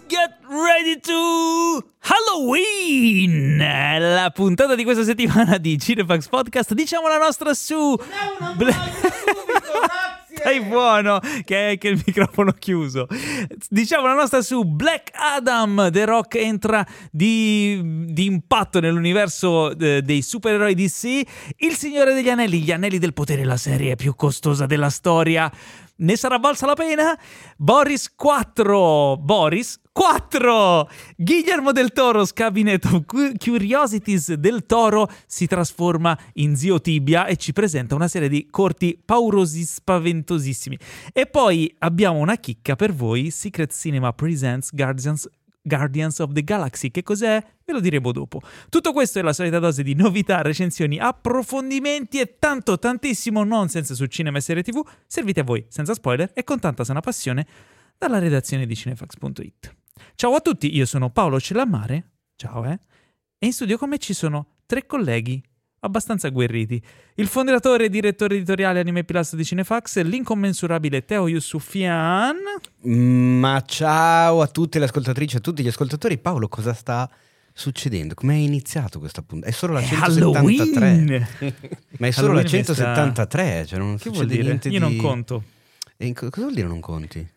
get ready to Halloween! La puntata di questa settimana di Cinefax Podcast, diciamo la nostra su... Stai buono, che è il microfono chiuso. Diciamo la nostra su Black Adam. The Rock entra di impatto nell'universo dei supereroi DC. Il Signore degli Anelli, gli Anelli del Potere, la serie più costosa della storia. Ne sarà valsa la pena? Boris 4! Guillermo del Toro's Cabinet of Curiosities del Toro si trasforma in Zio Tibia e ci presenta una serie di corti paurosi spaventosissimi. E poi abbiamo una chicca per voi: Secret Cinema Presents Guardians of the Galaxy. Che cos'è? Ve lo diremo dopo. Tutto questo è la solita dose di novità, recensioni, approfondimenti e tantissimo nonsense su cinema e serie TV, serviti a voi senza spoiler e con tanta sana passione dalla redazione di cinefax.it. Ciao a tutti, io sono Paolo Cellammare, ciao e in studio con me ci sono 3 colleghi abbastanza agguerriti: il fondatore e direttore editoriale Anime Plus di Cinefax, l'incommensurabile Teo Yusufian. Ma ciao a tutte le ascoltatrici e a tutti gli ascoltatori. Paolo, cosa sta succedendo? Come è iniziato questa puntata? È solo la 173. Halloween! Ma è solo Halloween la 173, cioè non che succede vuol dire? niente Io non conto. Cosa vuol dire non conti?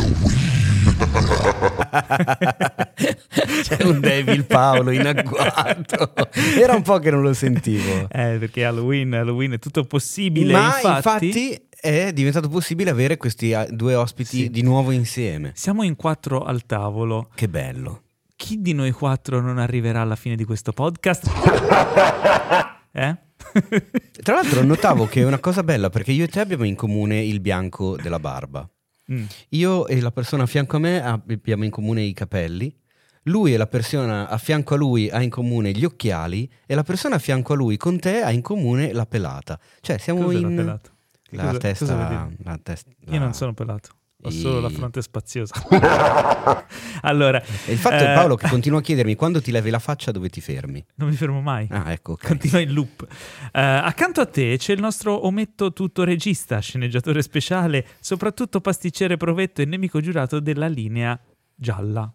C'è un Devil Paolo in agguato. Era un po' che non lo sentivo. Perché Halloween è tutto possibile. Ma infatti è diventato possibile avere questi 2 ospiti di nuovo insieme. Siamo in 4 al tavolo. Che bello. Chi di noi 4 non arriverà alla fine di questo podcast? Tra l'altro notavo che è una cosa bella, perché io e te abbiamo in comune il bianco della barba. Io e la persona a fianco a me abbiamo in comune i capelli. Lui e la persona a fianco a lui ha in comune gli occhiali. E la persona a fianco a lui con te ha in comune la pelata. Cioè siamo Cos'è in... la pelata? La testa... Io non sono pelato. Ho solo la fronte spaziosa. Allora, e il fatto è, Paolo, che continua a chiedermi quando ti levi la faccia dove ti fermi. Non mi fermo mai. Ah, ecco, okay. Continua in loop. Accanto a te c'è il nostro ometto tutto regista, sceneggiatore speciale, soprattutto pasticcere provetto e nemico giurato della linea gialla.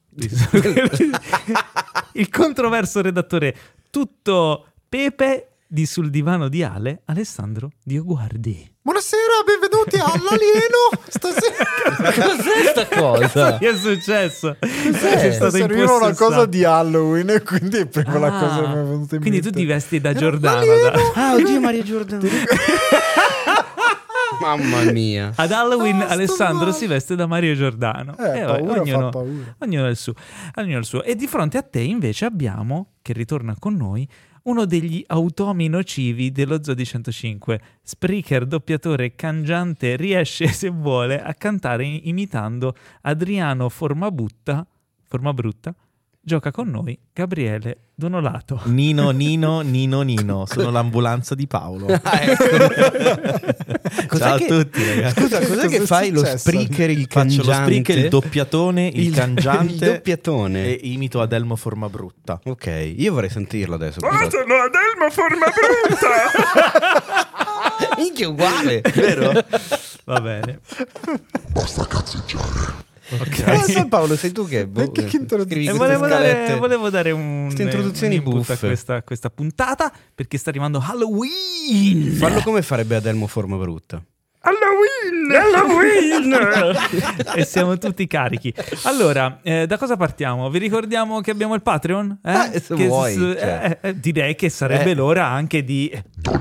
Il controverso redattore tutto Pepe di Sul divano di Ale, Alessandro Dioguardi. Buonasera, benvenuti all'alieno. Stasera cos'è sta cosa? Che è successo? È serviva una cosa di Halloween e quindi è proprio la cosa che mi è venuta in mente. Quindi tu ti vesti da Giordano. Oddio, Maria Giordano. Mamma mia. Ad Halloween Alessandro si veste da Mario Giordano. Ognuno il suo. E di fronte a te invece abbiamo, che ritorna con noi, uno degli automi nocivi dello Zoo di 105. Spreaker, doppiatore, cangiante, riesce, se vuole, a cantare imitando Adriano Formabrutta. Gioca con noi Gabriele Donolato. Nino, sono l'ambulanza di Paolo. Ciao a tutti, ragazzi. Scusa, cos'è che fai? Lo spreaker, il cangiante? Faccio lo spreaker, il doppiatone, il cangiante. Il doppiatone. E imito Adelmo Formabrutta. Ok, io vorrei sentirlo adesso. Sono Adelmo Formabrutta! Minchia, uguale, vero? Va bene. Basta cazzeggiare. Ok, Paolo, sei tu che volevo dare introduzioni buffe a questa puntata, perché sta arrivando Halloween. Fallo come farebbe Adelmo Formabrutta. Halloween! E siamo tutti carichi. Allora, da cosa partiamo? Vi ricordiamo che abbiamo il Patreon? Se vuoi, direi che sarebbe l'ora anche di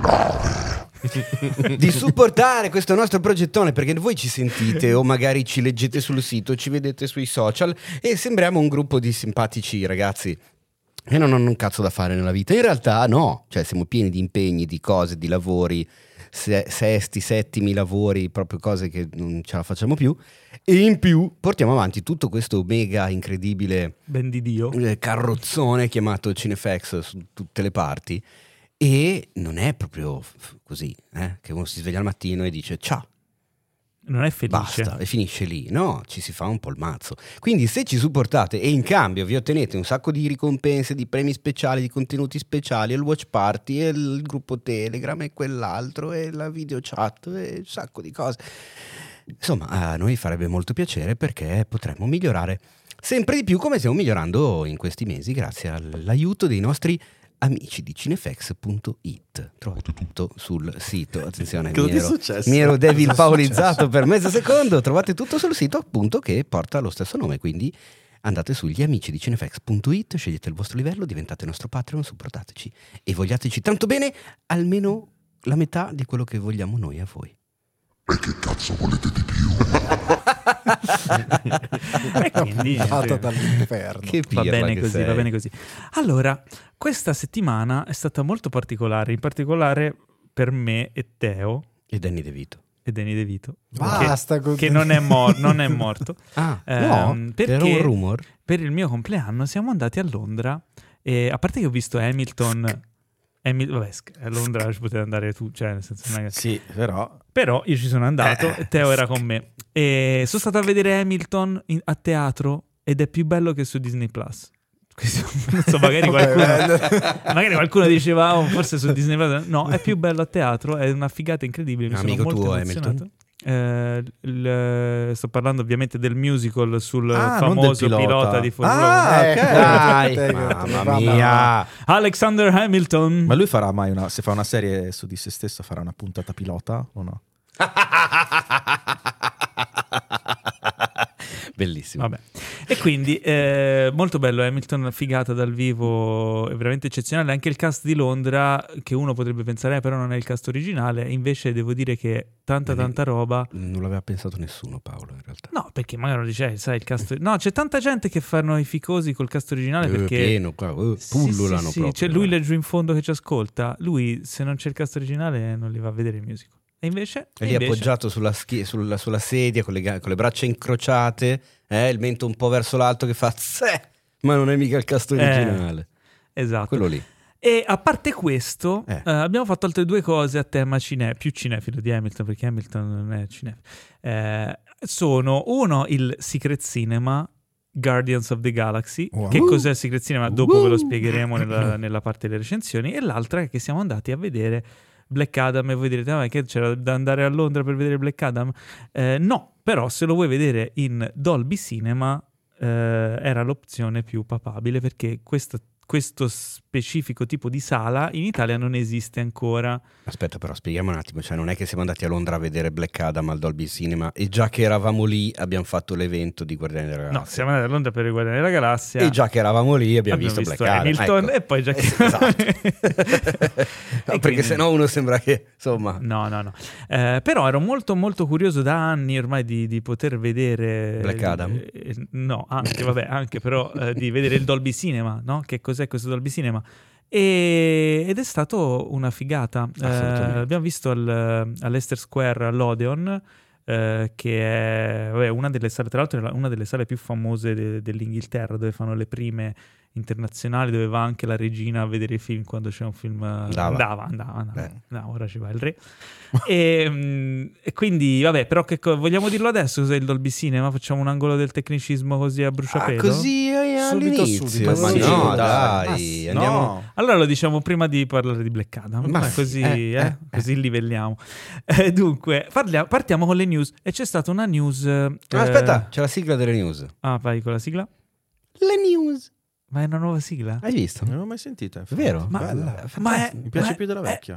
di supportare questo nostro progettone, perché voi ci sentite o magari ci leggete sul sito, ci vedete sui social e sembriamo un gruppo di simpatici ragazzi che non hanno un cazzo da fare nella vita. In realtà no, cioè siamo pieni di impegni, di cose, di lavori, sesti, settimi lavori, proprio cose che non ce la facciamo più, e in più portiamo avanti tutto questo mega incredibile ben di Dio carrozzone chiamato Cinefax su tutte le parti. E non è proprio così, che uno si sveglia al mattino e dice ciao, non è felice, basta, e finisce lì. No, ci si fa un po' il mazzo. Quindi se ci supportate e in cambio vi ottenete un sacco di ricompense, di premi speciali, di contenuti speciali, il watch party, e il gruppo Telegram e quell'altro, e la video chat e un sacco di cose, insomma a noi farebbe molto piacere, perché potremmo migliorare sempre di più come stiamo migliorando in questi mesi grazie all'aiuto dei nostri amici di cinefx.it. Trovate tutto sul sito. Attenzione, mi ero devil paolizzato per mezzo secondo. Trovate tutto sul sito, appunto, che porta lo stesso nome, quindi andate sugli amici di cinefx.it, scegliete il vostro livello, diventate nostro Patreon, supportateci e vogliateci tanto bene, almeno la metà di quello che vogliamo noi a voi. E che cazzo volete di più? E quindi dall'inferno. Che va pirla bene che così, sei. va bene così. Allora, questa settimana è stata molto particolare, in particolare per me e Teo E Danny DeVito. e Danny DeVito. Basta che non è morto. Ah, Perché era un rumor. per il mio compleanno siamo andati a Londra e a parte che ho visto Hamilton. Vabbè, a Londra ci potevi andare tu, cioè nel senso non è che... Sì, però Però io ci sono andato e Teo era con me e sono stato a vedere Hamilton a teatro ed è più bello che su Disney Plus. Non so, magari qualcuno diceva forse su Disney Plus. No, è più bello a teatro, è una figata incredibile. Mi sono Amico molto tuo, emozionato. Sto parlando ovviamente del musical sul non famoso del pilota di Formula 1. Dai, mamma mia. Alexander Hamilton. ma lui farà mai se fa una serie su di se stesso, farà una puntata pilota o no? Bellissimo. Vabbè. E quindi molto bello Hamilton, figata dal vivo, è veramente eccezionale. Anche il cast di Londra, che uno potrebbe pensare però non è il cast originale, invece devo dire che tanta roba. Non l'aveva pensato nessuno, Paolo, in realtà. No, perché magari dice, sai, il cast. No, c'è tanta gente che fanno i ficosi col cast originale perché pieno qua, pullulano sì, proprio. c'è lui laggiù in fondo che ci ascolta. Lui, se non c'è il cast originale, non li va a vedere il musical. E invece È lì appoggiato sulla sedia con le braccia incrociate, il mento un po' verso l'alto che fa ma non è mica il cast originale. Esatto. Quello lì. E a parte questo, abbiamo fatto altre due cose a tema più cinefilo di Hamilton, perché Hamilton non è cinefilo. Sono uno, il Secret Cinema Guardians of the Galaxy. Che cos'è il Secret Cinema? Dopo ve lo spiegheremo nella parte delle recensioni. E l'altra è che siamo andati a vedere Black Adam e voi direte che c'era da andare a Londra per vedere Black Adam? No, però se lo vuoi vedere in Dolby Cinema era l'opzione più papabile, perché questo specifico tipo di sala in Italia non esiste ancora. Aspetta, però spieghiamo un attimo, cioè non è che siamo andati a Londra a vedere Black Adam al Dolby Cinema e già che eravamo lì abbiamo fatto l'evento di Guardiani della Galassia. No, siamo andati a Londra per i Guardiani della Galassia e già che eravamo lì abbiamo visto Black Adam, Hamilton, ecco. E poi già che esatto. No, perché sennò uno sembra che insomma no. Però ero molto molto curioso da anni ormai di poter vedere Black Adam. No, anche però di vedere il Dolby Cinema, no? Che cos'è questo Dolby Cinema? Ed è stato una figata. Abbiamo visto all'Leicester Square all'Odeon, che è una delle sale, tra l'altro una delle sale più famose dell'Inghilterra, dove fanno le prime internazionali, dove va anche la regina a vedere i film quando c'è un film. Andava. No, ora ci va il re. E quindi vabbè, però vogliamo dirlo adesso cos'è il Dolby Cinema? Facciamo un angolo del tecnicismo così a bruciapelo? Così all'inizio. Ma Subito. no, dai, andiamo. No. Allora lo diciamo prima di parlare di Black Adam, Ma così livelliamo. Dunque, partiamo con le news. E c'è stata una news. Aspetta, c'è la sigla delle news. Ah, vai con la sigla? Le news. Ma è una nuova sigla? Hai visto? Non l'ho mai sentita. È vero? Mi piace più della vecchia.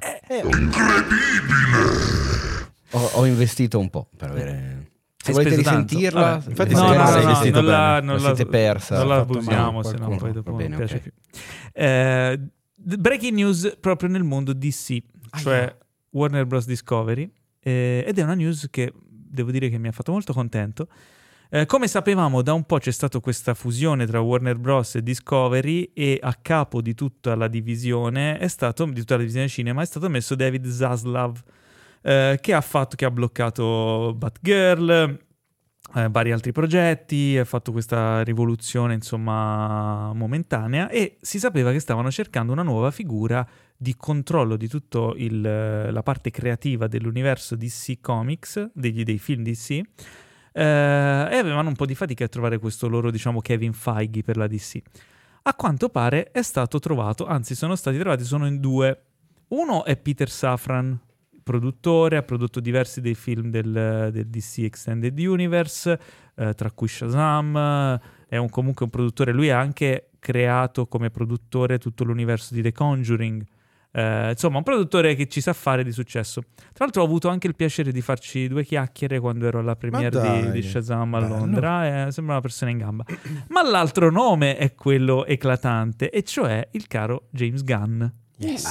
Ho investito un po' per avere. Se Hai volete speso tanto? rissentirla, Vabbè. Infatti magari no, se no, investito non la- bene. non La la- siete persa. Non la fatto abusiamo, male se no qualcuno. poi dopo Va bene, non piace ok. più. Breaking news proprio nel mondo DC, cioè Warner Bros. Discovery, ed è una news che devo dire che mi ha fatto molto contento. Come sapevamo, da un po' c'è stata questa fusione tra Warner Bros. E Discovery, e a capo di tutta la divisione cinema è stato messo David Zaslav, che ha bloccato Batgirl, vari altri progetti, ha fatto questa rivoluzione insomma momentanea, e si sapeva che stavano cercando una nuova figura di controllo di tutto la parte creativa dell'universo DC Comics, dei film DC, e avevano un po' di fatica a trovare questo loro, diciamo, Kevin Feige per la DC. A quanto pare è stato trovato, anzi sono stati trovati, sono in due. Uno è Peter Safran, produttore, ha prodotto diversi dei film del DC Extended Universe, tra cui Shazam, è comunque un produttore. Lui ha anche creato come produttore tutto l'universo di The Conjuring. Insomma, un produttore che ci sa fare di successo. Tra l'altro ho avuto anche il piacere di farci 2 chiacchiere quando ero alla premiere di Shazam a Londra, sembra una persona in gamba. Ma l'altro nome è quello eclatante, e cioè il caro James Gunn. Yes.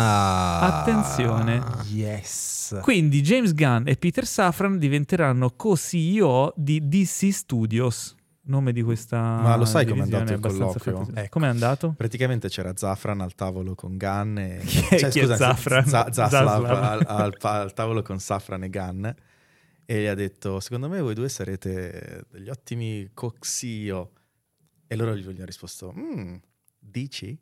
Attenzione. Yes. Quindi James Gunn e Peter Safran diventeranno co-CEO di DC Studios. Nome di questa Ma lo sai com'è andato il abbastanza colloquio? Com'è andato? Praticamente c'era Zafran al tavolo con Gunn e... Chi è Zafran? Zaslav al tavolo con Safran e Gunn, e gli ha detto: secondo me voi due sarete degli ottimi co-CEO. E loro gli hanno risposto: dici?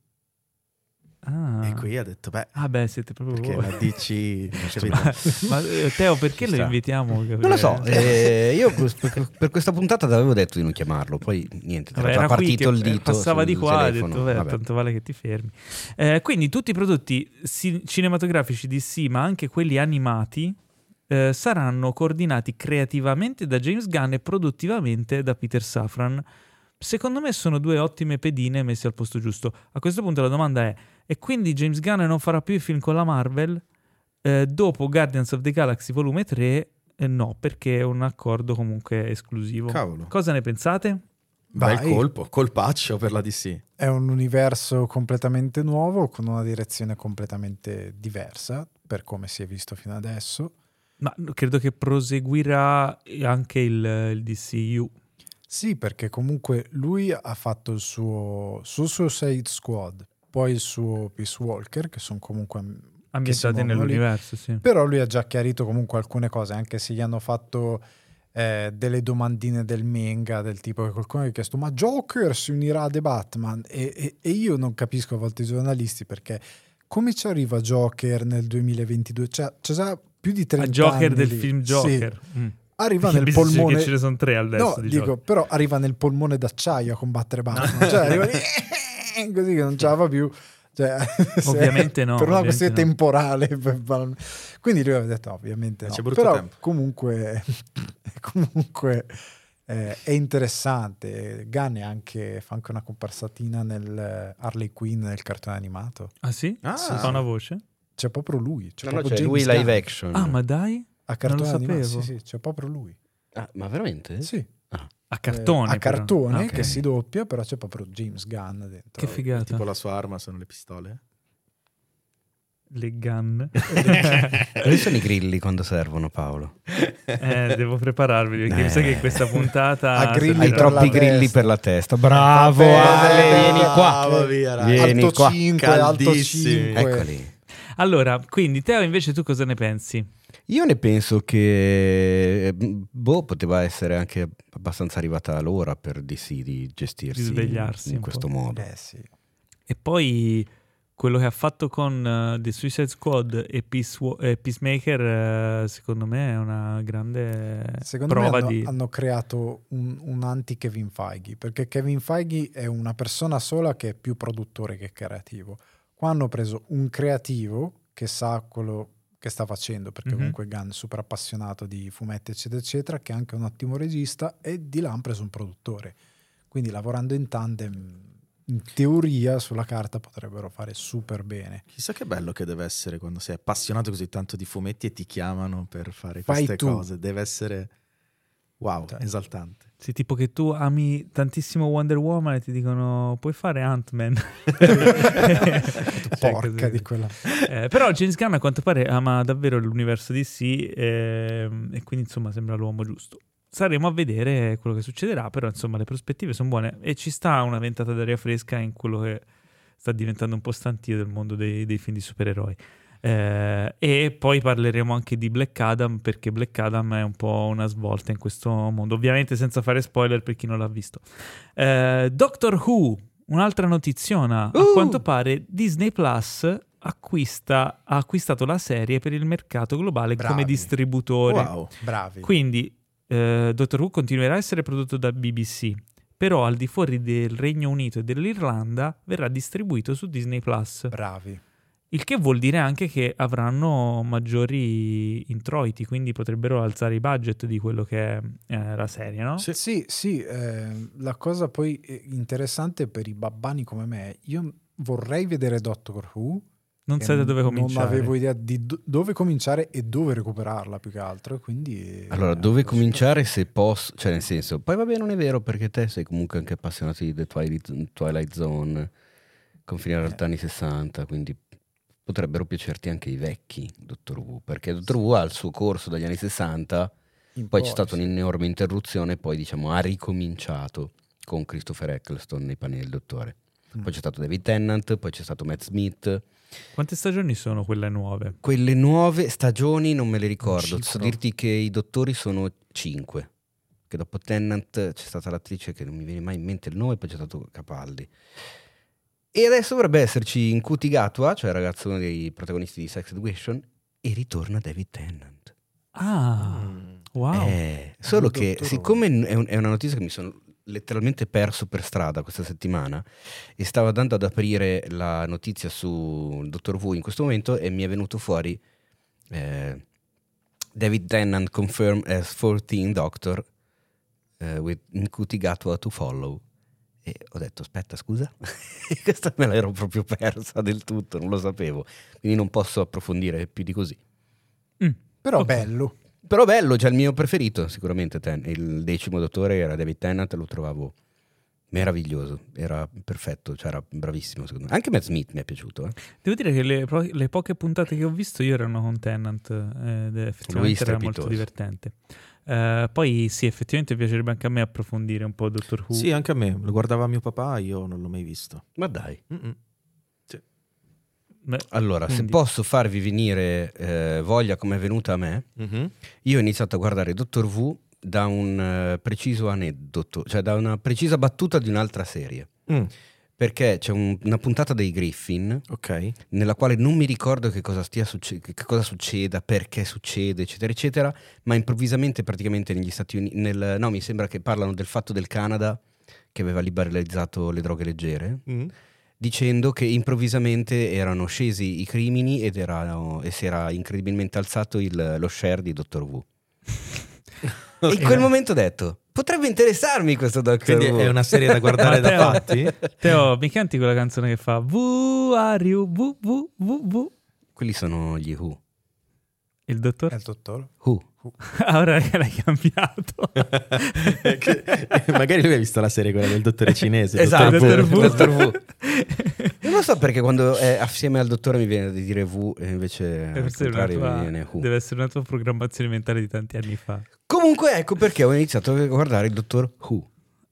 Ah. E qui ha detto: beh, Siete proprio perché voi. la dici? Ma Teo, perché lo invitiamo? Non lo so, io per questa puntata avevo detto di non chiamarlo, poi niente, era già partito il dito. Passava di sul qua, telefono. ha detto, tanto vale che ti fermi. Quindi tutti i prodotti cinematografici di DC, ma anche quelli animati, saranno coordinati creativamente da James Gunn e produttivamente da Peter Safran. Secondo me sono 2 ottime pedine messe al posto giusto. A questo punto la domanda è: e quindi James Gunn non farà più i film con la Marvel? Dopo Guardians of the Galaxy volume 3, no, perché è un accordo comunque esclusivo. Cavolo. Cosa ne pensate? Bel colpaccio per la DC. È un universo completamente nuovo, con una direzione completamente diversa per come si è visto fino adesso. Ma credo che proseguirà anche il DCU. Sì, perché comunque lui ha fatto il suo Suicide Squad, poi il suo Peace Walker, che sono comunque ambientati nell'universo, sì. Però lui ha già chiarito comunque alcune cose, anche se gli hanno fatto delle domandine del manga, del tipo che qualcuno gli ha chiesto: ma Joker si unirà a The Batman? E io non capisco a volte i giornalisti, perché come ci arriva Joker nel 2022? C'è già più di 30 anni. Joker del film Joker. Sì. Arriva nel polmone, che ce ne sono 3 adesso. No, dico, però arriva nel polmone d'acciaio a combattere Batman. Cioè arriva lì, così che non ce la fa più. Cioè, ovviamente no. Per una ovviamente questione temporale. Quindi lui aveva detto: ovviamente no. C'è brutto però tempo. Comunque è interessante. Gunn fa anche una comparsatina nel Harley Quinn nel cartone animato. Ah sì? Fa una voce? C'è proprio lui. C'è James lui Gunn. live action. Ah, ma dai? A cartone non lo animato, sapevo. sì, c'è proprio lui. Ah, ma veramente? Sì. A cartone. A cartone, però. che si doppia, però c'è proprio James Gunn dentro. Che figata. Tipo la sua arma sono le pistole. Le gun. Quali sono i grilli quando servono, Paolo? Devo prepararmi, perché mi sa che in questa puntata hai troppi grilli per la testa. Bravo, Ale, vieni qua. Vieni alto qua. 5, alto 5. Eccoli. Allora, quindi Teo, invece tu cosa ne pensi? Io ne penso che poteva essere anche abbastanza arrivata l'ora per DC di gestirsi Di svegliarsi in un questo po'. modo. Sì. E poi quello che ha fatto con The Suicide Squad e Peacemaker, secondo me è una grande prova hanno creato un anti-Kevin Feige, perché Kevin Feige è una persona sola che è più produttore che creativo. Qua hanno preso un creativo che sa quello che sta facendo, perché comunque Gunn è super appassionato di fumetti eccetera eccetera, che è anche un ottimo regista, e di là hanno preso un produttore. Quindi lavorando in tandem, in teoria sulla carta potrebbero fare super bene. Chissà che bello che deve essere quando sei appassionato così tanto di fumetti e ti chiamano per fare Fai queste tu. cose. Deve essere wow, Cioè. esaltante. Sì, tipo che tu ami tantissimo Wonder Woman e ti dicono puoi fare Ant-Man. Porca di quella. Però James Gunn a quanto pare ama davvero l'universo DC e quindi insomma sembra l'uomo giusto. Saremo a vedere quello che succederà, però insomma le prospettive sono buone e ci sta una ventata d'aria fresca in quello che sta diventando un po' stantio del mondo dei film di supereroi. E poi parleremo anche di Black Adam, perché Black Adam è un po' una svolta in questo mondo, ovviamente senza fare spoiler per chi non l'ha visto. Doctor Who, un'altra notiziona. A quanto pare Disney Plus ha acquistato la serie per il mercato globale. Bravi. Come distributore. Wow. Bravi. Quindi Doctor Who continuerà a essere prodotto da BBC, però al di fuori del Regno Unito e dell'Irlanda verrà distribuito su Disney Plus. Bravi. Il che vuol dire anche che avranno maggiori introiti, quindi potrebbero alzare i budget di quello che è la serie, no? Sì, la cosa poi interessante per i babbani come me, io vorrei vedere Doctor Who. Non sai da dove cominciare. Non avevo idea di dove cominciare e dove recuperarla più che altro. Quindi Allora, dove cominciare se posso? Cioè, nel senso, poi vabbè, non è vero perché te sei comunque anche appassionato di The Twilight Zone, confini in realtà anni 60, quindi potrebbero piacerti anche i vecchi Doctor Who, perché Doctor Who ha il suo corso dagli anni 60, poi c'è stata un'enorme interruzione e poi diciamo ha ricominciato con Christopher Eccleston nei panni del dottore. Poi c'è stato David Tennant, poi c'è stato Matt Smith. Quante stagioni sono quelle nuove? Quelle nuove stagioni non me le ricordo, so dirti che i dottori sono 5, che dopo Tennant c'è stata l'attrice che non mi viene mai in mente il nome, poi c'è stato Capaldi. E adesso dovrebbe esserci Ncuti Gatwa, cioè il ragazzo uno dei protagonisti di Sex Education, e ritorna David Tennant. Wow. Solo che siccome è una notizia che mi sono letteralmente perso per strada questa settimana e stavo andando ad aprire la notizia su Doctor Who in questo momento e mi è venuto fuori David Tennant confirmed as 14th Doctor with Ncuti Gatwa to follow. E ho detto aspetta scusa, questa me l'ero proprio persa del tutto, non lo sapevo, quindi non posso approfondire più di così. Però bello. Però bello, cioè il mio preferito sicuramente il 10º dottore era David Tennant, lo trovavo meraviglioso, era perfetto, cioè era bravissimo secondo me. Anche Matt Smith mi è piaciuto. Devo dire che le poche puntate che ho visto io erano con Tennant ed effettivamente era molto divertente. Poi sì, effettivamente piacerebbe anche a me approfondire un po' Doctor Who. Sì, anche a me, lo guardava mio papà, io non l'ho mai visto. Ma dai. Sì. Beh, allora, quindi, se posso farvi venire voglia come è venuta a me, io ho iniziato a guardare Doctor Who da un preciso aneddoto, cioè da una precisa battuta di un'altra serie. Perché c'è una puntata dei Griffin, nella quale non mi ricordo che cosa che cosa succeda, perché succede, eccetera, eccetera, ma improvvisamente praticamente negli Stati Uniti, no, mi sembra che parlano del fatto del Canada che aveva liberalizzato le droghe leggere, dicendo che improvvisamente erano scesi i crimini e si era incredibilmente alzato lo share di Doctor Who. E in quel momento ho detto potrebbe interessarmi questo Doctor Who. Quindi è una serie da guardare da fatti? Teo, mi canti quella canzone che fa Who are you? Who? Quelli sono gli Who. Il dottor? È il dottor? Who. Ora che l'hai cambiato. Magari lui ha visto la serie quella del dottore cinese. Esatto, Dottor Who. Non lo so perché quando è assieme al dottore mi viene di dire Who e invece al contrario mi viene Who. Deve essere una tua programmazione mentale di tanti anni fa. Comunque ecco perché ho iniziato a guardare il dottor Who.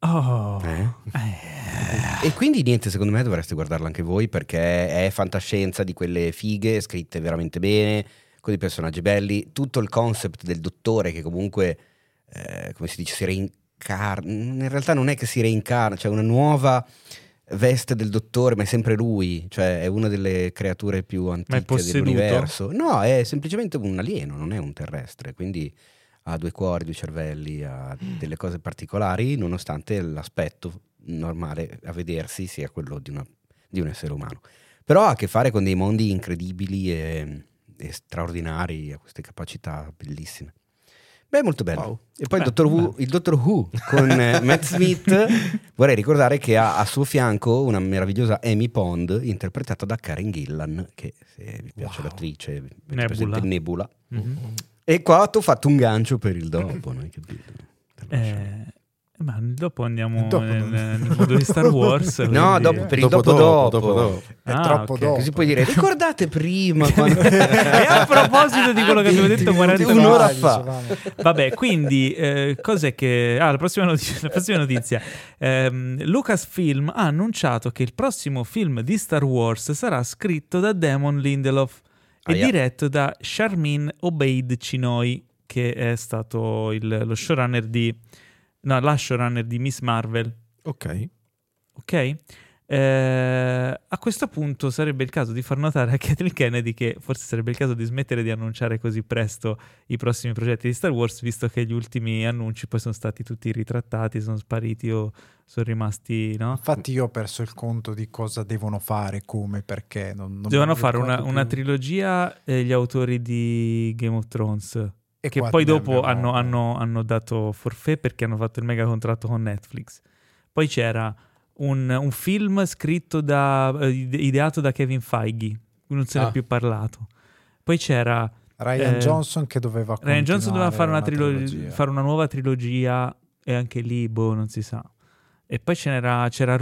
E quindi niente, secondo me dovreste guardarlo anche voi perché è fantascienza di quelle fighe, scritte veramente bene, con dei personaggi belli, tutto il concept del dottore che comunque, come si dice, si reincarna, in realtà non è che si reincarna, cioè una nuova veste del dottore, ma è sempre lui, cioè è una delle creature più antiche dell'universo. No, è semplicemente un alieno, non è un terrestre, quindi ha 2 cuori, 2 cervelli, ha delle cose particolari, nonostante l'aspetto normale a vedersi sia quello di un essere umano. Però ha a che fare con dei mondi incredibili e straordinari, ha queste capacità bellissime. Beh, molto bello. Wow. E poi il Doctor Who con Matt Smith, vorrei ricordare che ha a suo fianco una meravigliosa Amy Pond interpretata da Karen Gillan, che se vi piace l'attrice, Nebula. E qua ti ho fatto un gancio per il dopo, no? Ma dopo andiamo nel mondo di Star Wars. No, per il dopo. È troppo dopo. Così puoi dire, ricordate prima quando... E a proposito di quello che abbiamo detto 40 un'ora fa. Vabbè, quindi cos'è che... la prossima notizia. Lucasfilm ha annunciato che il prossimo film di Star Wars sarà scritto da Damon Lindelof e diretto da Sharmeen Obaid Chinoy, che è stato lo showrunner la showrunner di Miss Marvel. Ok. A questo punto sarebbe il caso di far notare a Kathleen Kennedy che forse sarebbe il caso di smettere di annunciare così presto i prossimi progetti di Star Wars, visto che gli ultimi annunci poi sono stati tutti ritrattati, sono spariti o sono rimasti, no? Infatti io ho perso il conto di cosa devono fare, come, perché. Non Dovevano mi fare ricordo una più. trilogia, gli autori di Game of Thrones, E che qua poi ne dopo abbiamo- hanno dato forfait perché hanno fatto il mega contratto con Netflix. Poi c'era un film scritto ideato da Kevin Feige, non se ne è più parlato. Poi c'era Ryan Johnson che doveva Ryan Johnson doveva fare continuare una trilogia. fare una nuova trilogia e anche lì, non si sa. E poi c'era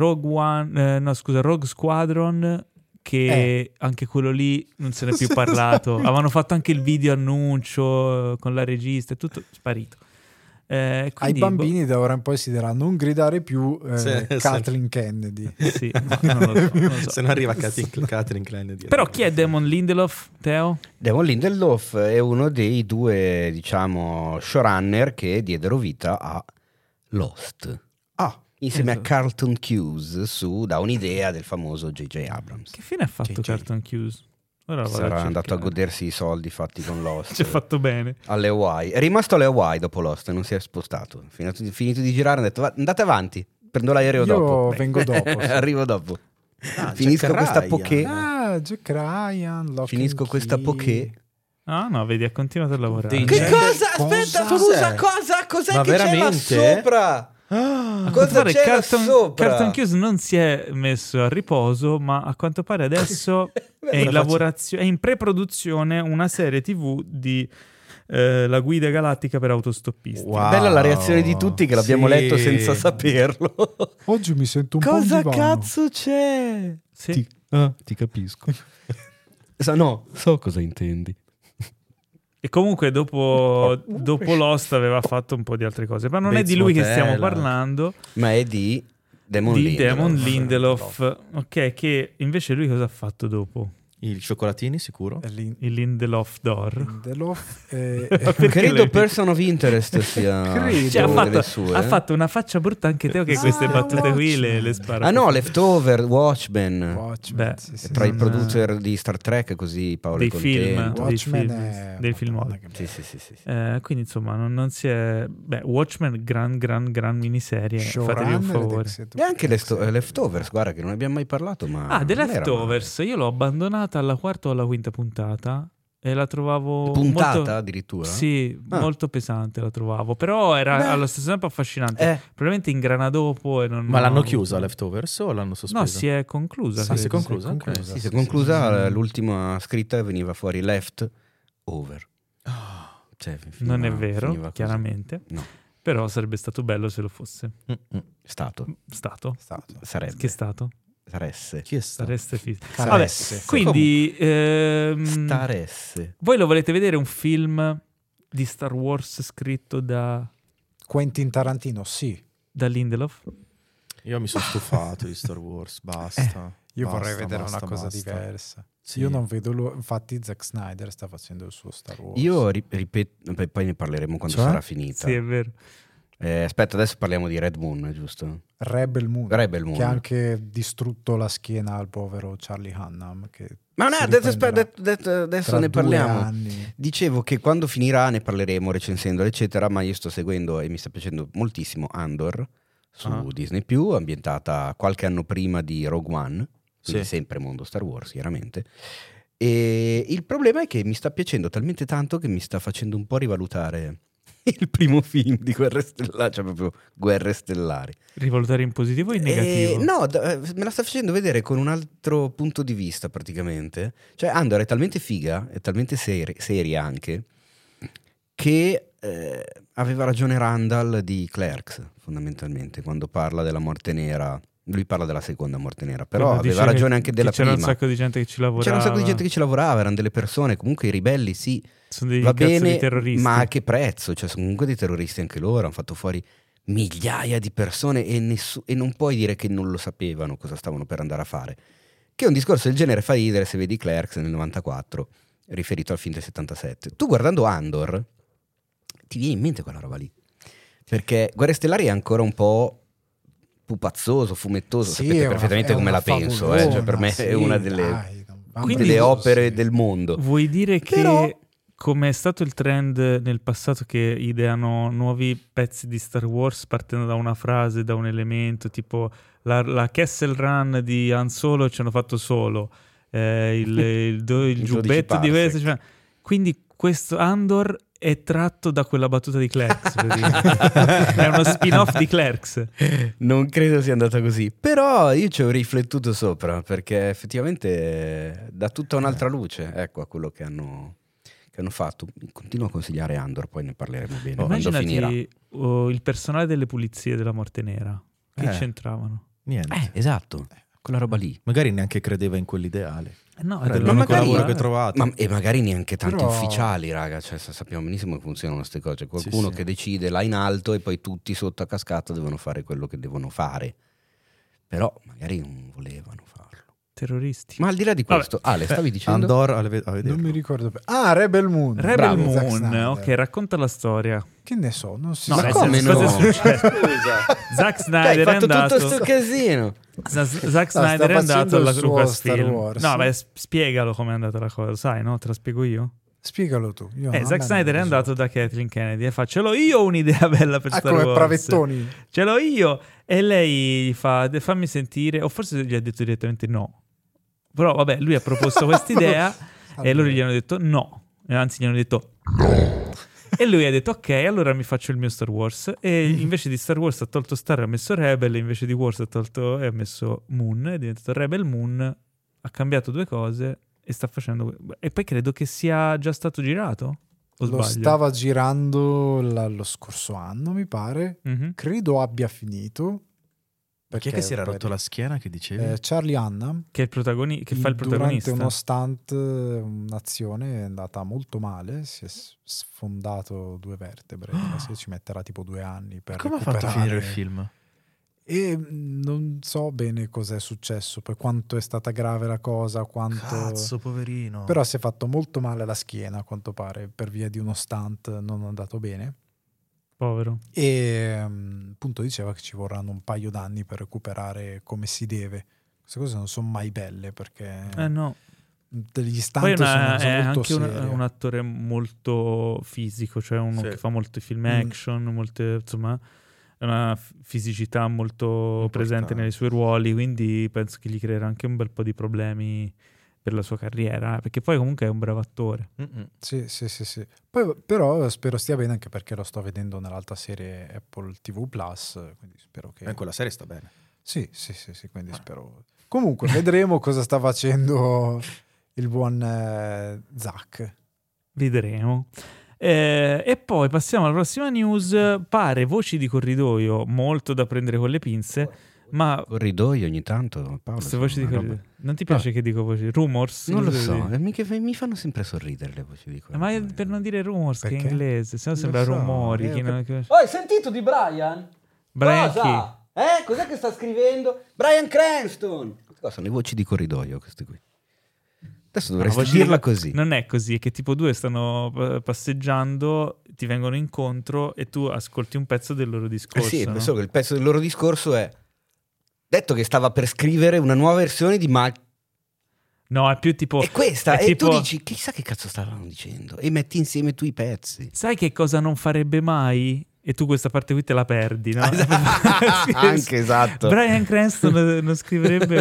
Rogue Squadron, che anche quello lì non se ne è più parlato. Avevano fatto anche il video annuncio con la regista, è tutto sparito. Ai Quindi, bambini da ora in poi si dirà non gridare più Sì, Kathleen Kennedy. sì, non lo so. Se non arriva Kathleen Kennedy. Però chi è Damon Lindelof, Teo? Damon Lindelof è uno dei due, diciamo, showrunner che diedero vita a Lost. Insieme a Carlton Cuse da un'idea del famoso J.J. Abrams. Che fine ha fatto JJ? Carlton Cuse? Ora vado Sarà a andato a cercare. godersi i soldi fatti con Lost. Ci ha fatto bene. Alle Hawaii. È rimasto alle Hawaii dopo Lost e non si è spostato. Finito di girare, ha detto andate avanti, prendo l'aereo Io dopo. vengo dopo, sì. Arrivo dopo. Ah, Finisco Jack questa Ryan. poké. Jack Ryan, Lock Finisco and questa Key. poké. Ah no, vedi, ha continuato a lavorare. Dei Che Jack- cosa? Cos'è? Aspetta, scusa, cosa? Cos'è Ma che c'è là veramente? sopra? A quanto Cosa pare c'era sopra? Carlton Cuse non si è messo a riposo, ma a quanto pare adesso è in lavorazione, è in pre-produzione una serie TV di La guida galattica per autostoppisti. Wow. Bella la reazione di tutti che l'abbiamo Sì. letto senza saperlo. Oggi mi sento un po' Cosa un divano. cazzo c'è? Sì. Ti capisco. So cosa intendi. E comunque dopo Lost aveva fatto un po' di altre cose, ma non è Bates di lui che Motel. stiamo parlando, Ma è di Damon di Lindelof. Damon Lindelof, ok, che invece lui cosa ha fatto dopo? I cioccolatini, sicuro? È lì- Il Lindelof d'Or. Lindelof, Perché Credo lei- Person of Interest sia Credo. Cioè, una ha delle fatto, sue. ha fatto una faccia brutta anche Teo che queste battute qui le spara. Ah no, Leftover, Watchmen. Watchmen, Beh, sì, sì, Tra i sì. producer di Star Trek, così Paolo Dei è contento. film, dei Watchmen film, è- dei film Madonna, nuovi. che Sì. Quindi insomma non si è... Beh, Watchmen, gran miniserie, fatevi un favore. E anche Leftovers, guarda che non abbiamo mai parlato, ma Ah, The non era Leftovers, io l'ho abbandonata alla quarta o alla quinta puntata e la trovavo male. Puntata molto... addirittura? Sì, Ah. molto pesante la trovavo, però era Beh. allo stesso tempo affascinante. Eh. Probabilmente ingrana dopo e non... Ma l'hanno non- chiusa Leftovers o l'hanno sospesa? No, si è conclusa. Ah, credo. si è conclusa? Sì, Ok. conclusa. Sì, si è conclusa l'ultima scritta e veniva fuori Left Over. Cioè, finiva- Non è vero, finiva così. chiaramente. No, Però sarebbe stato bello se lo fosse stato. stato. Sarebbe. Che è stato? Saresse. Chi è stato? Sareste fi- Saresse. Vabbè, quindi Staresse. voi lo volete vedere un film di Star Wars scritto da Quentin Tarantino, sì. Lindelof? Io mi sono stufato di Star Wars, basta. Io Basta, vorrei vedere basta, una cosa basta. diversa. Sì. Io non vedo infatti Zack Snyder sta facendo il suo Star Wars. Io ripeto, poi ne parleremo quando Cioè? sarà finita. Sì, è vero. Aspetta, adesso parliamo di Red Moon, giusto? Rebel Moon, Rebel Moon. che ha anche distrutto la schiena al povero Charlie Hunnam. Che Ma no, si adesso riprenderà adesso tra ne 2 parliamo. anni. Dicevo che quando finirà ne parleremo recensendo eccetera, ma io sto seguendo e mi sta piacendo moltissimo Andor su Disney+, ambientata qualche anno prima di Rogue One, quindi Sì. sempre mondo Star Wars chiaramente. E il problema è che mi sta piacendo talmente tanto che mi sta facendo un po' rivalutare il primo film di Guerre Stellari, cioè proprio Guerre Stellari. Rivalutare in positivo o in negativo? No, me la sta facendo vedere con un altro punto di vista praticamente. Cioè Andor è talmente figa, è talmente seria anche, che aveva ragione Randall di Clerks, fondamentalmente, quando parla della morte nera. Lui parla della seconda morte nera, però Quando aveva dice ragione anche che della c'era prima. un sacco di gente che ci lavorava. C'era un sacco di gente che ci lavorava, erano delle persone, comunque i ribelli sì, Sono dei va cazzo bene, di terroristi. ma a che prezzo? Cioè sono comunque dei terroristi anche loro, hanno fatto fuori migliaia di persone e non puoi dire che non lo sapevano cosa stavano per andare a fare. Che un discorso del genere fa ridere se vedi Clerks nel 94, riferito al film del 77. Tu guardando Andor ti viene in mente quella roba lì, perché Guerre Stellari è ancora un po' pupazzoso, fumettoso, Sì, sapete è perfettamente è come la favolona, penso, cioè per me è sì, una delle, dai, non Quindi- delle preso, opere sì. del mondo. Vuoi dire che, Però- come è stato il trend nel passato, che ideano nuovi pezzi di Star Wars partendo da una frase, da un elemento, tipo la Kessel Run di Han Solo ci hanno fatto Solo, il 12 giubbetto di parsec. questo, cioè, quindi questo Andor è tratto da quella battuta di Clerks, praticamente. È uno spin-off di Clerks. Non credo sia andata così, però io ci ho riflettuto sopra perché effettivamente dà tutta un'altra luce, ecco, a quello che hanno fatto. Continuo a consigliare Andor, poi ne parleremo bene quando finirà. Immaginati il personale delle pulizie della Morte Nera. Che c'entravano? Niente. Esatto, quella roba lì. Magari neanche credeva in quell'ideale. No, Era è l'unico magari- lavoro che ho trovato. E magari neanche tanti Però- ufficiali, raga, cioè sappiamo benissimo che funzionano queste cose. Qualcuno sì. che decide là in alto e poi tutti sotto a cascata devono fare quello che devono fare. Però magari non volevano farlo. terroristi. Ma al di là di questo, Ale, stavi dicendo? Andor a vederlo. Non mi ricordo più. Ah, Rebel Moon. Rebel Bravo, Zack Moon, Snyder. ok, racconta la storia. Che ne so, non si No, sa. nel come senso, cosa no? è successo? Scusa. Zack Cioè, hai Snyder è fatto andato. tutto sto casino. Zack sta Snyder è andato facendo alla il suo Lucasfilm. Star Wars. No, beh, spiegalo com'è andata la cosa, sai, no? Te la spiego io. Spiegalo tu. Io Zack a me non Snyder è lo so. andato da Kathleen Kennedy e fa: ce l'ho io un'idea bella per Star come Wars. Pravettoni. Ce l'ho io. E lei gli fa: fammi sentire. O forse gli ha detto direttamente no. Però vabbè, lui ha proposto quest'idea e loro gli hanno detto no. E anzi, gli hanno detto e lui ha detto ok, allora mi faccio il mio Star Wars. E invece di Star Wars ha tolto Star e ha messo Rebel, invece di Wars ha tolto e ha messo Moon, è diventato Rebel Moon, ha cambiato due cose e sta facendo. E poi credo che sia già stato girato. O Lo sbaglio? stava girando lo scorso anno, mi pare. Mhm. Credo abbia finito. Chi è che si era per- rotto la schiena che dicevi? Charlie Hunnam. Che, è che fa il protagonista. Durante uno stunt, un'azione è andata molto male, si è sfondato 2 vertebre, ci metterà tipo 2 anni per Come ha fatto a recuperare. finire il film? E non so bene cos'è successo, poi quanto è stata grave la cosa, quanto... Cazzo, poverino. Però si è fatto molto male alla schiena, a quanto pare, per via di uno stunt non andato bene. Povero. E appunto diceva che ci vorranno un paio d'anni per recuperare come si deve. Queste cose non sono mai belle perché No. degli Poi stunt sono una cosa è molto anche seria. un attore molto fisico, cioè uno Sì. che fa molti film action, molte, insomma, è una fisicità molto presente nei suoi ruoli, quindi penso che gli creerà anche un bel po' di problemi per la sua carriera, perché poi comunque è un bravo attore. Sì. Poi, però spero stia bene anche perché lo sto vedendo nell'altra serie Apple TV Plus, quindi spero che... Quella serie sta bene. Sì, quindi spero... Comunque, vedremo cosa sta facendo il buon Zack. Vedremo. E poi passiamo alla prossima news. Pare voci di corridoio molto da prendere con le pinze, ma Corridoio ogni tanto, Paolo. queste sono voci di una roba- corridoio. Non ti piace che dico voci? Rumors? Non lo Cosa so, devi dire? mi fanno sempre sorridere le voci di Ma corridoio. è per non dire rumors, che è Perché? inglese, se no Non sembra so, rumori. Chi ho non- Oh, hai sentito di Brian? Brian Cosa? Cos'è che sta scrivendo? Brian Cranston! Sono le voci di corridoio queste qui. Adesso dovresti voci di- dirla così. Non è così, è che tipo due stanno passeggiando, ti vengono incontro e tu ascolti un pezzo del loro discorso. Sì, no? solo che il pezzo del loro discorso è detto che stava per scrivere una nuova versione di No, è più tipo... E questa, è e tipo- tu dici, chissà che cazzo stavano dicendo, e metti insieme tu i pezzi. Sai che cosa non farebbe mai? E tu questa parte qui te la perdi, no? Sì, Anche esatto. Brian Cranston non scriverebbe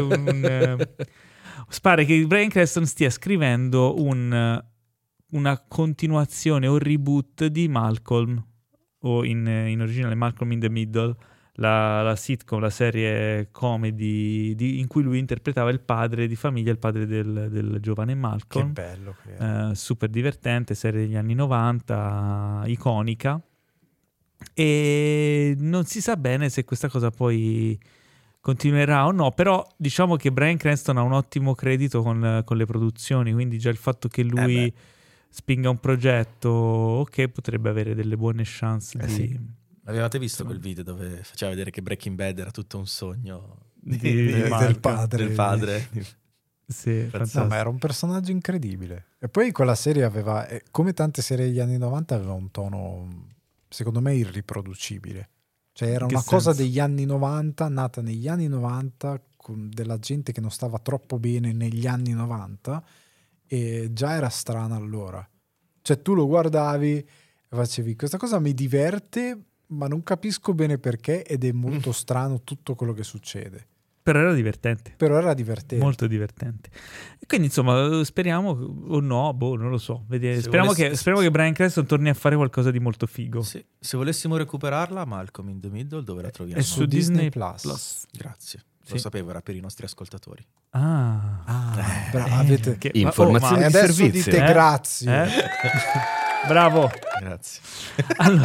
pare che Brian Cranston stia scrivendo una continuazione o reboot di Malcolm, o in originale Malcolm in the Middle, la sitcom, la serie comedy in cui lui interpretava il padre di famiglia, il padre del giovane Che Malcolm. bello che è. Super divertente, serie degli anni 90, iconica. E non si sa bene se questa cosa poi continuerà o no, però diciamo che Bryan Cranston ha un ottimo credito con le produzioni, quindi già il fatto che lui spinga un progetto, ok, potrebbe avere delle buone chance di... sì. Avevate visto quel video dove faceva vedere che Breaking Bad era tutto un sogno Di Malcolm. del padre. del padre? Sì, No, fantastico. ma era un personaggio incredibile. E poi quella serie aveva, come tante serie degli anni 90, aveva un tono, secondo me, irriproducibile. Cioè era In che una cosa senso? degli anni 90, nata negli anni 90, con della gente che non stava troppo bene negli anni 90, e già era strana allora. Cioè tu lo guardavi e facevi, questa cosa mi diverte, ma non capisco bene perché, ed è molto strano tutto quello che succede. Però era divertente. Però era divertente. Molto divertente. E quindi insomma speriamo o no, non lo so. Se Speriamo, volessi- speriamo che Bryan Cranston torni a fare qualcosa di molto figo. Sì. Se volessimo recuperarla, Malcolm in the Middle, dove la troviamo? È su Disney Plus. Grazie. Sì. Lo sapevo, era per i nostri ascoltatori. Bravo, avete... Che- Informazioni E di adesso servizio. dite grazie. Bravo. Grazie. Allora,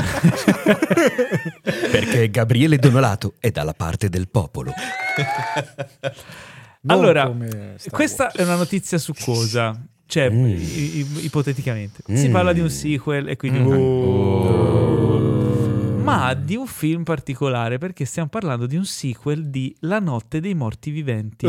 Perché Gabriele Donolato è dalla parte del popolo. Non allora, come Star questa Wars. è una notizia succosa. Cioè, ipoteticamente. Si parla di un sequel e quindi... Ma di un film particolare, perché stiamo parlando di un sequel di La notte dei morti viventi.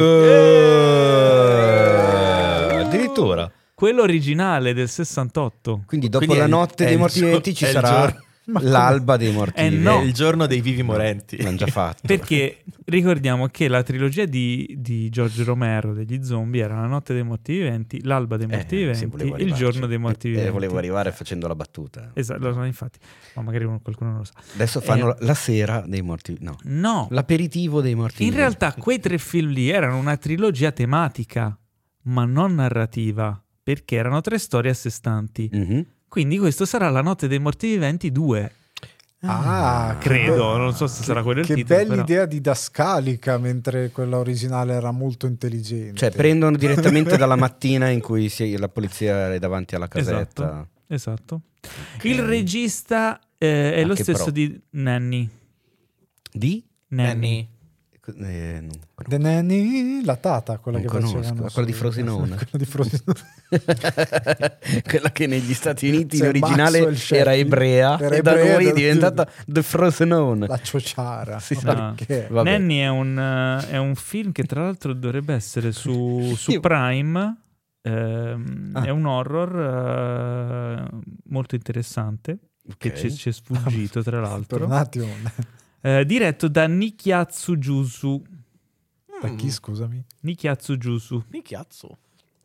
Addirittura. Quello originale del 68. Quindi dopo Quindi la è il- notte è dei il morti gio- viventi ci è il sarà giorno- l'alba dei morti No. viventi. È il giorno dei vivi morenti. L'hanno già fatto. Perché ricordiamo che la trilogia di George Romero degli zombie era La notte dei morti viventi, L'alba dei morti sì, viventi, volevo Il arrivarci. giorno dei morti viventi. Volevo arrivare facendo la battuta. Esatto, no, infatti, ma magari qualcuno non lo sa. Adesso fanno la sera dei morti. No, No, l'aperitivo dei morti in viventi. realtà quei tre film lì erano una trilogia tematica, ma non narrativa, perché erano tre storie a sé stanti. Mhm. Quindi questo sarà La notte dei morti viventi 2. Credo, non so se sarà quello il Che titolo. bella però. idea didascalica, mentre quella originale era molto intelligente. Cioè prendono direttamente dalla mattina in cui la polizia è davanti alla casetta. Esatto. Il regista è lo che stesso pro. di Nanny. Di? Nanny. Non The Nanny, la tata, quella Non che conosco, facevano quella di Frosinone. quella di Frosinone. Quella che negli Stati Uniti C'è in originale Maxwell Sheffield. era ebrea Era e da ebrea, noi è da- diventata The Frosinone. La ciociara. Sì, Ma Ah. perché? Vabbè. Nanny è un film che tra l'altro dovrebbe essere su Io- Prime. È un horror molto interessante che Ok. ci è sfuggito tra Per l'altro. un attimo. Diretto da Nikyatsu Jusu. Da chi, scusami? Nikyatsu Jusu. Minchiazzo.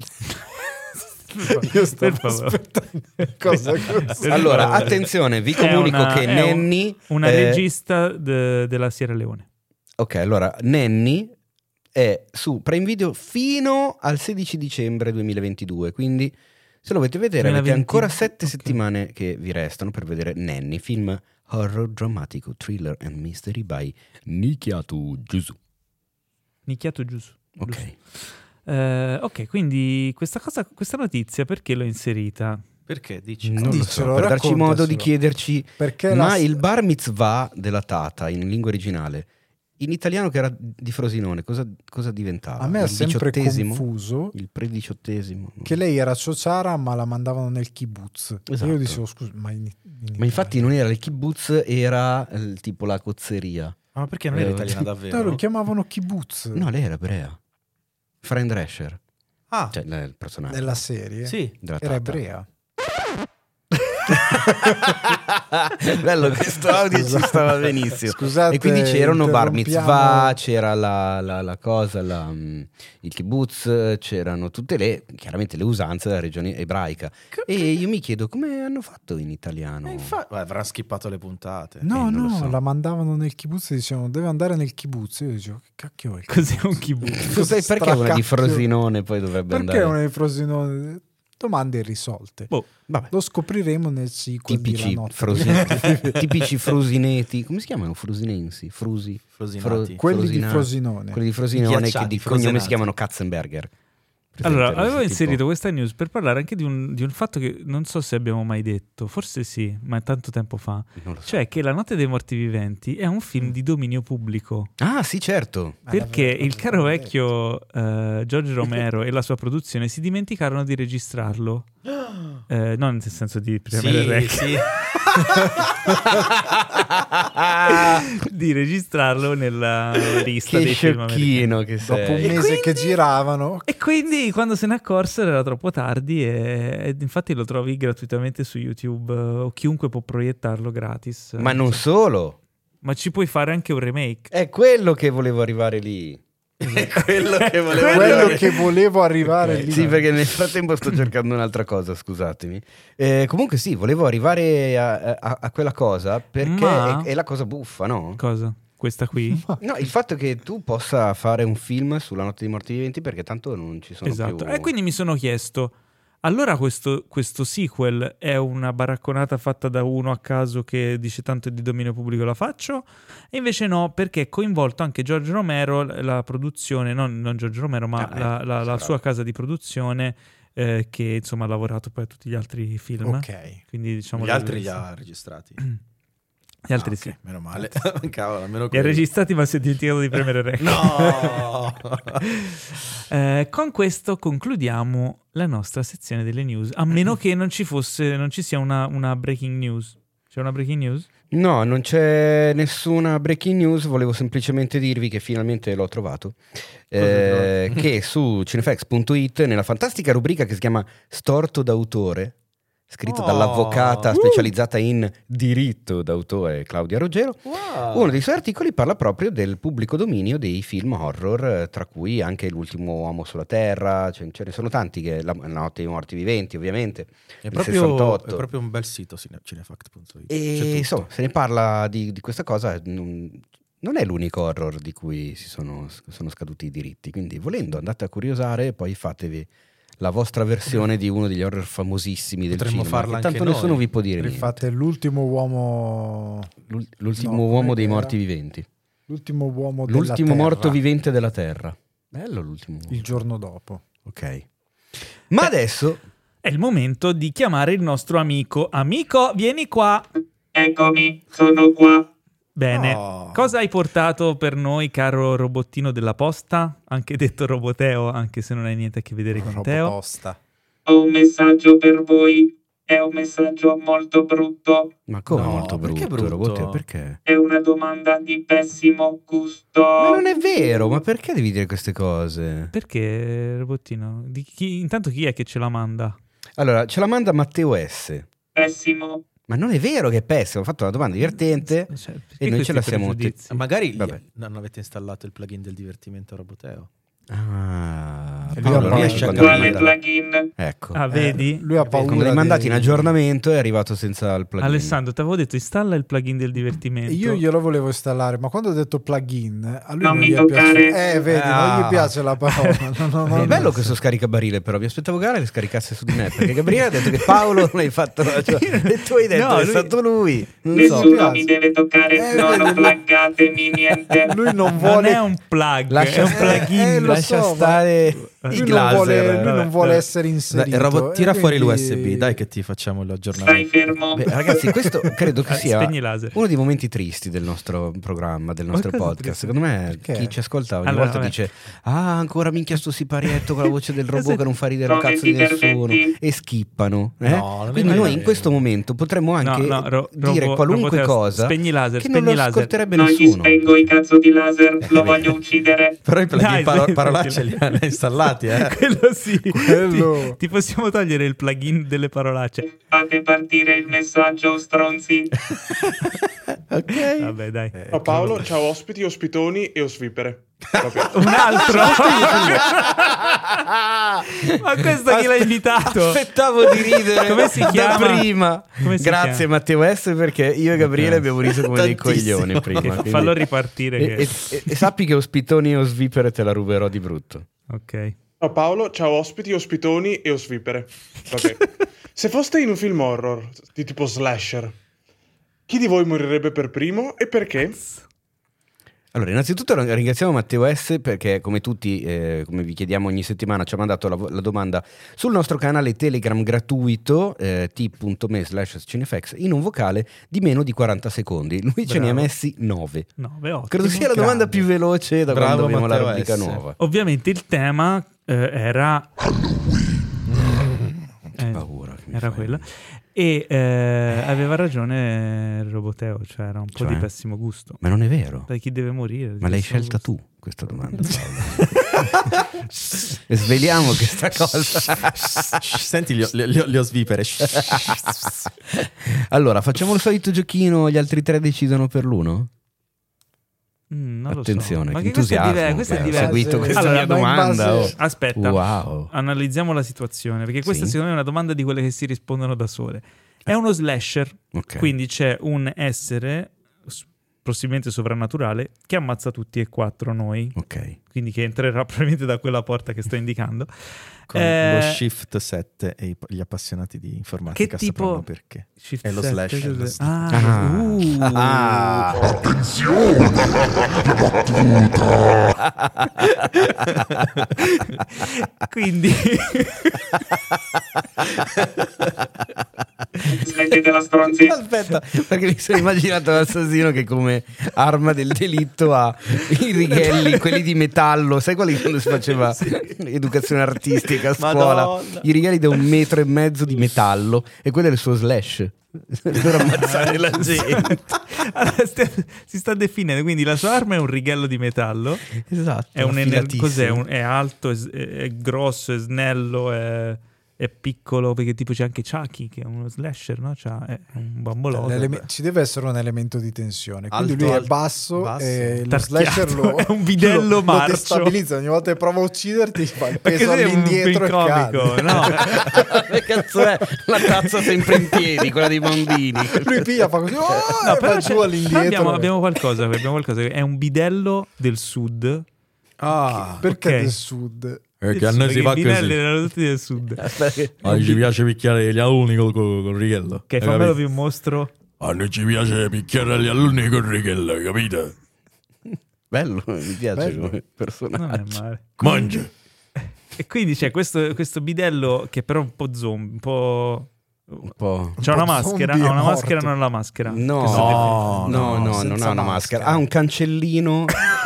Io stavo Per favore. aspettando cosa così. Allora, attenzione, vi comunico che è Nanny... una regista della Sierra Leone. Ok, allora, Nanny è su Prime Video fino al 16 dicembre 2022, quindi se lo volete vedere avete 2020, ancora 7 ok. settimane che vi restano per vedere Nanny, film horror, drammatico, thriller and mystery by Nikyatu Jusu. Nikyatsu Jusu. Ok. Ok, quindi questa notizia perché l'ho inserita? Perché dici? Non lo so, Dicelo, per darci modo di raccontaselo. chiederci, Perché ma la- il bar mitzvah della tata in lingua originale, in italiano che era di Frosinone, cosa diventava? A me ha Il sempre 18°? confuso Il pre-18°? che lei era ciociara ma la mandavano nel kibbutz. Esatto. E io dicevo, scusa, ma in Ma infatti non era il kibbutz, era tipo la cozzeria. Ma perché non era italiana davvero? No, lo chiamavano kibbutz No, lei era ebrea. Fran Drescher, Ah, cioè il personaggio. nella serie. sì. della Era tata. ebrea. Bello, questo audio ci stava benissimo. Scusate, E quindi c'erano bar interrompiamo. mitzvah, c'era la cosa, il kibbutz, c'erano tutte chiaramente le usanze della regione ebraica. E io mi chiedo come hanno fatto in italiano. Infatti, avrà skippato le puntate. No, non lo no, so. la mandavano nel kibbutz e dicevano deve andare nel kibbutz. Io dicevo, che cacchio è il Cos'è un kibbutz? Perché una di Stracacchio. Frosinone poi dovrebbe Perché andare? una di Frosinone? Domande irrisolte. Boh, Vabbè. Lo scopriremo nel sequel di La Tipici, notte. tipici frusineti, come si chiamano? Frusinensi? Frosinati. Quelli di Frosina- Frosinone. Quelli di Frosinone che Ghiacciati, di cognome frosinati. si chiamano Katzenberger. allora, Presente? avevo Tipo- inserito questa news per parlare anche di un fatto che non so se abbiamo mai detto, forse sì, ma è tanto tempo fa. Non lo so. Cioè che La notte dei morti viventi è un film di dominio pubblico. Ah, sì, certo. Perché l'avevo- il caro l'avevo vecchio George Romero e la sua produzione si dimenticarono di registrarlo. Non nel senso di premere rec, sì. di registrarlo nella lista Che dei film americani. sciocchino che Dopo un sei. mese che giravano, E quindi quando se ne accorsero era troppo tardi e infatti lo trovi gratuitamente su YouTube o chiunque può proiettarlo gratis. Ma non solo. ma ci puoi fare anche un remake. È quello che volevo arrivare lì. quello che volevo arrivare lì. Sì, perché nel frattempo sto cercando un'altra cosa, scusatemi. Comunque sì, volevo arrivare a quella cosa perché Ma- è la cosa buffa, no? Cosa? Questa qui? No, il fatto che tu possa fare un film sulla notte dei morti viventi perché tanto non ci sono Esatto. più... E quindi mi sono chiesto, allora questo sequel è una baracconata fatta da uno a caso che dice tanto è di dominio pubblico, la faccio? E invece no, perché è coinvolto anche George Romero, la produzione, non George Romero, ma la sua casa di produzione, che insomma ha lavorato poi a tutti gli altri film. Ok. Quindi diciamo Gli altri li ha registrati. Gli altri Ok, sì. meno male. Cavolo, almeno Li ha quello. registrati, ma si è dimenticato di premere rec. No! Con questo concludiamo la nostra sezione delle news, a meno che non ci sia una breaking news. C'è una breaking news? No, non c'è nessuna breaking news, volevo semplicemente dirvi che finalmente l'ho trovato, che su cinefx.it, nella fantastica rubrica che si chiama Storto d'autore, scritto dall'avvocata specializzata in diritto d'autore Claudia Ruggero, uno dei suoi articoli parla proprio del pubblico dominio dei film horror, tra cui anche L'ultimo uomo sulla terra, ce ne sono tanti, che La notte dei morti viventi ovviamente, È il proprio, 68. è proprio un bel sito cinefact.it. E C'è tutto. insomma, se ne parla di questa cosa, non è l'unico horror di cui sono scaduti i diritti, quindi volendo andate a curiosare e poi fatevi la vostra versione di uno degli horror famosissimi del Potremmo cinema, farla che tanto anche noi. nessuno vi può dire niente. Rifate l'ultimo uomo. L'ultimo No, uomo com'è dei che morti era? viventi. L'ultimo uomo della L'ultimo Terra. morto vivente della Terra. Bello l'ultimo uomo. Il giorno dopo. Ok. Ma adesso È il momento di chiamare il nostro amico. Amico, vieni qua. Eccomi, sono qua. Bene. Oh. Cosa hai portato per noi, caro robottino della posta? Anche detto Roboteo, anche se non hai niente a che vedere con Teo. Roboposta. Ho un messaggio per voi. È un messaggio molto brutto. ma come No, molto perché brutto, brutto? Roboteo, perché? È una domanda di pessimo gusto. Ma non è vero, ma perché devi dire queste cose? Perché, robottino? Intanto chi è che ce la manda? Allora, ce la manda Matteo S. Pessimo. Ma non è vero che è pessimo, ho fatto una domanda divertente Cioè, perché e noi questi ce la siamo... pregiudizi? Magari Vabbè. non avete installato il plugin del divertimento Roboteo. Ah, E lui Paolo, ha paura. riesci a Quando Quale capire? plugin? Ecco. Ah, vedi? Lui ha paura. Quando l'hai mandati in aggiornamento è arrivato senza il plugin. Alessandro, ti avevo detto installa il plugin del divertimento. Io glielo volevo installare, ma quando ho detto plugin, a lui Non non mi gli è toccare. piaciuto. Vedi, non gli piace la parola. È bello questo scaricabarile, però mi aspettavo che le scaricasse su di me, perché Gabriele ha detto che Paolo non hai fatto e tu hai detto No, che è lui- stato lui. Non so. Nessuno mi deve toccare. Non vedi, plaggatemi niente. Lui non non vuole è un plug, Lascia, è un plugin. lo lascia so, ma- stare lui i non glaser. vuole, lui non vuole vabbè. essere inserito. Dai, Robot, tira e fuori quindi- l'USB, dai che ti facciamo Stai l'aggiornamento. fermo. Beh, ragazzi, questo credo che sia Spegni i laser. uno dei momenti tristi del nostro programma, del nostro cosa podcast. triste? Secondo me Perché? chi ci ascolta ogni Allora, volta vabbè. dice ancora minchia sto siparietto con la voce del robot Cosa- che non fa ridere un Sono cazzo di divertenti. nessuno e skippano. No, non è Quindi vero. noi in questo momento potremmo anche dire qualunque Roboteo, cosa spegni i laser, che non spegni lo i laser. ascolterebbe Non gli nessuno. spengo i cazzo di laser. Lo voglio uccidere. Però i plugin Dai, parolacce li hanno installati, Quello sì. Quello- Ti possiamo togliere il plugin delle parolacce. Fate partire il messaggio, stronzi. Ok. Vabbè, dai. Ciao Paolo, ciao ospiti, ospitoni e osvipere. Proprio. Un altro. Ma questo chi l'ha invitato? Aspettavo di ridere Come si chiama? da prima. Come si Grazie chiama? Matteo S, perché io e Gabriele abbiamo riso come dei Tantissimo. coglioni prima. Che quindi- fallo ripartire. E sappi che ospitoni e osvipere te la ruberò di brutto. Ok. Ciao Paolo, ciao ospiti, ospitoni e osvipere. Vabbè. Se foste in un film horror di tipo slasher, chi di voi morirebbe per primo e perché? Allora, innanzitutto ringraziamo Matteo S perché, come tutti, come vi chiediamo ogni settimana, ci ha mandato la domanda sul nostro canale Telegram gratuito, t.me/cinefx, in un vocale di meno di 40 secondi. Lui ce ne ha Bravo. messi 9. 9, 8. Credo sia la domanda più veloce da Bravo quando abbiamo la Matteo rubrica S. nuova. Ovviamente il tema era... Paura che mi Era fai. quella. E aveva ragione Roboteo, cioè era un po' Cioè? di pessimo gusto. Ma non è vero. Da chi deve morire? Ma l'hai scelta tu questa domanda, Paolo? E sveliamo questa cosa. Senti li ho svipere. Allora, facciamo il solito giochino, gli altri tre decidono per l'uno? Non lo Attenzione, so. Ma che che questa è entusiasmo questa è che ha diversa. seguito questa Allora, mia ma in domanda. base- Aspetta, Wow. analizziamo la situazione, perché questa Sì. secondo me è una domanda di quelle che si rispondono da sole. È uno slasher, Ok. quindi c'è un essere possibilmente sovrannaturale che ammazza tutti e 4 noi, Ok. quindi che entrerà probabilmente da quella porta che sto indicando. Con lo Shift 7 e gli appassionati di informatica Che tipo- sapranno perché. Shift È lo 7, slash, cos'è? lo slash. Ah. Quindi Smettete la stronzia. Aspetta, perché mi sono immaginato l'assassino che come arma del delitto ha i righelli, quelli di metallo, sai quelli quando si faceva educazione artistica a scuola? Madonna. I righelli da 1,5 metri di metallo e quello è il suo slash. Per ammazzare la gente. Allora, si sta definendo, quindi la sua arma è un righello di metallo, Esatto. è un affilatissimo. cos'è? È alto, è grosso, è snello, è piccolo, perché tipo c'è anche Chucky che è uno slasher, no? È un bambolotto. Ci deve essere un elemento di tensione. Quindi Alto, lui è alto, basso basso. e lo Tarchiato, slasher lo, è un bidello lo marcio. destabilizza. Ogni volta che prova a ucciderti fa il Perché peso sei un all'indietro e film cade. comico, no? Che cazzo è? La tazza sempre in piedi, quella dei bambini. Lui piglia, fa così, No, e però va giù all'indietro. abbiamo qualcosa, è un bidello del sud. Ah, Perché ok. del sud? perché a noi si Perché fa i bidelli così. erano tutti del sud. Aspetta che- A noi ci piace picchiare gli alunni col righello. Ok, hai fammelo capito? più mostro. A noi ci piace picchiare gli alunni col righello, hai capito? Bello, mi piace Bello. come Non è personaggio. male. Mangia. E quindi c'è questo bidello che però è un po' zombie, un po'... Un po'. C'ha una po' maschera? zombie Ha e una morto. maschera o non ha la maschera? No, Che sta no, no, non senza ha una maschera. maschera. Ha un cancellino.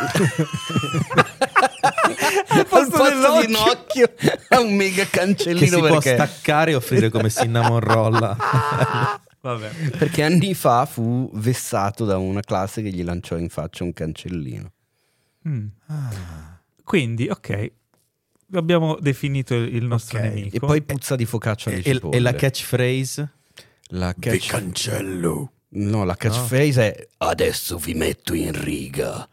Al posto posto di un occhio ha un mega Che cancellino si può perché, staccare e offrire come cinnamon roll. Vabbè. perché anni fa fu vessato da una classe che gli lanciò in faccia un cancellino. Mm. Quindi, ok, abbiamo definito il nostro Ok. nemico. E poi puzza di focaccia di E cipolle. la catchphrase? La Vi catch- cancello. No, la catchphrase è adesso vi metto in riga.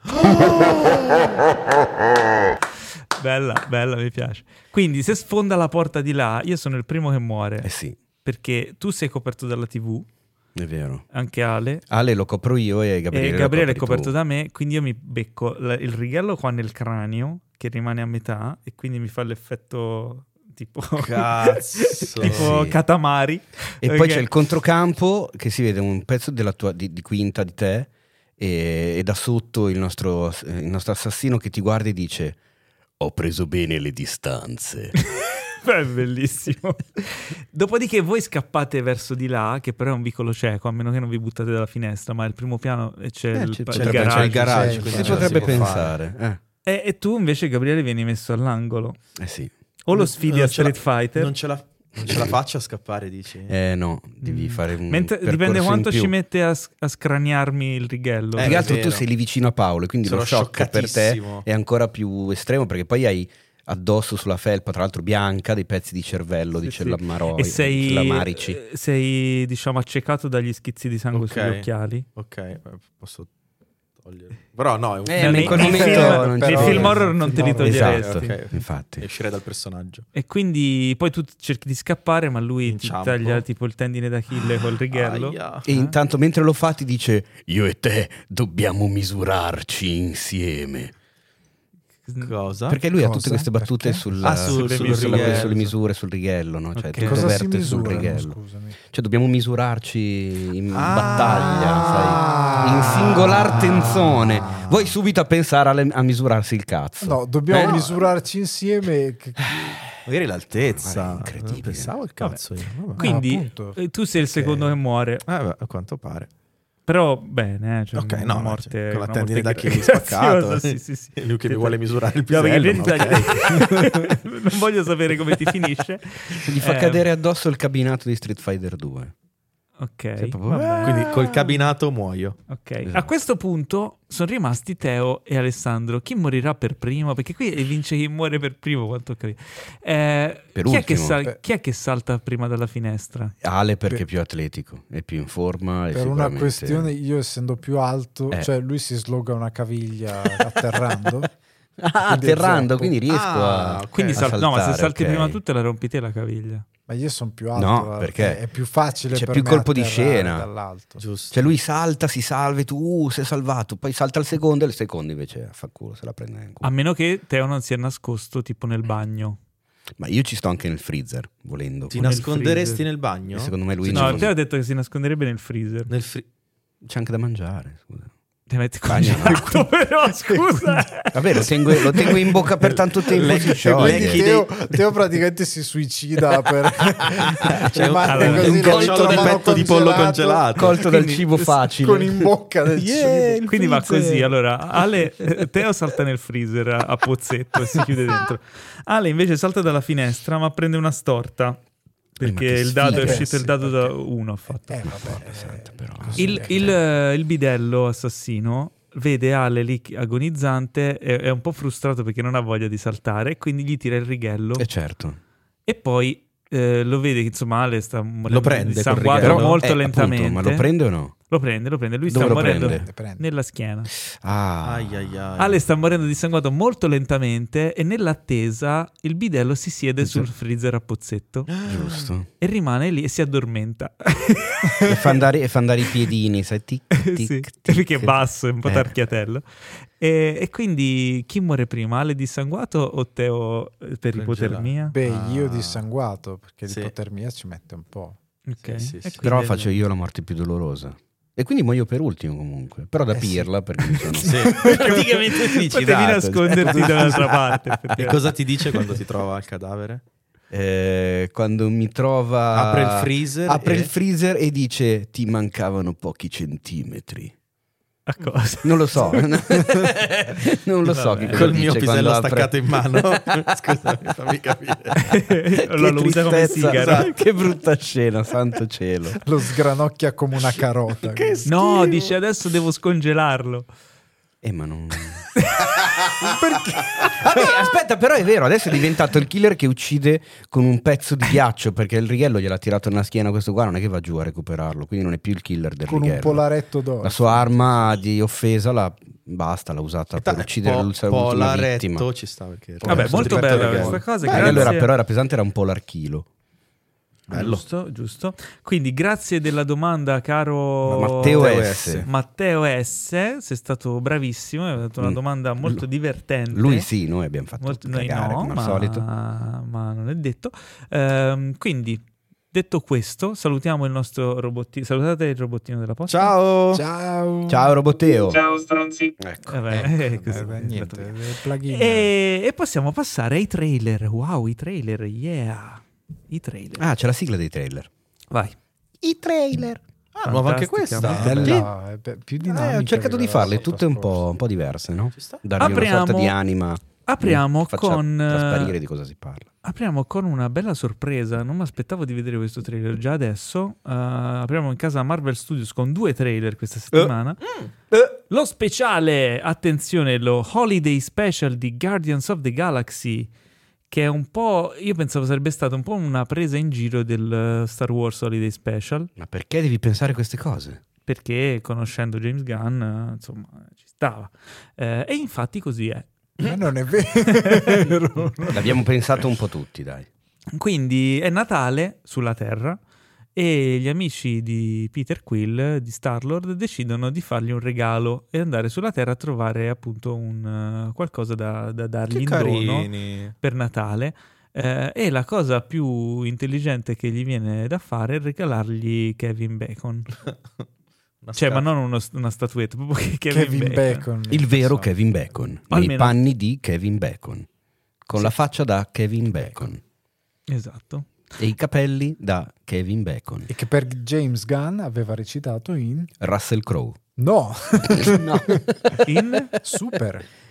Bella, mi piace. Quindi, se sfonda la porta di là, io sono il primo che muore. Eh sì, Perché tu sei coperto dalla TV, è vero. anche Ale. Ale lo copro io e Gabriele, E lo Gabriele è copri coperto tu. da me, quindi io mi becco il righello qua nel cranio, che rimane a metà, e quindi mi fa l'effetto tipo, Cazzo. tipo Sì. Katamari. E poi Ok. c'è il controcampo che si vede un pezzo della tua, di quinta di te e da sotto il nostro assassino che ti guarda e dice ho preso bene le distanze. Beh, è bellissimo. Dopodiché voi scappate verso di là, che però è un vicolo cieco, a meno che non vi buttate dalla finestra, ma al primo piano c'è il potrebbe- garage. il garage, sì, quindi Si sì, ce la potrebbe si può pensare. E tu invece, Gabriele, vieni messo all'angolo. Sì. O lo sfidi a Street Fighter. Non ce la faccio a scappare, dici? No, devi fare un Mentre dipende percorso quanto in più. ci mette a scraniarmi il righello. Più che è altro tu vero. sei lì vicino a Paolo, quindi Sono lo shock per te scioccatissimo. è ancora più estremo perché poi hai addosso sulla felpa, tra l'altro bianca, dei pezzi di cervello di Sì. Cellamaroi, E sei, Cellamarici. sei, diciamo, accecato dagli schizzi di sangue Ok. sugli occhiali. Ok, posso togliere. Però no, è un Ma in nei quel nei momento film, non nei c'è- film horror non te li Esatto, toglieresti. ok. Infatti. E uscire dal personaggio. E quindi poi tu cerchi di scappare, ma lui ti Inciampo. taglia tipo il tendine d'Achille col righello. Aia. E intanto mentre lo fa ti dice io e te dobbiamo misurarci insieme. Cosa? Perché lui ha Cosa? tutte queste battute Perché? sul sulle righello. misure, sul righello, no? Cioè Ok. tutto Cosa si verte sul misurano, righello. scusami? Cioè dobbiamo misurarci in Ah. battaglia, sai? In singolar tenzone. Voi subito a pensare a misurarsi il cazzo. No, dobbiamo Eh? misurarci insieme. Magari l'altezza. Guarda, incredibile. Non pensavo al cazzo io. Vabbè. Quindi appunto. tu sei il secondo che muore. Beh, a quanto pare. Però bene, cioè Ok, una no, morte, cioè, con la una tendine morte d'Achille graziosa, spaccato. sì. È lui che mi vuole misurare il No, perché pisello. lui ma ti ok. taglia- non voglio sapere come ti finisce. Gli fa cadere addosso il cabinato di Street Fighter 2. Ok, Sei proprio- vabbè. Quindi col cabinato muoio. Ok. Esatto. A questo punto sono rimasti Teo e Alessandro. Chi morirà per primo? Perché qui vince chi muore per primo, quanto ho capito. Chi è che ultimo. chi è che salta prima dalla finestra? Ale perché è più atletico, è più in forma. E Per una sicuramente- questione, io essendo più alto, cioè lui si sloga una caviglia atterrando. atterrando, zoppo. quindi riesco Ah, a ok. Quindi a no, ma se saltare, salti ok. prima tu te la rompi te la caviglia. Ma io sono più alto. No, perché è più facile c'è per più me colpo di atterrare scena. dall'alto. Giusto. Cioè lui salta, si salva e tu sei salvato, poi salta il secondo e il secondo invece fa culo, se la prende in culo. A meno che Teo non sia nascosto tipo nel bagno. Ma io ci sto anche nel freezer, volendo. Ti Nel nasconderesti freezer. nel bagno? E secondo me lui No, non- Teo ha detto che si nasconderebbe nel freezer. c'è anche da mangiare, scusa. Ti metti Bagno, congelato, però scusa. Vabbè, lo tengo in bocca per tanto tempo, si scioglie. Quindi Teo praticamente si suicida per C'è un- rimane allora, così un gocciolo di l'altro petto di pollo congelato. Colto dal Quindi- cibo facile. con in bocca del Yeah, cibo. il Quindi va freezer. così. Allora, Teo salta nel freezer a pozzetto e si chiude dentro. Ale invece salta dalla finestra, ma prende una storta. Perché che il dado è sfiga. uscito il dado da 1. Ha fatto. Vabbè, però. Il bidello assassino vede Ale lì agonizzante, è un po' frustrato perché non ha voglia di saltare, e quindi gli tira il righello Certo. e poi lo vede che insomma Ale sta morendo Lo prende di col sanguato righello? molto appunto, lentamente. ma lo prende o no? Lo prende, lui Dove sta lo morendo prende? nella schiena. Ah, Ai ai ai. Ale sta morendo di sanguato molto lentamente e nell'attesa il bidello si siede sul freezer a pozzetto giusto. e rimane lì e si addormenta. E fa andare i piedini, sai, tic, tic, Sì, tic. perché è basso, è un po' tarchiatello. E quindi chi muore prima? Ale dissanguato o Teo per ipotermia? Beh, io dissanguato, perché Sì. l'ipotermia ci mette un po'. Ok. Sì, sì, E sì. quindi Però è- faccio io la morte più dolorosa. E quindi muoio per ultimo comunque. Però da pirla perché mi sono praticamente Potevi suicidato. nasconderti dall'altra parte. E effettivamente. cosa ti dice quando ti trova il cadavere? Quando mi trova Apre il freezer apre e- il freezer e dice ti mancavano pochi centimetri. A cosa? Non lo so. Non lo so Vabbè. che cosa Col mio dice pisello quando apre- staccato in mano. Scusami, fammi capire. Lo usa come tristezza, sigaro. esatto. Che brutta scena, santo cielo. Lo sgranocchia come una carota. No, dice adesso devo scongelarlo. Ma non... Vabbè, aspetta, però è vero, adesso è diventato il killer che uccide con un pezzo di ghiaccio, perché il righello gliel'ha tirato nella schiena questo qua, non è che va giù a recuperarlo, quindi non è più il killer del Con un righello. polaretto d'oro. La sua arma di offesa l'ha usata per uccidere l'ultima vittima. Polaretto ci sta perché Vabbè, molto bella questa cosa. Beh, Grazie. però era pesante, era un polar chilo. Bello. Giusto. Quindi grazie della domanda, caro Matteo S. Matteo S. Sei stato bravissimo, hai dato una domanda molto divertente. Lui sì, noi abbiamo fatto Noi cagare, no, come al solito. ma non è detto. Quindi, detto questo, salutiamo il nostro robottino. Salutate il robottino della posta. Ciao. Ciao. Ciao Roboteo. Ciao stronzi. Ecco. Così, Niente, plugin. e possiamo passare ai trailer. Wow, i trailer, yeah. I trailer. Ah, c'è la sigla dei trailer. Vai. I trailer. Ah, nuova anche Fantastica, questa. molto Bella, è più dinamica. Ho cercato di che quella farle tutte un scorsa. po' diverse, no? Ci sta? Dargli una sorta Apriamo- di anima. Apriamo che faccia con trasparire di cosa si parla. Apriamo con una bella sorpresa. Non mi aspettavo di vedere questo trailer già adesso. Apriamo in casa Marvel Studios con 2 trailer questa settimana. Lo speciale, attenzione, lo Holiday Special di Guardians of the Galaxy, che è un po', io pensavo sarebbe stata un po' una presa in giro del Star Wars Holiday Special, Ma perché devi pensare queste cose? perché conoscendo James Gunn, insomma, ci stava. E infatti così è. Ma non è vero. L'abbiamo pensato un po' tutti, dai. Quindi è Natale sulla Terra e gli amici di Peter Quill, di Star-Lord, decidono di fargli un regalo e andare sulla Terra a trovare appunto qualcosa da dargli in dono per Natale. E la cosa più intelligente che gli viene da fare è regalargli Kevin Bacon. Cioè, ma non una statuetta, proprio Kevin Bacon. Il vero So. Kevin Bacon. Nei Almeno- panni di Kevin Bacon. Con Sì. la faccia da Kevin Bacon. Esatto. E i capelli da Kevin Bacon. E che per James Gunn aveva recitato in... Russell Crowe. No, No. In? Super.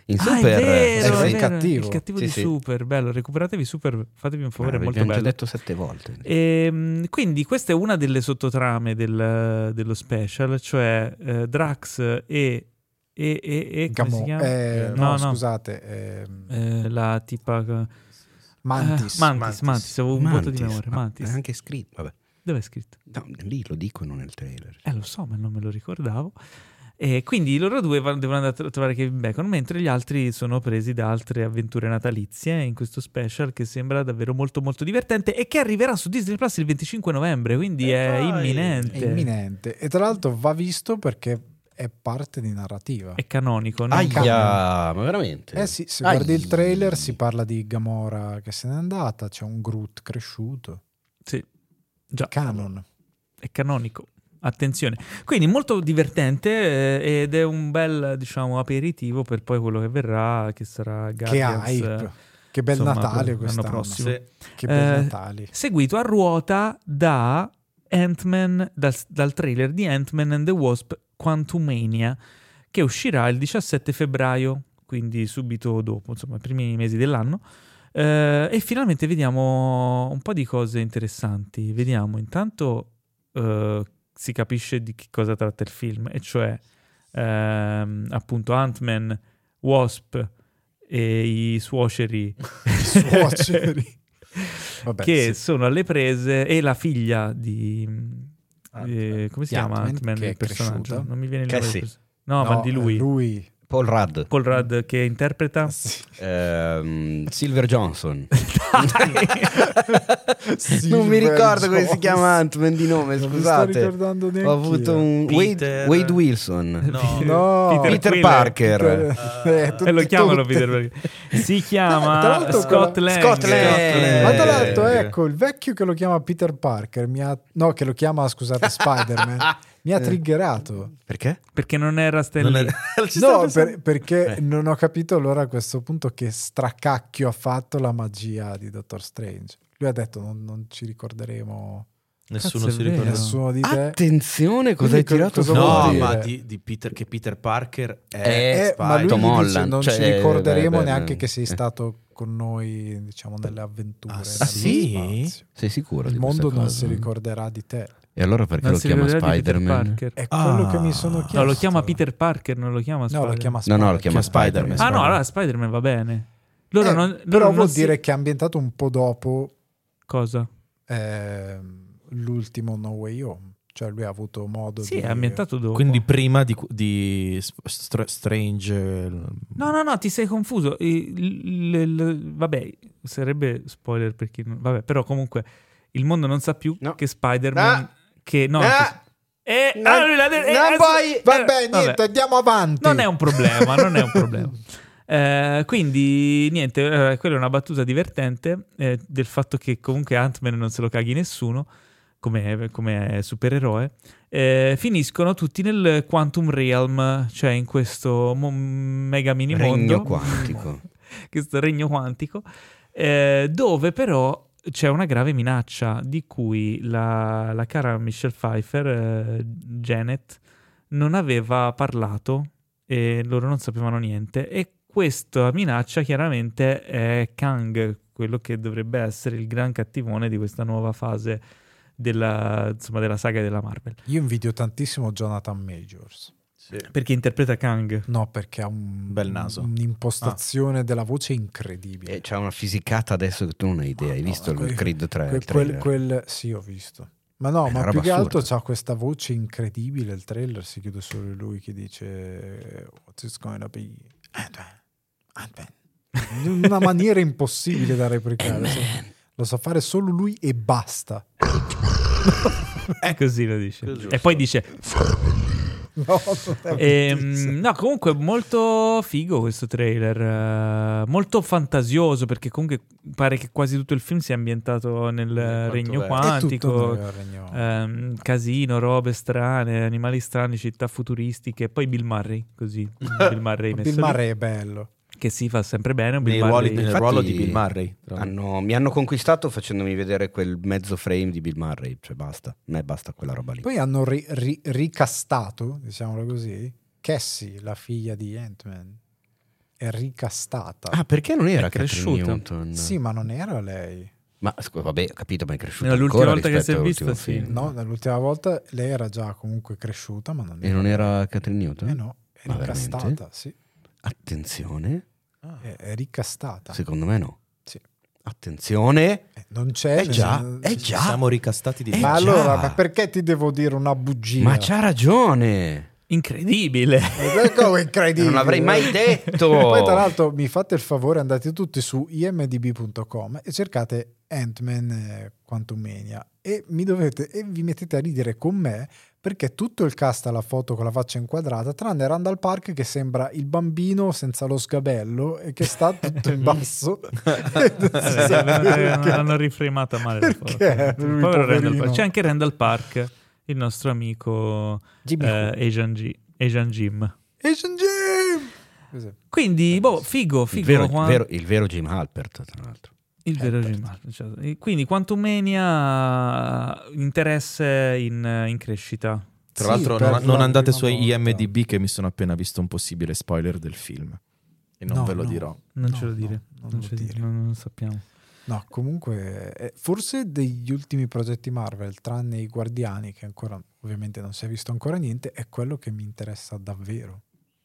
In Ah, Super è vero, è è il vero, cattivo. il cattivo Sì, di sì. Super, bello, recuperatevi Super, fatevi un favore, è molto abbiamo già bello. detto 7 volte. Quindi questa è una delle sottotrame dello special, cioè Drax e come si chiama? no, no. scusate, La tipa Mantis. Mantis, avevo un vuoto di memoria. ma Mantis. è anche scritto, vabbè. Dove è scritto? No, lì lo dicono nel trailer. Lo so, ma non me lo ricordavo. E quindi loro due devono andare a trovare Kevin Bacon, mentre gli altri sono presi da altre avventure natalizie in questo special che sembra davvero molto molto divertente e che arriverà su Disney Plus il 25 novembre, quindi è imminente. È imminente. E tra l'altro va visto perché è parte di narrativa. È canonico, no? Aia, ma veramente? Sì, se guardi il trailer si parla di Gamora che se n'è andata, c'è un Groot cresciuto. Sì, già. Canon. È canonico. Attenzione. Quindi molto divertente ed è un bel, diciamo, aperitivo per poi quello che verrà, che sarà Guardians. Che hype. Che bel insomma, Natale l'anno quest'anno. prossimo. Sì. Che bel Natale. Seguito a ruota da Ant-Man, dal trailer di Ant-Man and the Wasp Quantumania, che uscirà il 17 febbraio, quindi subito dopo, insomma, i primi mesi dell'anno. E finalmente vediamo un po' di cose interessanti. Vediamo intanto si capisce di che cosa tratta il film, e cioè appunto Ant-Man, Wasp e i suoceri Suoceri. Vabbè, che sì. sono alle prese, e la figlia di come si Di chiama Ant-Man, Ant-Man, che il è personaggio? cresciuta. Non mi viene il nome Cassie. del no, ma di lui. Paul Rudd. Paul Rudd che interpreta Sì. Silver Johnson. Silver Non mi ricordo come si Johnson. chiama Ant-Man di nome, Non mi sto scusate. ricordando neanche Ho avuto io. un Peter- Wade Wilson. No, Peter Quiller. Parker. e lo chiamano Peter Parker. Si chiama Tra l'altro Scott quella- Lang. Scott Lang. Ma tra l'altro, ecco, il vecchio che lo chiama Peter Parker che lo chiama, scusate, Spider-Man, mi ha triggerato. Perché? Perché non era Stan Non Lee. è- ci stavo No, pensando. perché non ho capito allora a questo punto che stracacchio ha fatto la magia di Doctor Strange. Lui ha detto non ci ricorderemo Nessuno Cazzo, si è vero. ricorda. nessuno di te. Attenzione, cosa hai Quindi tirato cosa vuol fuori? No, dire? ma di Peter, che Peter Parker è Ma lui Tom gli dice, Holland, non cioè, ci ricorderemo beh, neanche che sei stato con noi, diciamo, nelle avventure. Ah, nello sì? spazio. Sei sicuro Il di mondo questa non cosa? si ricorderà di te. E allora perché Non lo si chiama ricorderà di Peter Spider-Man? Parker. È quello che mi sono chiesto. No, lo chiama Peter Parker, non lo chiama No, Spider-Man. lo chiama No, Spider-Man. no, lo chiama Spider-Man. Ah no, allora Spider-Man va bene. Loro non, però loro vuol non si- dire che è ambientato un po' dopo Cosa? l'ultimo No Way Home. Cioè lui ha avuto modo Sì, di... è ambientato dopo. Quindi prima di Strange. No, ti sei confuso. Vabbè, sarebbe spoiler per chi non... Vabbè, però comunque il mondo non sa più No. che Spider-Man... No. Che no, No. che- No. ah, lui l'ha detto- Non puoi- Vabbè, niente, andiamo avanti. Non è un problema, non è un problema. Quindi niente, quella è una battuta divertente del fatto che comunque Ant-Man non se lo caghi nessuno come supereroe. Finiscono tutti nel Quantum Realm, cioè in questo mega mini mondo, Regno quantico. questo regno quantico, dove però c'è una grave minaccia di cui la cara Michelle Pfeiffer, Janet, non aveva parlato e loro non sapevano niente. E questa minaccia chiaramente è Kang, quello che dovrebbe essere il gran cattivone di questa nuova fase della saga della Marvel. Io invidio tantissimo Jonathan Majors. Perché interpreta Kang. No, perché ha un Bel naso. un'impostazione della voce incredibile. E c'ha una fisicata adesso che tu non hai idea. Hai visto il Creed 3? il trailer? Sì, ho visto. Ma no, È una ma roba più che altro assurda. c'ha questa voce incredibile. Il trailer si chiude solo lui che dice What is going to be Ant-Man. In una maniera impossibile da replicare. Lo sa fare solo lui e basta. Così lo dice. Giusto. E poi dice... No, non è bellissimo. no, comunque molto figo questo trailer, molto fantasioso, perché comunque pare che quasi tutto il film sia ambientato nel regno vero. È tutto quantico, nel regno. casino, robe strane, animali strani, città futuristiche, e poi Bill Murray, così, Bill Murray messo Bill lì, Murray è bello. che si fa sempre bene, un Bill Nel Murray. ruolo Infatti, di Bill Murray. mi hanno conquistato facendomi vedere quel mezzo frame di Bill Murray. Cioè basta, a me basta quella roba lì. Poi hanno ricastato, diciamolo così, Cassie, la figlia di Ant-Man. è ricastata. Ah, perché non era È Catherine cresciuta. Newton? Sì, ma non era lei. Ma vabbè, ho capito, ma è cresciuta L'ultima ancora volta che si è rispetto vista, all'ultimo sì. film. No, l'ultima volta lei era già comunque cresciuta, ma non E non era Catherine Newton? no, è Ma ricastata, veramente? sì. Attenzione, È ricastata. secondo me no. Sì. Attenzione, Non c'è. già, non- è già. Siamo ricastati di Eh, Ma già. allora, ma perché ti devo dire una bugia? Ma c'ha ragione. Incredibile. Come incredibile. Non l'avrei mai detto. Poi tra l'altro mi fate il favore, andate tutti su imdb.com e cercate Ant-Man Quantumania e vi mettete a ridere con me, perché tutto il cast ha la foto con la faccia inquadrata, tranne Randall Park che sembra il bambino senza lo sgabello e che sta tutto in basso. Non si sa perché. L'hanno riframata male la foto. Perché? Lui, Povero poverino. Randall Park. C'è anche Randall Park, il nostro amico Jimmy Asian Jim. Asian Jim! Così. Quindi, figo. il vero Jim Halpert, tra l'altro. Il vero Jim. Cioè, quindi Quantumania interesse in crescita. Tra Sì, l'altro per non la andate prima su volta. IMDb che mi sono appena visto un possibile spoiler del film. E non No, ve lo no. dirò. Non No, ce lo no, dire. non Non lo ce lo dire. dire, non sappiamo. No, comunque, forse degli ultimi progetti Marvel, tranne i Guardiani, che ancora ovviamente non si è visto ancora niente, è quello che mi interessa davvero.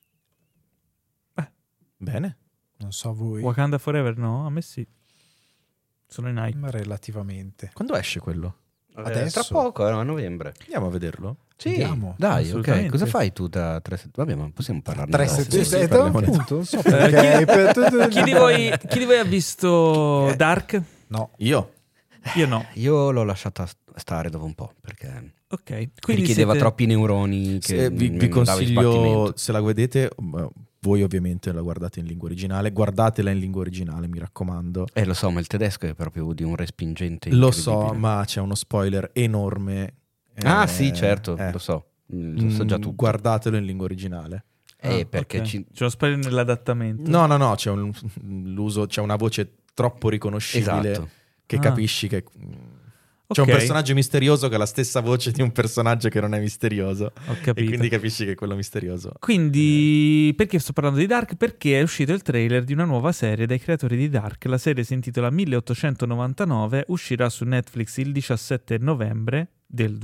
Bene. Non so voi, Wakanda Forever no? A me sì. Sono in hype. ma relativamente. Quando esce quello? Adesso? Tra poco, a novembre. Andiamo a vederlo. Sì, Andiamo. dai, ok. Assolutamente. Cosa fai tu da 3 settimane? Vabbè, ma possiamo parlarne. Tre dopo. settimane, parliamo appunto, non so perché. Chi di voi ha visto Dark? No, Io no. Io l'ho lasciata stare dopo un po', perché Ok. Quindi richiedeva siete- troppi neuroni che Vi mi dava consiglio, sbattimento. se la vedete, voi ovviamente la guardate in lingua originale, guardatela in lingua originale, mi raccomando. Lo so, ma il tedesco è proprio di un respingente Lo incredibile. so, ma c'è uno spoiler enorme. Ah sì, certo, lo so. Lo so già tutto. Guardatelo in lingua originale. Perché ok. C'è lo spoiler nell'adattamento. No, c'è c'è una voce troppo riconoscibile Esatto. che Ah. capisci che c'è Ok. un personaggio misterioso che ha la stessa voce di un personaggio che non è misterioso. Ho E capito. quindi capisci che è quello misterioso. Quindi, perché sto parlando di Dark? Perché è uscito il trailer di una nuova serie dai creatori di Dark. La serie si intitola 1899, uscirà su Netflix il 17 novembre del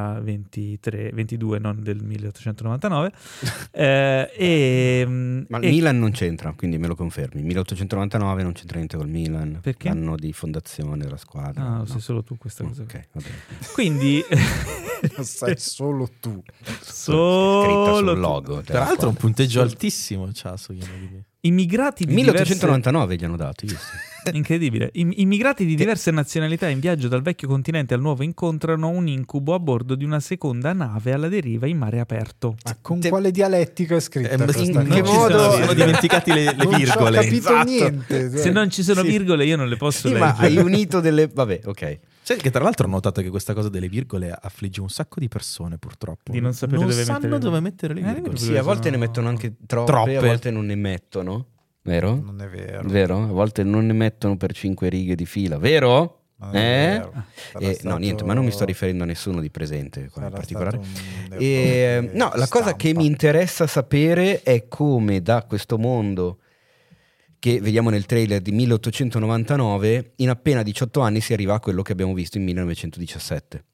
2022, non del 1899. Ma il Milan non c'entra, quindi me lo confermi. 1899 non c'entra niente col Milan. Perché? L'anno di fondazione della squadra. Ah, no. sei solo tu questa cosa. Ok, va bene. Quindi, lo sai solo tu. Scritta solo sul tu. logo. Tra l'altro un punteggio altissimo c'ha su IMDb. Immigrati di 1899 gli hanno dato, io sì. Incredibile. Immigrati di diverse nazionalità in viaggio dal vecchio continente al nuovo incontrano un incubo a bordo di una seconda nave alla deriva in mare aperto. Ma con quale dialettica è scritta questa in cosa? che modo- Si sono dimenticati le Non ci ho virgole. capito Esatto. niente. Se non ci sono Sì. virgole io non le posso Sì, ma leggere. hai unito delle... Vabbè, ok. Sai che tra l'altro ho notato che questa cosa delle virgole affligge un sacco di persone purtroppo. Di non sapere dove sanno mettere- dove mettere le Eh, virgole. Sì, a volte ne mettono anche troppe, a volte non ne mettono. Vero? Non è vero. Vero? A volte non ne mettono per 5 righe di fila. Vero? Non è vero. Sarà No, stato- niente, ma non mi sto riferendo a nessuno di presente qua in sarà particolare. stato un E, errore no, la cosa che stampa. mi interessa sapere è come da questo mondo che vediamo nel trailer di 1899 in appena 18 anni si arriva a quello che abbiamo visto in 1917.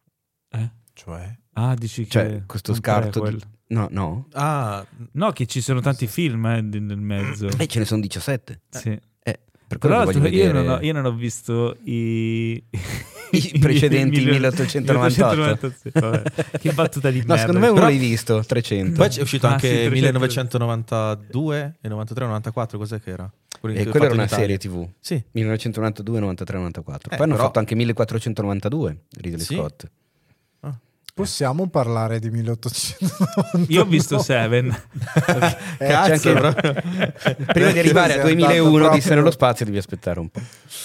Cioè? Ah, dici che Cioè, questo un scarto prequel. No. Ah, No, che ci sono tanti film nel mezzo. Ce ne sono 17. Sì. Per Tra quello che l'altro voglio io vedere non ho visto i precedenti 1898. sì, vabbè. Che battuta di No, merda. secondo me uno Però- l'hai visto, 300. poi è uscito Ah, anche sì, 300. 1992 e 93, 94, cos'è che era? Quello E che quella fatto era in una Italia. serie TV. Sì. 1992, 93, 94. Poi hanno però- fatto anche 1492, Ridley Sì? Scott. Possiamo parlare di 1890? Io ho visto Seven. C'è anche- Prima di arrivare a Sei 2001 andato Odissea nello proprio- spazio devi aspettare un po'.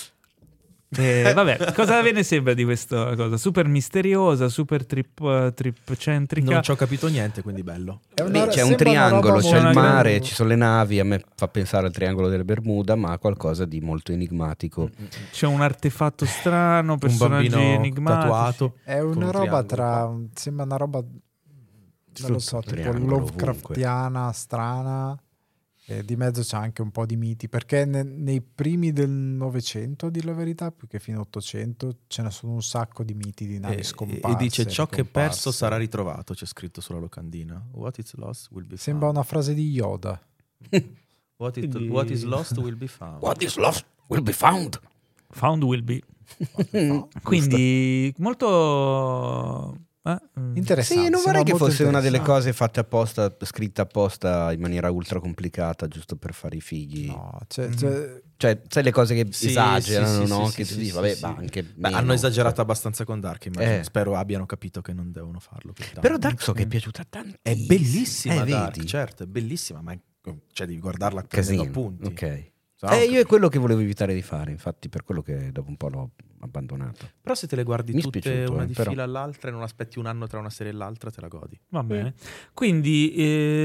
Vabbè, cosa ve ne sembra di questa cosa? Super misteriosa, super trip centrica. Non ci ho capito niente, quindi bello. È Beh, c'è un sembra una triangolo, roba c'è il molto- mare, ci sono le navi, a me fa pensare al triangolo delle Bermuda, ma a qualcosa di molto enigmatico. C'è un artefatto strano, Un personaggi bambino enigmatici. tatuato. È con una un roba triangolo sembra una roba non lo so, tipo triangolo Lovecraftiana, strana, E di mezzo c'è anche un po' di miti, perché nei primi del Novecento, a dire la verità, più che fino all'Ottocento, ce ne sono un sacco di miti di navi scomparse. E dice ciò che è perso ricomparse. sarà ritrovato, c'è scritto sulla locandina. What is lost will be Sembra found. una frase di Yoda. What Quindi- is lost will be found. What is lost will be found. Found will be. Quindi molto Interessante. Sì, non sembra vorrei che molto fosse una delle interessante. cose fatte apposta, scritta apposta in maniera ultra complicata, giusto per fare i fighi. No, Cioè, sai le cose che Sì, esagerano, sì, no? sì, che sì, tu dici, sì, vabbè, sì. ma anche Beh, meno, hanno esagerato cioè. abbastanza con Dark, immagino. Eh. Spero abbiano capito che non devono farlo più tanto. Però Dark so che è piaciuta tantissimo. È bellissima Dark, vedi? certo, è bellissima, ma cioè devi guardarla prendendo Casino. appunti. Ok. Se no non Io è capisci. quello che volevo evitare di fare, infatti, per quello che dopo un po' l'ho abbandonato. Però se te le guardi Mi è tutte spiaciuto, una di però. fila all'altra e non aspetti un anno tra una serie e l'altra, te la godi. Va bene. Quindi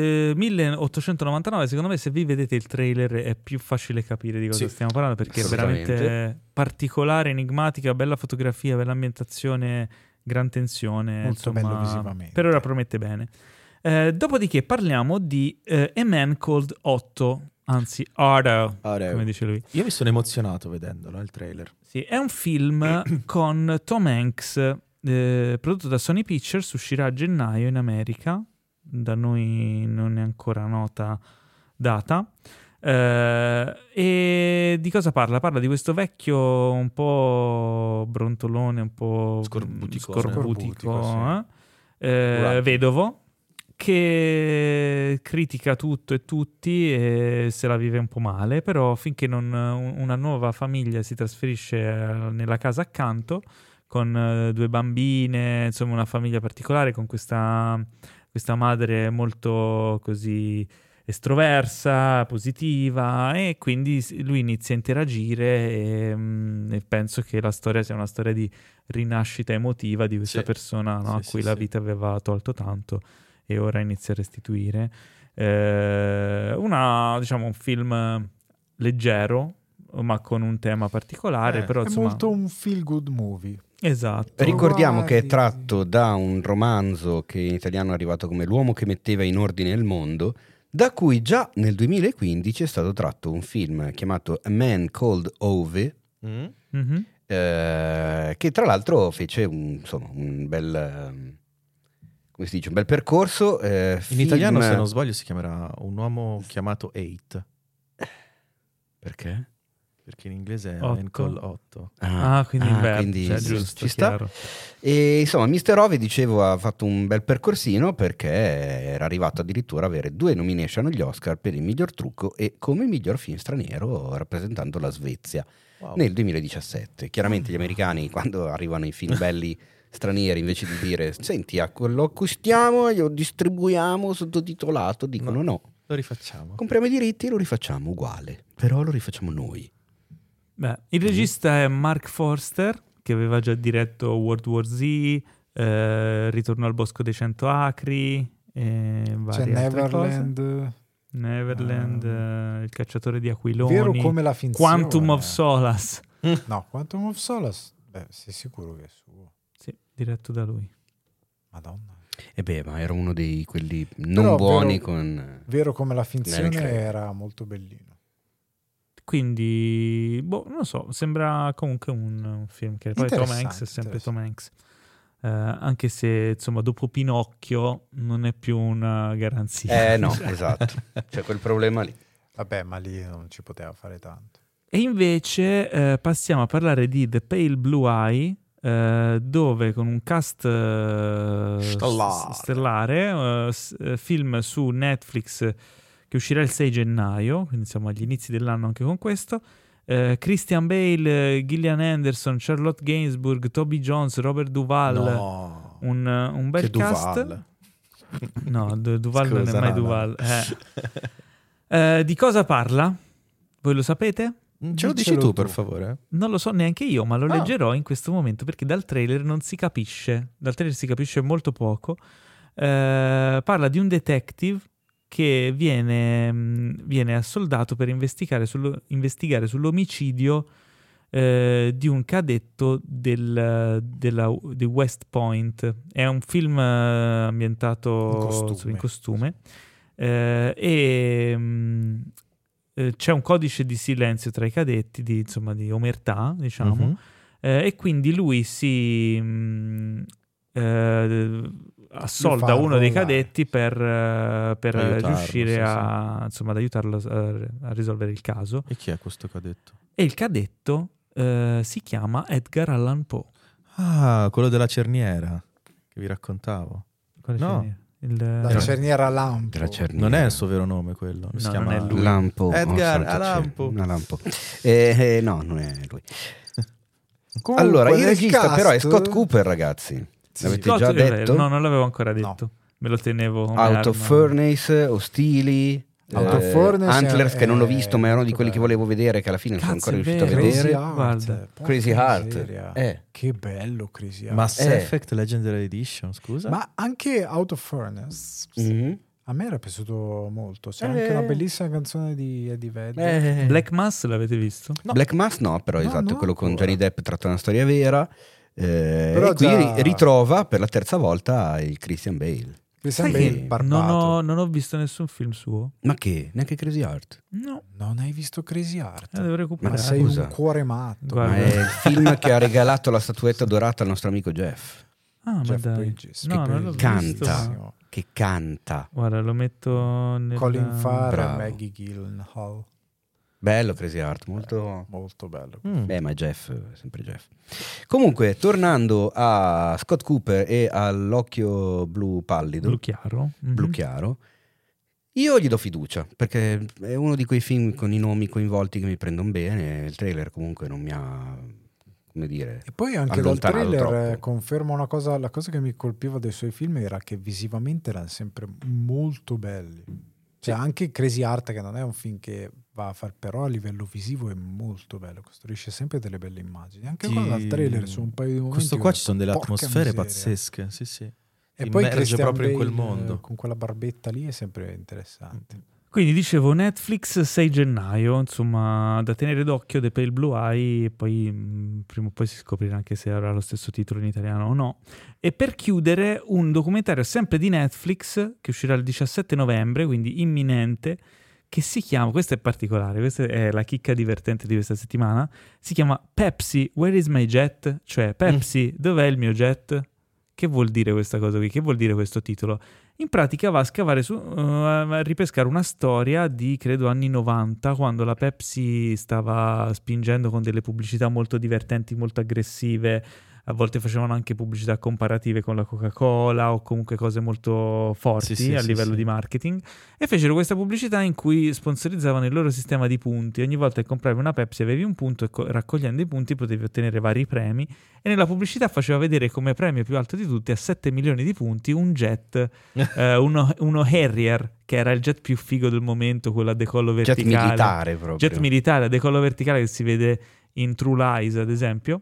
1899, secondo me, se vi vedete il trailer è più facile capire di cosa Sì, stiamo parlando, perché è assolutamente. veramente particolare, enigmatica, bella fotografia, bella ambientazione, gran tensione. Molto insomma, bello visivamente. Per ora promette bene. Dopodiché parliamo di A Man Called Otto, anzi Otto, come dice lui. Io mi sono emozionato vedendolo, il trailer. Sì, è un film con Tom Hanks, prodotto da Sony Pictures, uscirà a gennaio in America, da noi non è ancora nota data. E di cosa parla? Parla di questo vecchio un po' brontolone, un po' Scorbutico, sì. vedovo, che critica tutto e tutti e se la vive un po' male, però finché una nuova famiglia si trasferisce nella casa accanto con 2 bambine, insomma una famiglia particolare con questa madre molto così estroversa, positiva, e quindi lui inizia a interagire e penso che la storia sia una storia di rinascita emotiva di questa Sì. persona, no, a Sì, cui sì, la sì. vita aveva tolto tanto e ora inizia a restituire. Diciamo un film leggero, ma con un tema particolare, però È insomma, molto un feel good movie. esatto. Ricordiamo che è guardi. tratto da un romanzo che in italiano è arrivato come L'uomo che metteva in ordine il mondo, da cui già nel 2015 è stato tratto un film chiamato A Man Called Ove, Mhm. che tra l'altro fece un bel come si dice, un bel percorso. In italiano, se non sbaglio, si chiamerà Un uomo chiamato Eight, Perché? perché in inglese è Otto. Man Call 8. Quindi cioè, sì, giusto, ci sta. chiaro. E insomma, Mr. Ove, dicevo, ha fatto un bel percorsino perché era arrivato addirittura a avere 2 nomination agli Oscar per il miglior trucco e come miglior film straniero rappresentando la Svezia Wow. nel 2017. Chiaramente gli americani, quando arrivano i film belli stranieri, invece di dire senti, lo acquistiamo e lo distribuiamo sottotitolato, dicono no. Lo rifacciamo. Compriamo i diritti e lo rifacciamo uguale, però lo rifacciamo noi. Beh, il regista è Mark Forster, che aveva già diretto World War Z, Ritorno al Bosco dei 100 Acri, e C'è varie altre cose. Neverland. Il cacciatore di aquiloni, Vero come la finzione. Quantum of Solace. No, Quantum of Solace. Beh, sei sicuro che è suo? Sì, diretto da lui. Madonna. E beh, ma era uno di quelli non Però buoni vero- con... Vero come la finzione Daniel Craig. era molto bellino. Quindi, non lo so, sembra comunque un film che poi Tom Interessante, Hanks è sempre interessante. Tom Hanks. Anche se, insomma, dopo Pinocchio non è più una garanzia. no, esatto. C'è quel problema lì. Vabbè, ma lì non ci poteva fare tanto. E invece passiamo a parlare di The Pale Blue Eye, dove con un cast stellare, film su Netflix che uscirà il 6 gennaio, quindi insomma agli inizi dell'anno anche con questo. Christian Bale, Gillian Anderson, Charlotte Gainsbourg, Toby Jones, Robert Duvall, No. un bel Che cast. Duval. No, Duvall non è Scusa, mai no. Duvall. Di cosa parla? Voi lo sapete? Ce lo dici Dicelo tu, tu. per favore? Non lo so neanche io, ma lo leggerò in questo momento perché dal trailer non si capisce. Dal trailer si capisce molto poco. Parla di un detective che viene assoldato per investigare sull'omicidio di un cadetto di West Point. È un film ambientato In costume. in costume. C'è un codice di silenzio tra i cadetti, di omertà, diciamo, Mhm. e quindi lui si assolda Fa uno dei arruolare. cadetti per Aiutarlo, riuscire sì, ad aiutarlo a risolvere il caso. E chi è questo cadetto? E il cadetto si chiama Edgar Allan Poe. Ah, quello della cerniera che vi raccontavo. Quale No. c'è? La cerniera lampo. Della cerniera. Non è il suo vero nome quello. Si No, chiama non è lui. Lampo. Edgar solito Allan Poe. Una lampo. No, non è lui. Comunque, Allora, il nel regista cast- però è Scott Cooper, ragazzi. L'avete Scott già è vero, detto? No, non l'avevo ancora No. detto. Me lo tenevo come Out arma. of Furnace, Ostili, Out of Furnace Antlers, che non l'ho è visto, ma è uno di molto quelli che bello. volevo vedere, che alla fine non sono Cazzo, ancora è riuscito a vero. Crazy vedere. Heart. Guarda. porca Crazy Heart. miseria. Che bello Crazy Heart. Mass Eh. Effect Legendary Edition, scusa. Ma anche Out of Furnace Mhm. a me era piaciuto molto. C'è anche una bellissima canzone di Eddie Vedder. Eh. Black Mass l'avete visto? Black Mass no, però No, esatto, no, quello con ancora. Johnny Depp tratta una storia vera. Però E qui già- ritrova per la terza volta il Christian Bale. Christian Sai Bale che barbato. non ho visto nessun film suo? Ma che? Neanche Crazy Heart? No, Non hai visto Crazy Heart? devo Ma recuperare. sei scusa. un cuore matto. Guarda. Ma è il film che ha regalato la statuetta dorata al nostro amico Jeff. Ah, ma Jeff dai. Bridges. No, Che non l'ho canta. visto. bellissimo. Che canta. Guarda, lo metto nel... Colin Farrell, Bravo. Maggie Gyllenhaal. Bello Crazy Heart, molto... Molto bello. Mm. Beh, ma Jeff, è sempre Jeff. Comunque, tornando a Scott Cooper e all'occhio blu pallido, Blu chiaro. Mhm. blu chiaro, io gli do fiducia, perché è uno di quei film con i nomi coinvolti che mi prendono bene. Il trailer comunque non mi ha, come dire... E poi anche dal allontanato trailer troppo. conferma una cosa, la cosa che mi colpiva dei suoi film era che visivamente erano sempre molto belli. Cioè anche Crazy Heart, che non è un film che va a far, però a livello visivo è molto bello, costruisce sempre delle belle immagini. Anche qua dal trailer su un paio di momenti. Questo ho qua detto, ci sono delle "Porca atmosfere miseria". pazzesche. Sì, sì. E Ti poi immerge Christian proprio in quel Bale, mondo. con quella barbetta lì è sempre interessante. Quindi dicevo Netflix 6 gennaio, insomma, da tenere d'occhio, The Pale Blue Eye, e poi prima o poi si scoprirà anche se avrà lo stesso titolo in italiano o no. E per chiudere un documentario sempre di Netflix che uscirà il 17 novembre, quindi imminente, che si chiama, questo è particolare, questa è la chicca divertente di questa settimana, si chiama Pepsi, Where is my jet? Cioè Pepsi, dov'è il mio jet? Che vuol dire questa cosa qui? Che vuol dire questo titolo? In pratica va a scavare a ripescare una storia di, credo, anni 90, quando la Pepsi stava spingendo con delle pubblicità molto divertenti, molto aggressive. A volte facevano anche pubblicità comparative con la Coca-Cola o comunque cose molto forti a livello di marketing, e fecero questa pubblicità in cui sponsorizzavano il loro sistema di punti. Ogni volta che compravi una Pepsi avevi un punto e raccogliendo i punti potevi ottenere vari premi, e nella pubblicità faceva vedere come premio più alto di tutti, a 7 milioni di punti, un jet, uno Harrier, che era il jet più figo del momento, quello a decollo verticale. Jet militare proprio. Jet militare a decollo verticale che si vede in True Lies, ad esempio.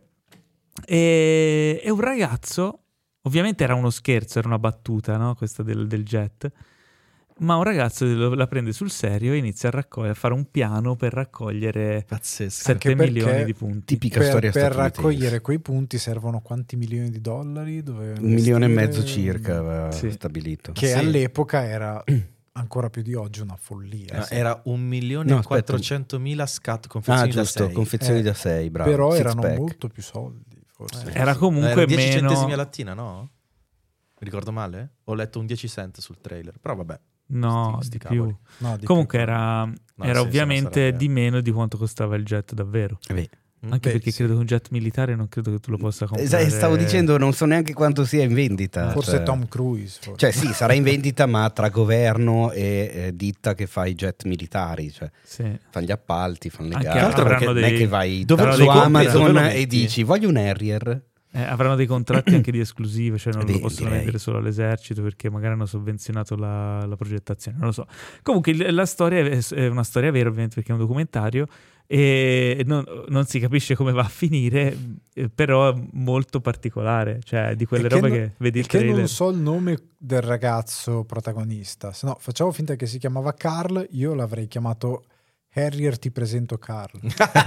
E un ragazzo, ovviamente era uno scherzo, era una battuta, no? Questa del jet, ma un ragazzo la prende sul serio e inizia a fare un piano per raccogliere Pazzesco. 7 Anche milioni perché di punti. Tipica storia Per statunitense. raccogliere quei punti servono quanti milioni di dollari? $1,5 milioni circa aveva Sì. stabilito. Che Sì. all'epoca era ancora più di oggi una follia. No, era 1.400.000 No, aspetta. scatto Ah, confezioni da giusto, 6. confezioni da 6, bravo. Però Six erano pack. molto più soldi, forse. Era comunque Era 10 meno... centesimi a lattina, no? Mi ricordo male? Ho letto un 10 cent sul trailer, però vabbè. No, sti di più. cavoli. No, di Comunque più. era sì, ovviamente sarà di meno di quanto costava il jet davvero. Beh, Anche Beh, perché sì. credo che un jet militare non credo che tu lo possa comprare. stavo dicendo, non so neanche quanto sia in vendita. Forse cioè. Tom Cruise. Forse. Cioè sì, sarà in vendita, ma tra governo e ditta che fa i jet militari, cioè Sì. fanno gli appalti, fanno le Anche gare. avranno Perché non è dei- che vai Dove lo su compri? Amazon Dove lo e metti? dici voglio un Harrier. Avranno dei contratti anche di esclusive, cioè non lo Beh, possono direi. vendere solo all'esercito perché magari hanno sovvenzionato la progettazione, non lo so. Comunque la storia è una storia vera, ovviamente, perché è un documentario e non si capisce come va a finire, però è molto particolare, cioè di quelle E robe non- che vedi il e che trailer. non so il nome del ragazzo protagonista, se no facciamo finta che si chiamava Carl, io l'avrei chiamato Harrier ti presento Carl.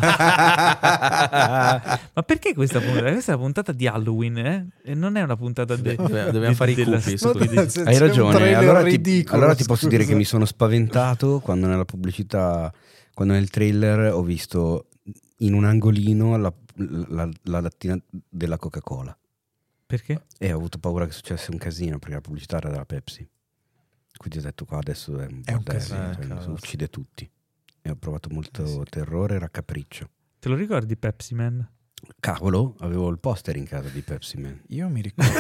Ma perché questa puntata? Questa è la puntata di Halloween, eh? E non è una puntata Dobbiamo fare i cupi su della- Twitch. Hai ragione. Allora ti posso scusa. dire che mi sono spaventato quando nella pubblicità, quando nel trailer ho visto in un angolino la lattina della Coca-Cola. Perché? E ho avuto paura che successe un casino perché la pubblicità era della Pepsi. Quindi ho detto qua adesso è un bordello, casino, cavolo. uccide tutti. E ho provato molto terrore e raccapriccio. Te lo ricordi Pepsi Man? Cavolo, avevo il poster in casa di Pepsi Man. Io mi ricordo.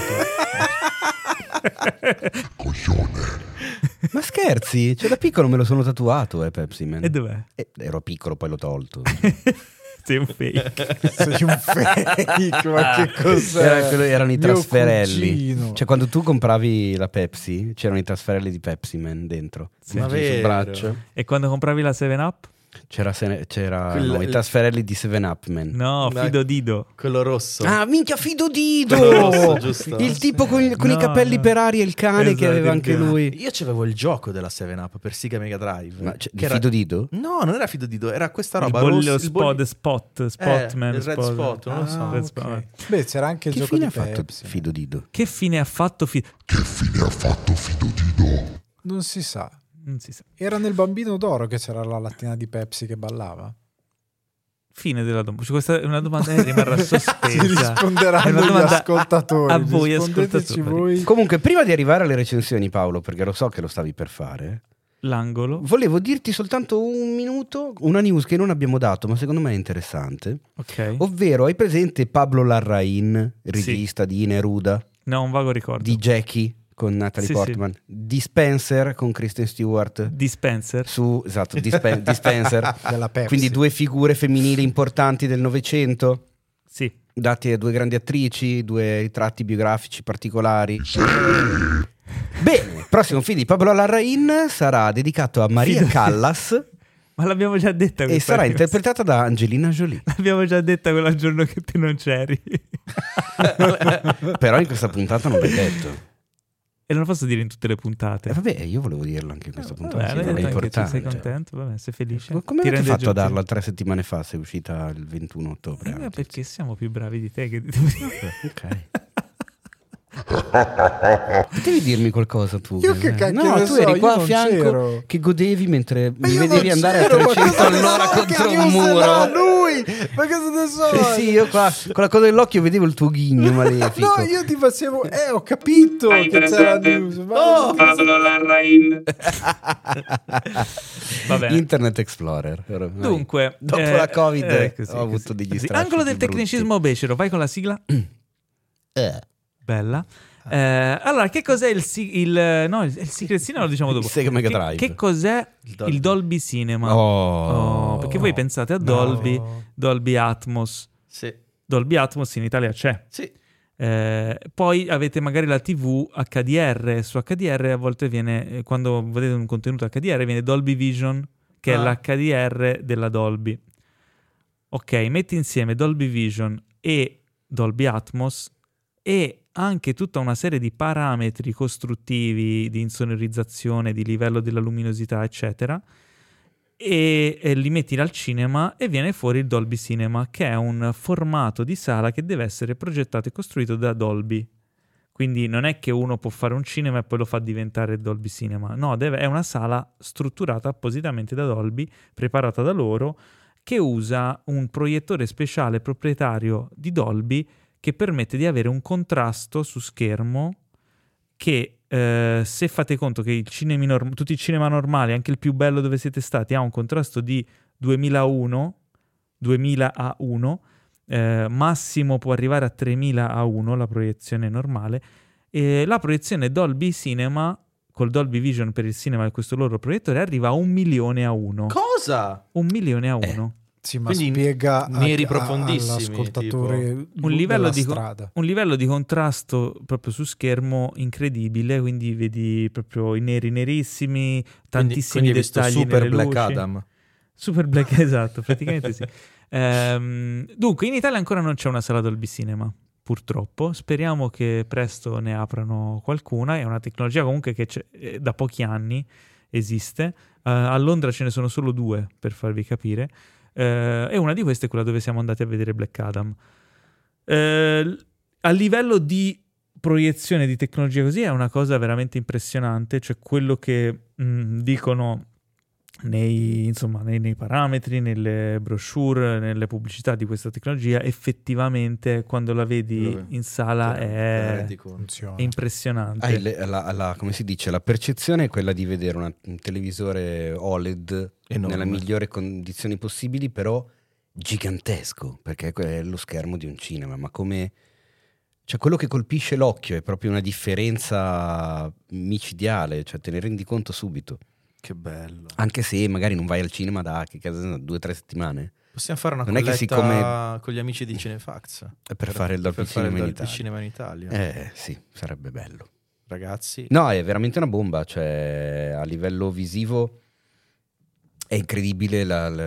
Coglione. Ma scherzi? Cioè da piccolo me lo sono tatuato, Pepsi Man. E dov'è? Ero piccolo, poi l'ho tolto. Sei un fake. Sei un fake, ma che cos'è? Erano i Mio trasferelli. cugino. Cioè quando tu compravi la Pepsi, c'erano i trasferelli di Pepsi Man dentro. Ma Metti sul vero? braccio. E quando compravi la 7-Up? C'erano i trasferelli di 7-Up Man. No, Dai. Fido Dido. Quello rosso. Ah, minchia, Fido Dido! Quello rosso, giusto? Il tipo con i No, capelli no. per aria e il cane che Esatto, aveva il anche cane. lui. Io c'avevo il gioco della 7-Up per Sega Mega Drive. Ma che di era- Fido Dido? No, non era Fido Dido, era questa Il roba. bollio rosso- il bollio- Spotman. il Red Spot, non lo so. Red ok. Spot. Beh, c'era anche il Che gioco fine di ha fatto Pepsi. Fido Dido? Che fine ha fatto Che fine ha fatto Fido Dido? Non si sa. Non si sa. Era nel Bambino d'Oro che c'era la lattina di Pepsi che ballava. Fine della domanda. Cioè, questa è una domanda che rimarrà sospesa. Ci È una risponderanno gli domanda ascoltatori. a voi Rispondeteci ascoltatori. voi. Comunque, prima di arrivare alle recensioni, Paolo, perché lo so che lo stavi per fare, L'angolo. volevo dirti soltanto un minuto, una news che non abbiamo dato, ma secondo me è interessante. Ok. Ovvero, hai presente Pablo Larraín, regista di Neruda, No, un vago ricordo. di Jackie con Natalie Sì, Portman, di Spencer con Kristen Stewart, Dispenser. esatto, di Spencer, Della Pepsi. quindi due figure femminili importanti del Novecento, Sì. date a due grandi attrici, due ritratti biografici particolari. Bene, prossimo film di Pablo Larraín sarà dedicato a Maria Callas Ma l'abbiamo già detta e questa sarà news. interpretata da Angelina Jolie. L'abbiamo già detta quel giorno che tu non c'eri. Però in questa puntata non l'hai detto. E non lo posso dire in tutte le puntate. Vabbè, io volevo dirlo anche in questa puntata, Vabbè, sì, l'hai non è detto anche tu, importante. sei contento? Vabbè, sei felice. Ma come Ti avete rende fatto a gentile. darla 3 settimane fa se è uscita il 21 ottobre? anche? Perché siamo più bravi di te che di Ok. Potevi dirmi qualcosa tu? Io che cacchio no, ne tu so, eri io qua a non fianco c'ero. che godevi mentre mi io vedevi non andare a c'ero, ma 300 cosa ne all'ora so, contro che un news muro. era lui? Ma cosa ne so? Sì, io qua con la coda dell'occhio vedevo il tuo ghigno malefico. No, io ti facevo... ho capito Hai che c'era la presente? news. Oh! Pablo Larraín. Vabbè. Internet Explorer. ormai. Dunque, dopo la Covid così, ho avuto degli così. strascichi Angolo del brutti. tecnicismo becero, vai con la sigla. Bella. Allora, che cos'è il Secret Cinema? Lo diciamo dopo. Il Sega Mega Drive. Che cos'è il Dolby Cinema? Oh. Perché voi pensate a Dolby, Dolby Atmos. Sì. Dolby Atmos in Italia c'è. Sì. Poi avete magari la TV HDR. Su HDR a volte viene, quando vedete un contenuto HDR, viene Dolby Vision, che è l'HDR della Dolby. Ok, metti insieme Dolby Vision e Dolby Atmos e anche tutta una serie di parametri costruttivi di insonorizzazione, di livello della luminosità, eccetera, e li metti al cinema e viene fuori il Dolby Cinema, che è un formato di sala che deve essere progettato e costruito da Dolby. Quindi non è che uno può fare un cinema e poi lo fa diventare Dolby Cinema. No, è una sala strutturata appositamente da Dolby, preparata da loro, che usa un proiettore speciale proprietario di Dolby che permette di avere un contrasto su schermo che, se fate conto che tutti i cinema normali, anche il più bello dove siete stati, ha un contrasto di 2000 a 1, massimo può arrivare a 3000 a 1 la proiezione normale, e la proiezione Dolby Cinema col Dolby Vision per il cinema e questo loro proiettore arriva a 1.000.000 a 1. Cosa? 1.000.000 a 1. Sì, ma Quindi spiega neri profondissimi, all'ascoltatore Un livello, della di, strada. un livello di contrasto proprio su schermo incredibile, quindi vedi proprio i neri nerissimi, tantissimi quindi hai visto dettagli Super nelle Black luci. Adam. Super Black, esatto, praticamente sì. Dunque, in Italia ancora non c'è una sala Dolby Cinema, purtroppo. Speriamo che presto ne aprano qualcuna. È una tecnologia comunque che c'è da pochi anni esiste. A Londra ce ne sono solo 2, per farvi capire, e una di queste è quella dove siamo andati a vedere Black Adam. A livello di proiezione di tecnologia così è una cosa veramente impressionante, cioè quello che dicono nei parametri, nelle brochure, nelle pubblicità di questa tecnologia, effettivamente quando la vedi in sala è impressionante. Come si dice, la percezione è quella di vedere un televisore OLED nelle migliori condizioni possibili, però gigantesco, perché è lo schermo di un cinema, ma come... Cioè quello che colpisce l'occhio è proprio una differenza micidiale, cioè te ne rendi conto subito. Che bello. Anche se magari non vai al cinema da 2 o 3 settimane. Possiamo fare una non colletta è che siccome... con gli amici di Cinefax per fare il Dolby Cinema in Italia. Sì, sarebbe bello. Ragazzi. No, è veramente una bomba, cioè a livello visivo è incredibile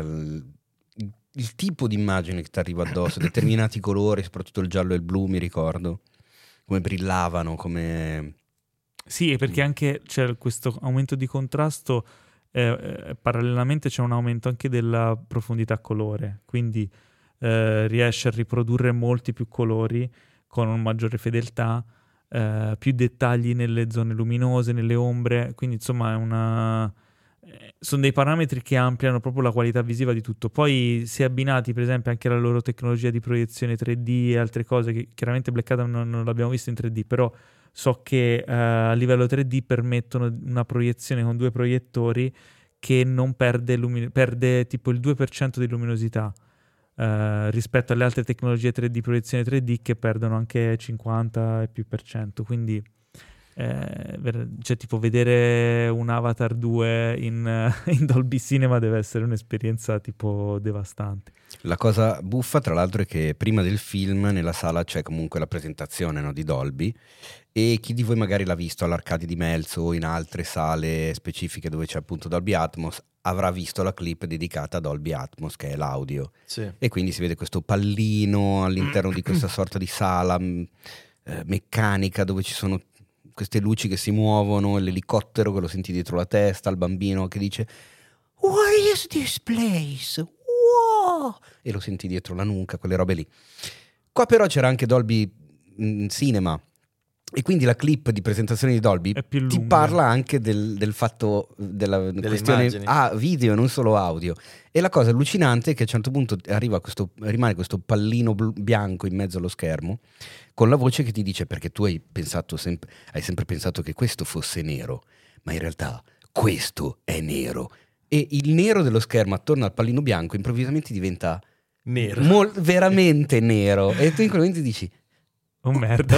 il tipo di immagine che ti arriva addosso, determinati colori, soprattutto il giallo e il blu, mi ricordo, come brillavano, come... Sì, perché anche c'è questo aumento di contrasto, parallelamente c'è un aumento anche della profondità colore, quindi riesce a riprodurre molti più colori con una maggiore fedeltà, più dettagli nelle zone luminose, nelle ombre, quindi insomma sono dei parametri che ampliano proprio la qualità visiva di tutto. Poi si è abbinati per esempio anche alla loro tecnologia di proiezione 3D e altre cose che chiaramente Black Adam non l'abbiamo visto in 3D, però so che a livello 3D permettono una proiezione con 2 proiettori che non perde tipo il 2% di luminosità rispetto alle altre tecnologie 3D, proiezione 3D, che perdono anche 50 e più per cento. Quindi cioè tipo vedere un Avatar 2 in Dolby Cinema deve essere un'esperienza tipo devastante. La cosa buffa tra l'altro è che prima del film nella sala c'è comunque la presentazione, no, di Dolby, e chi di voi magari l'ha visto all'Arcadia di Melzo o in altre sale specifiche dove c'è appunto Dolby Atmos avrà visto la clip dedicata a Dolby Atmos, che è l'audio, sì. E quindi si vede questo pallino all'interno di questa sorta di sala meccanica dove ci sono queste luci che si muovono, l'elicottero che lo senti dietro la testa, il bambino che dice "What is this place? Wow!" e lo senti dietro la nuca, quelle robe lì. Qua però c'era anche Dolby Cinema, e quindi la clip di presentazione di Dolby ti parla anche del fatto della questione video, non solo audio. E la cosa allucinante è che a un certo punto rimane questo pallino bianco in mezzo allo schermo con la voce che ti dice, perché tu hai sempre pensato che questo fosse nero, ma in realtà questo è nero. E il nero dello schermo attorno al pallino bianco improvvisamente diventa nero, veramente nero, e tu in quel momento dici oh merda.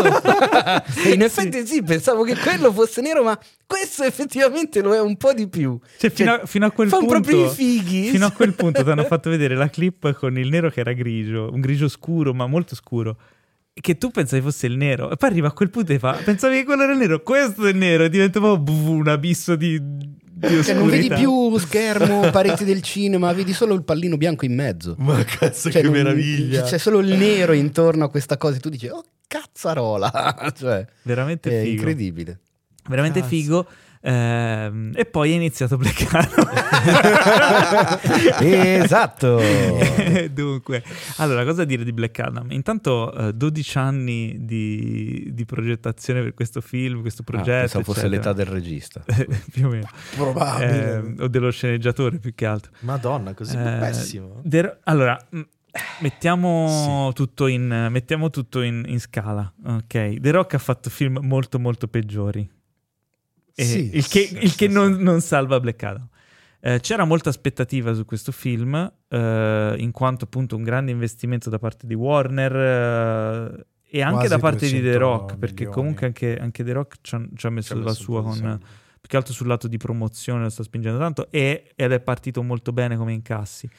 E in effetti sì, pensavo che quello fosse nero, ma questo effettivamente lo è un po' di più. Cioè, fino a quel punto, proprio i fighi. Fino a quel punto ti hanno fatto vedere la clip con il nero che era grigio, un grigio scuro, ma molto scuro, che tu pensavi fosse il nero, e poi arriva a quel punto e pensavi che quello era il nero, questo è il nero, e diventa proprio un abisso di cioè, non vedi più schermo, pareti del cinema, vedi solo il pallino bianco in mezzo. Ma cazzo, cioè, che meraviglia! C'è solo il nero intorno a questa cosa e tu dici oh cazzarola, cioè veramente è figo. Incredibile, veramente figo. E poi è iniziato Black Adam. Esatto. Dunque, allora, cosa dire di Black Adam? Intanto 12 anni di progettazione per questo film, questo progetto. Pensavo fosse l'età del regista. Più o meno. Probabile. O dello sceneggiatore, più che altro. Madonna, così pessimo. Allora, mettiamo tutto in scala, ok? The Rock ha fatto film molto molto peggiori. Il che non salva Black Adam. C'era molta aspettativa su questo film, in quanto appunto un grande investimento da parte di Warner e anche Quasi da parte di The Rock, milioni. perché comunque anche The Rock ci ha messo la sua con... Più che altro sul lato di promozione lo sta spingendo tanto, ed è partito molto bene come incassi.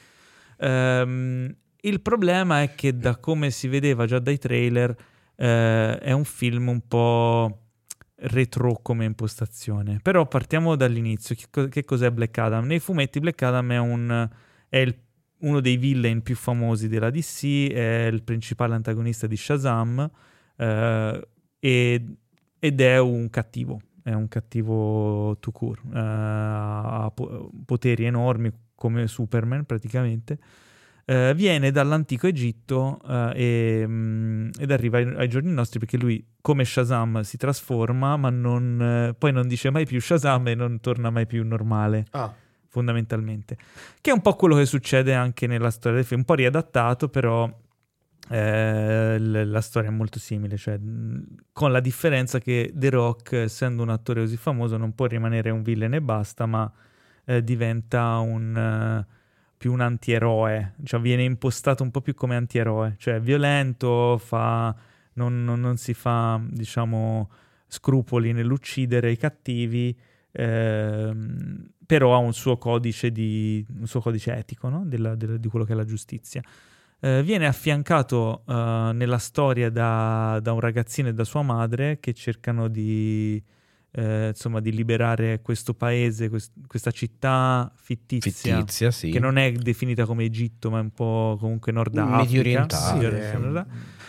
Il problema è che, da come si vedeva già dai trailer, è un film un po' retro come impostazione. Però partiamo dall'inizio. Che cos'è Black Adam? Nei fumetti Black Adam è uno dei villain più famosi della DC, è il principale antagonista di Shazam, ed è un cattivo. è un cattivo tout court, ha poteri enormi come Superman praticamente. Viene dall'antico Egitto ed arriva ai giorni nostri, perché lui, come Shazam, si trasforma, ma poi non dice mai più Shazam e non torna mai più normale, fondamentalmente. Che è un po' quello che succede anche nella storia del film, un po' riadattato, però la storia è molto simile, cioè, con la differenza che The Rock, essendo un attore così famoso, non può rimanere un villain e basta, ma diventa più un antieroe, cioè viene impostato un po' più come antieroe, cioè violento, non si fa, diciamo, scrupoli nell'uccidere i cattivi, però ha un suo codice etico, no? di quello che è la giustizia. Viene affiancato nella storia da un ragazzino e da sua madre che cercano di liberare questo paese, questa città fittizia sì. che non è definita come Egitto, ma è un po' comunque Nord Africa, medio orientale.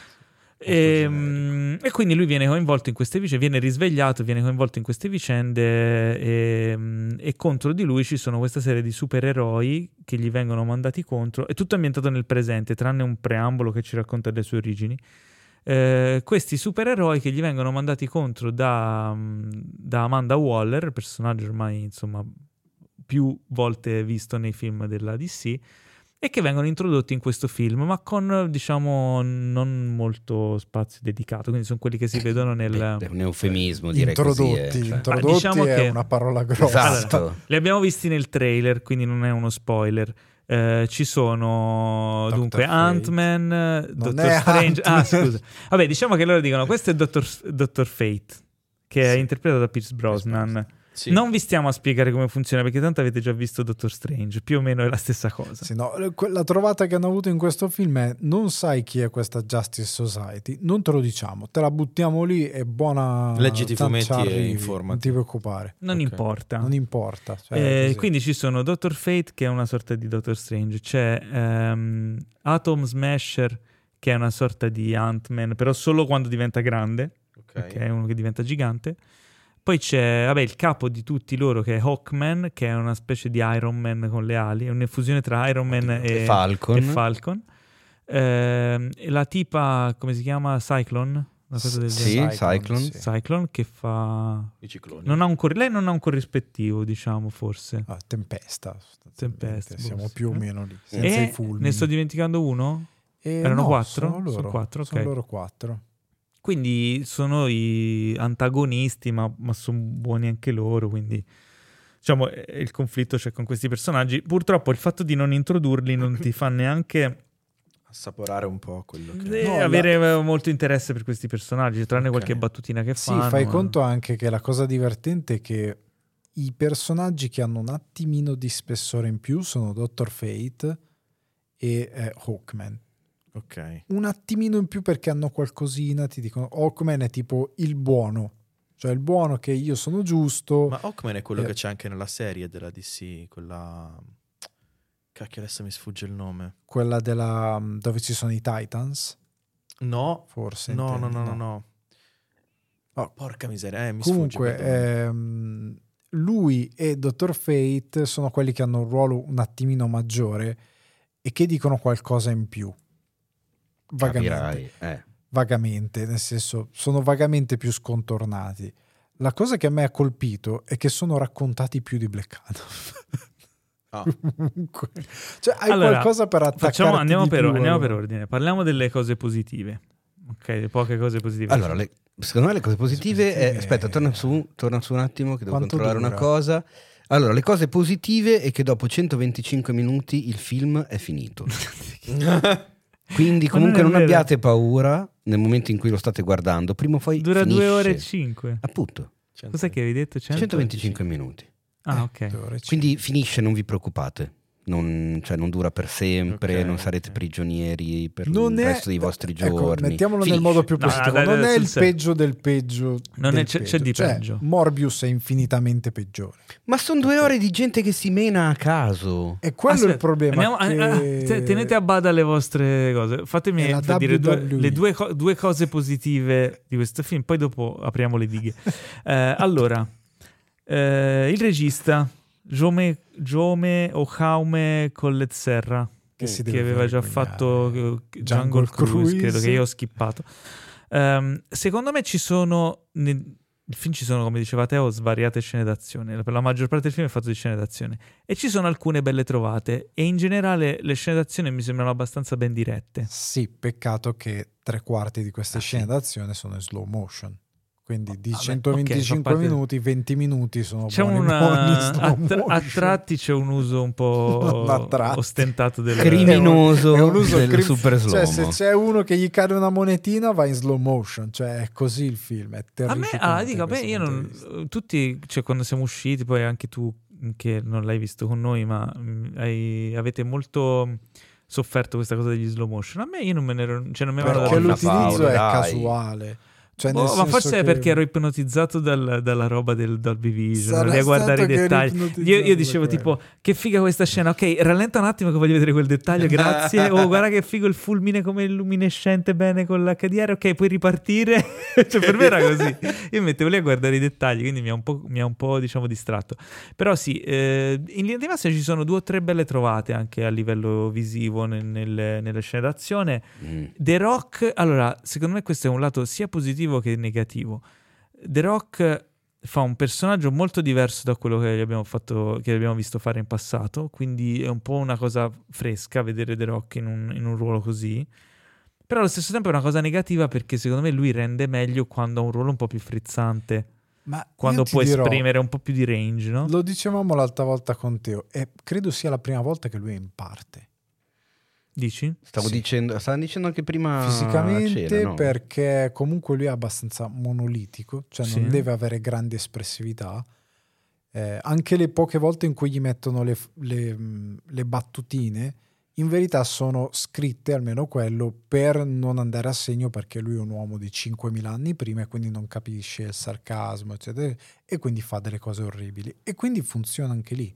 E quindi lui viene coinvolto in queste vicende, viene risvegliato, viene coinvolto in queste vicende, e contro di lui ci sono questa serie di supereroi che gli vengono mandati contro. È tutto ambientato nel presente, tranne un preambolo che ci racconta le sue origini. Questi supereroi che gli vengono mandati contro da Amanda Waller, personaggio ormai insomma più volte visto nei film della DC, e che vengono introdotti in questo film, ma con, diciamo, non molto spazio dedicato, quindi sono quelli che si vedono nel... È un eufemismo, direi introdotti, così. Introdotti diciamo è che... una parola grossa. Esatto. Allora, li abbiamo visti nel trailer, quindi non è uno spoiler. Ci sono Dr. dunque Fate. Ant-Man, Non Doctor è Strange. Ant-Man. Ah, scusa. Vabbè, diciamo che loro dicono questo è Dr. Fate, che è interpretato da Pierce Brosnan. Sì. Non vi stiamo a spiegare come funziona, perché tanto avete già visto Doctor Strange, più o meno è la stessa cosa. Sì, no, la trovata che hanno avuto in questo film è: non sai chi è questa Justice Society, non te lo diciamo, te la buttiamo lì e buona. Leggiti i fumetti arrivi, e informati. non ti preoccupare, Non Ok. importa. non importa. Cioè, così. Quindi ci sono Dr. Fate, che è una sorta di Doctor Strange, c'è Atom Smasher, che è una sorta di Ant-Man, però solo quando diventa grande, Ok. che è uno che diventa gigante. Poi c'è, il capo di tutti loro, che è Hawkman, che è una specie di Iron Man con le ali, è una fusione tra Iron Man e Falcon. E la tipa, come si chiama? Cyclone? Una cosa del Sì, genere. Cyclone. sì. Cyclone, che fa... I cicloni. lei non ha un corrispettivo, diciamo, forse. Ah, Tempesta, Tempesta, siamo boh, più o sì. meno lì, senza i E fulmini. ne sto dimenticando uno? Erano no, 4? Sono loro, Sono 4, ok. sono loro 4. Quindi sono i antagonisti, ma sono buoni anche loro, quindi diciamo il conflitto c'è con questi personaggi. Purtroppo il fatto di non introdurli non ti fa neanche Assaporare un po' quello che... No, avere molto interesse per questi personaggi, tranne Ok. qualche battutina che Sì, fanno. fai conto anche che la cosa divertente è che i personaggi che hanno un attimino di spessore in più sono Dr. Fate e Hawkman. Ok. Un attimino in più perché hanno qualcosina, ti dicono Hawkman è tipo il buono, cioè il buono che io sono giusto. Ma Hawkman è quello Eh. che c'è anche nella serie della DC, quella... Cacchio, adesso mi sfugge il nome. Quella dove ci sono i Titans, No, forse. no. Oh. Porca miseria, mi Comunque sfugge. perdonami. lui e Dr. Fate sono quelli che hanno un ruolo un attimino maggiore e che dicono qualcosa in più. Capirai. Vagamente, nel senso sono vagamente più scontornati. La cosa che a me ha colpito è che sono raccontati più di Black Adam. Ah. Comunque, cioè hai Allora, qualcosa per attaccarti andiamo di per più, allora. ordine. Parliamo delle cose positive. Ok, le poche cose positive. Allora, secondo me le cose positive... positive- aspetta, torna su un attimo che devo Quanto controllare una dura? cosa. Allora, le cose positive è che dopo 125 minuti il film è finito. Quindi Ma comunque non non è vero. abbiate paura nel momento in cui lo state guardando. Prima o poi Dura finisce. 2 ore e 5. Appunto, Cos'è che avevi detto? 125 minuti. Ah, ok. 2 ore e Quindi finisce, non vi preoccupate. cioè non dura per sempre, Ok, non sarete ok. prigionieri per Non il è- resto dei vostri ecco, giorni. mettiamolo nel Finisce. modo più No, positivo. dai, Non è sul il serio. peggio del peggio. Non è- del c'è di Cioè, peggio. Morbius è infinitamente peggiore. Ma sono 2 ore di gente che si mena a caso. E quello è Aspetta, il problema. tenete a bada le vostre cose. Fatemi È la dire WWE. le due cose positive di questo film, poi dopo apriamo le dighe. Allora, il regista Jaume Collet-Serra, Che si che deve aveva già vergognare. fatto Jungle Cruise, credo che io ho skippato. Secondo me ci sono nel film ci sono, come diceva Teo, svariate scene d'azione. Per la maggior parte del film è fatto di scene d'azione e ci sono alcune belle trovate e in generale le scene d'azione mi sembrano abbastanza ben dirette. Sì, peccato che 3/4 di queste scene d'azione sono in slow motion. Quindi di Vabbè, 125 ok, fa parte- minuti, 20 minuti sono C'è buoni una buoni in slow a motion. tratti c'è un uso un Non a po' tratti. ostentato del Criminoso È un uso del super Cioè, slow-mo. se c'è uno che gli cade una monetina, va in slow motion. Cioè, è così il film. È A me, terrificante. dico, da beh, questo io punto non, di vista. tutti, cioè quando siamo usciti, poi anche tu che non l'hai visto con noi, ma avete molto sofferto questa cosa degli slow motion. A me io non me ne ero, cioè non mi avevano Perché Madonna, dato l'utilizzo Paolo, è dai. casuale. Cioè, Boh, nel ma senso forse è che perché ero ipnotizzato dalla roba del Dolby Vision, Sarà lì a guardare i stato che eri dettagli. ipnotizzato Io da dicevo quello. tipo, che figa questa scena, ok, rallenta un attimo che voglio vedere quel dettaglio, grazie. Oh, guarda che figo il fulmine come luminescente bene con l'HDR, ok, puoi ripartire. Cioè per me era così. Io mi mettevo lì a guardare i dettagli, quindi mi ha un po' diciamo distratto. Però sì, in linea di massima ci sono 2 o 3 belle trovate anche a livello visivo nelle scene d'azione. The Rock, allora, secondo me questo è un lato sia positivo che negativo. The Rock fa un personaggio molto diverso da quello che abbiamo visto fare in passato, quindi è un po' una cosa fresca vedere The Rock in un ruolo così. Però allo stesso tempo è una cosa negativa perché secondo me lui rende meglio quando ha un ruolo un po' più frizzante, Ma quando io ti può dirò, esprimere un po' più di range, no? Lo dicevamo l'altra volta con Teo, e credo sia la prima volta che lui è in parte. Dici? Stavano dicendo anche prima Fisicamente, a cena, no? perché comunque lui è abbastanza monolitico, cioè Sì. non deve avere grande espressività. Anche le poche volte in cui gli mettono le battutine, in verità sono scritte, almeno quello, per non andare a segno, perché lui è un uomo di 5.000 anni prima e quindi non capisce il sarcasmo, eccetera, e quindi fa delle cose orribili. E quindi funziona anche lì.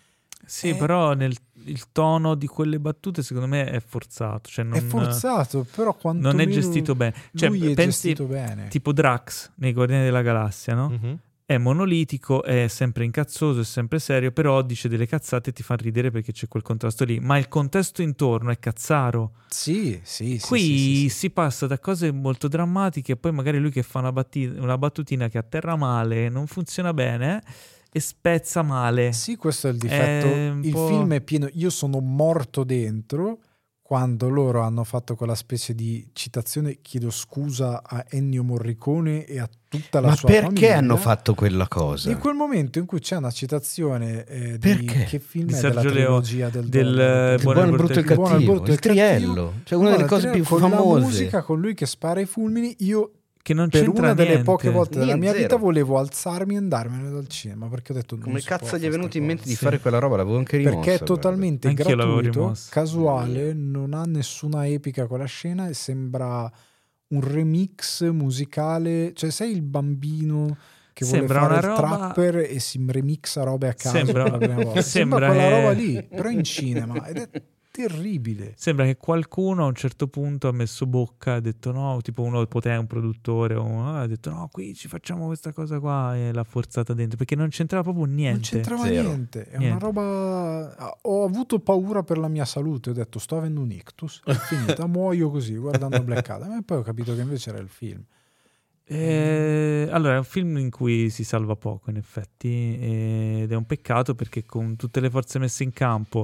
Sì, però il tono di quelle battute secondo me è forzato. Cioè È forzato, però non quantomeno è gestito bene. Cioè, lui è pensi gestito bene. tipo Drax nei Guardiani della Galassia, no? Mhm. È monolitico, è sempre incazzoso, è sempre serio, però dice delle cazzate e ti fa ridere perché c'è quel contrasto lì. Ma il contesto intorno è cazzaro. Sì. Qui sì. si passa da cose molto drammatiche e poi magari lui che fa una battutina che atterra male, non funziona bene e spezza male. Sì, questo è il difetto. È un Il po'- film è pieno. Io sono morto dentro quando loro hanno fatto quella specie di citazione. Chiedo scusa a Ennio Morricone e a tutta la Ma sua perché famiglia. hanno fatto quella cosa? In quel momento in cui c'è una citazione di Perché? che film Di è Sergio della Leone, trilogia del del, Dollaro? Il buono, il brutto e il Il buono, il cattivo, brutto e il il cattivo. triello, cioè una delle cose più con famose. la musica, con lui che spara i fulmini. Io che non per c'entra una delle niente. poche volte della Niente, mia zero. vita volevo alzarmi e andarmene dal cinema, perché ho detto non Come si può cazzo gli è fare venuto sta in mente cosa. di fare quella roba? L'avevo anche rimossa. Perché è guarda. totalmente Anch'io l'avevo gratuito, rimossa. casuale, non ha nessuna epica quella scena e sembra un remix musicale. Cioè sei il bambino che vuole Sembra fare una il roba- trapper e si remixa robe a caso Sembra- per la prima volta. sembra quella che- roba lì, però in cinema, ed è terribile. Sembra che qualcuno a un certo punto ha messo bocca e ha detto no, tipo uno un produttore ha detto no, qui ci facciamo questa cosa qua e l'ha forzata dentro perché non c'entrava proprio niente. Non c'entrava Zero. niente, è Niente. una roba. Ho avuto paura per la mia salute, ho detto sto avendo un ictus, è finita, muoio così guardando Black Adam, e poi ho capito che invece era il film. Allora è un film in cui si salva poco in effetti ed è un peccato perché con tutte le forze messe in campo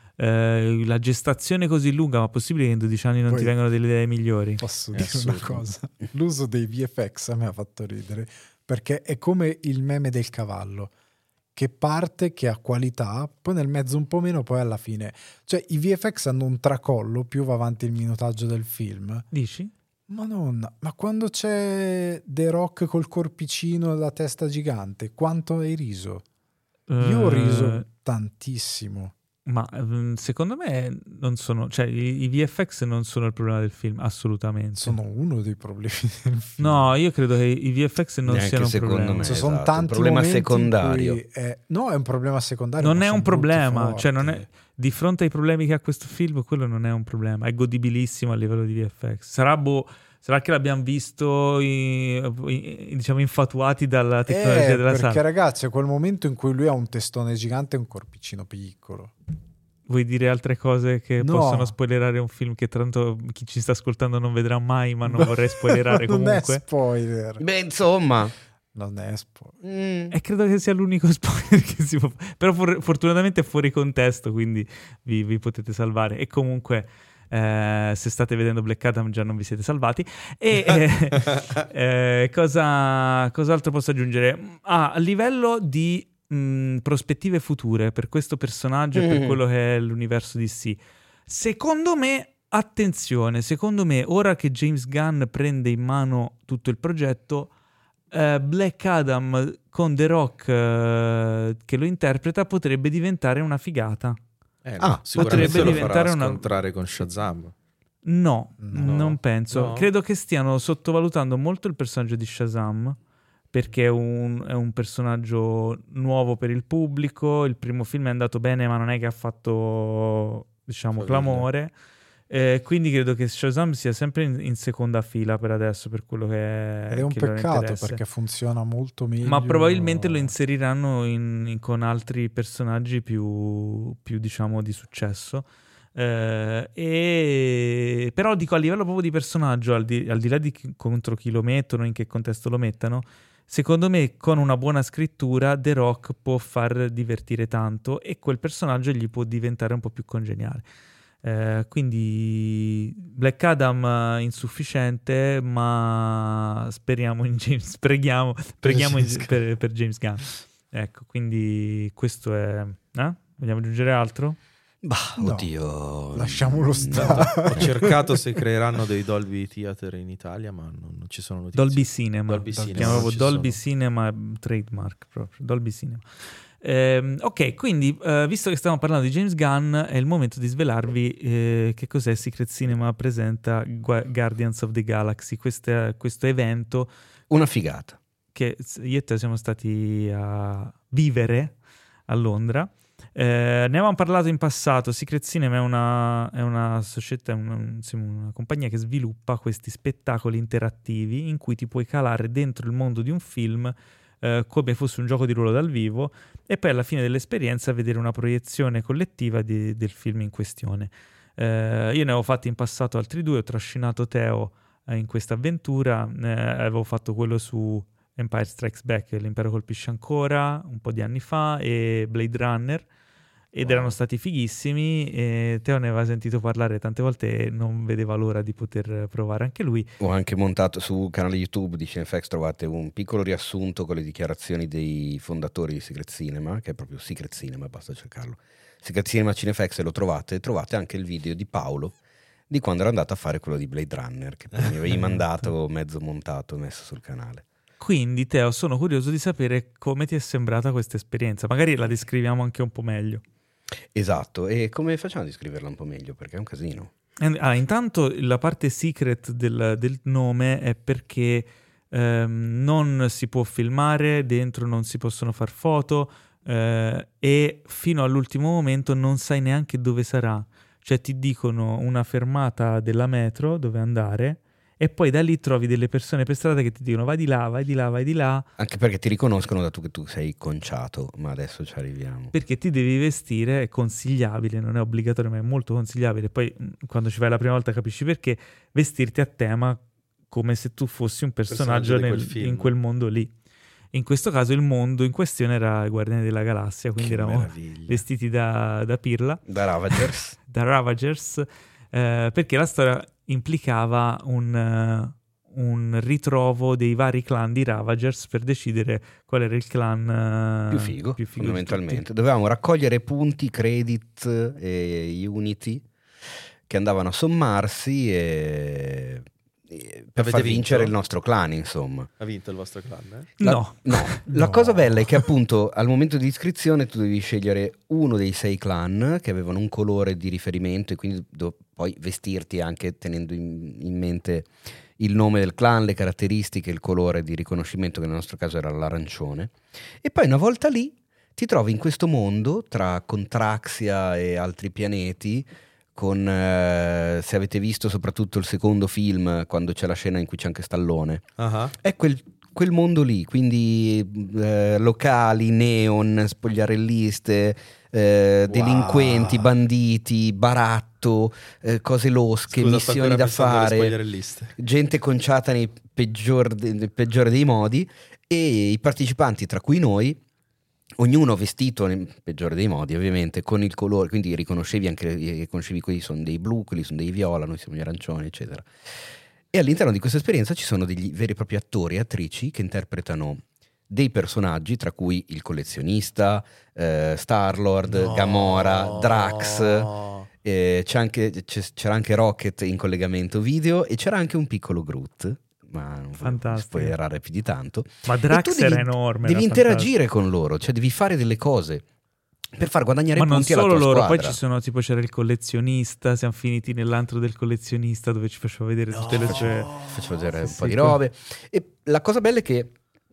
la gestazione così lunga, ma possibile che in 12 anni non Poi- ti vengano delle idee migliori? Posso È dire una assurdo. cosa? L'uso dei VFX a me ha fatto ridere, perché è come il meme del cavallo, che parte, che ha qualità, poi nel mezzo un po' meno, poi alla fine. Cioè i VFX hanno un tracollo, più va avanti il minutaggio del film. Dici? Madonna, ma quando c'è The Rock col corpicino e la testa gigante, quanto hai riso? Io ho riso tantissimo. Ma secondo me non sono, cioè i VFX non sono il problema del film, assolutamente. Sono uno dei problemi del film. No, io credo che i VFX non Neanche siano un secondo problema. me. Ci sono esatto, un tanti problema momenti in secondario. cui no, è un problema secondario. Non ma è un sono brutti problema, forti. cioè non è, di fronte ai problemi che ha questo film, quello non è un problema, è godibilissimo a livello di VFX. Sarà che l'abbiamo visto diciamo infatuati dalla tecnologia della perché sala. ragazzi, è quel momento in cui lui ha un testone gigante e un corpicino piccolo. Vuoi dire altre cose che No. possono spoilerare un film che tanto chi ci sta ascoltando non vedrà mai, ma non vorrei spoilerare Non comunque? è spoiler. Beh, insomma. Non è spoiler. Mm. E credo che sia l'unico spoiler che si può fare. Però fortunatamente è fuori contesto, quindi vi potete salvare. E comunque, se state vedendo Black Adam, già non vi siete salvati. E cos'altro posso aggiungere? A livello di prospettive future per questo personaggio e per quello che è l'universo DC, secondo me, attenzione, ora che James Gunn prende in mano tutto il progetto, Black Adam con The Rock che lo interpreta potrebbe diventare una figata. Sicuramente potrebbe lo diventare farà una- scontrare con Shazam. No, No. non penso. No? Credo che stiano sottovalutando molto il personaggio di Shazam, perché è un personaggio nuovo per il pubblico. Il primo film è andato bene, ma non è che ha fatto, diciamo, Faville. clamore. Quindi credo che Shazam sia sempre in seconda fila per adesso, per quello che Ed è un che loro peccato interessa. perché funziona molto meglio. Ma probabilmente lo inseriranno con altri personaggi più diciamo di successo. Però dico, a livello proprio di personaggio, al di là di contro chi lo mettono, in che contesto lo mettano, secondo me con una buona scrittura The Rock può far divertire tanto e quel personaggio gli può diventare un po' più congeniale. Quindi Black Adam insufficiente, ma speriamo in James, preghiamo per James Gunn. Ecco, quindi questo è... Vogliamo aggiungere altro? Bah, No. oddio. Lasciamolo stare. Ho cercato se creeranno dei Dolby Theater in Italia, ma non ci sono notizie. Dolby Cinema. Dolby Cinema, Chiamavo non ci Dolby sono. Cinema, trademark proprio, Dolby Cinema. Ok, quindi visto che stiamo parlando di James Gunn, è il momento di svelarvi che cos'è Secret Cinema presenta Guardians of the Galaxy, questo evento Una figata. che io e te siamo stati a vivere a Londra. Ne avevamo parlato in passato. Secret Cinema è una società, una compagnia che sviluppa questi spettacoli interattivi in cui ti puoi calare dentro il mondo di un film come fosse un gioco di ruolo dal vivo, e poi alla fine dell'esperienza vedere una proiezione collettiva del film in questione. Io ne avevo fatti in passato altri due, ho trascinato Teo in questa avventura, avevo fatto quello su Empire Strikes Back, l'Impero colpisce ancora, un po' di anni fa, e Blade Runner, ed erano stati fighissimi, e Teo ne aveva sentito parlare tante volte e non vedeva l'ora di poter provare anche lui. Ho anche montato sul canale YouTube di Cinefax, trovate un piccolo riassunto con le dichiarazioni dei fondatori di Secret Cinema, che è proprio Secret Cinema, basta cercarlo. Secret Cinema Cinefax, e lo trovate anche il video di Paolo di quando era andato a fare quello di Blade Runner, che poi mi avevi mandato mezzo montato e messo sul canale. Quindi Teo, sono curioso di sapere come ti è sembrata questa esperienza, magari la descriviamo anche un po' meglio. Esatto, e come facciamo a descriverla un po' meglio? Perché è un casino. Intanto la parte secret del nome è perché non si può filmare, dentro non si possono far foto, e fino all'ultimo momento non sai neanche dove sarà. Cioè ti dicono una fermata della metro dove andare, e poi da lì trovi delle persone per strada che ti dicono vai di là, vai di là, vai di là, Anche perché ti riconoscono dato che tu sei conciato, ma adesso ci arriviamo. perché ti devi vestire. È consigliabile, non è obbligatorio, ma è molto consigliabile. Poi quando ci vai la prima volta capisci perché, vestirti a tema come se tu fossi un personaggio di quel film. in quel mondo lì. In questo caso il mondo in questione era i Guardiani della Galassia, quindi Che eravamo meraviglia. vestiti da pirla, Da Ravagers. da Ravagers, perché la storia implicava un ritrovo dei vari clan di Ravagers per decidere qual era il clan più figo, di fondamentalmente. tutti. Dovevamo raccogliere punti, credit e unity che andavano a sommarsi, e per far vinto? vincere il nostro clan, insomma. Ha vinto il vostro clan? No. La cosa bella è che appunto al momento di iscrizione tu devi scegliere uno dei 6 clan che avevano un colore di riferimento e quindi poi vestirti anche tenendo in mente il nome del clan, le caratteristiche, il colore di riconoscimento, che nel nostro caso era l'arancione. E poi una volta lì ti trovi in questo mondo tra Contraxia e altri pianeti, con se avete visto soprattutto il secondo film, quando c'è la scena in cui c'è anche Stallone, è quel mondo lì, quindi locali, neon, spogliarelliste, delinquenti, banditi, baratto, cose losche, missioni da fare, gente conciata nel peggiore dei modi, e i partecipanti, tra cui noi, ognuno vestito nel peggiore dei modi, ovviamente, con il colore, quindi riconoscevi quelli sono dei blu, quelli sono dei viola, noi siamo gli arancioni, eccetera. E all'interno di questa esperienza ci sono degli veri e propri attori e attrici che interpretano dei personaggi, tra cui il collezionista, Star-Lord, Gamora, Drax, c'era anche Rocket in collegamento video e c'era anche un piccolo Groot, ma non puoi errare più di tanto. Ma Drax era enorme. Devi interagire con loro, cioè devi fare delle cose per far guadagnare punti alla tua squadra. Ma non solo loro, poi c'era il collezionista, siamo finiti nell'antro del collezionista dove ci faceva vedere tutte le sue... Faceva vedere un po' di robe. E la cosa bella è che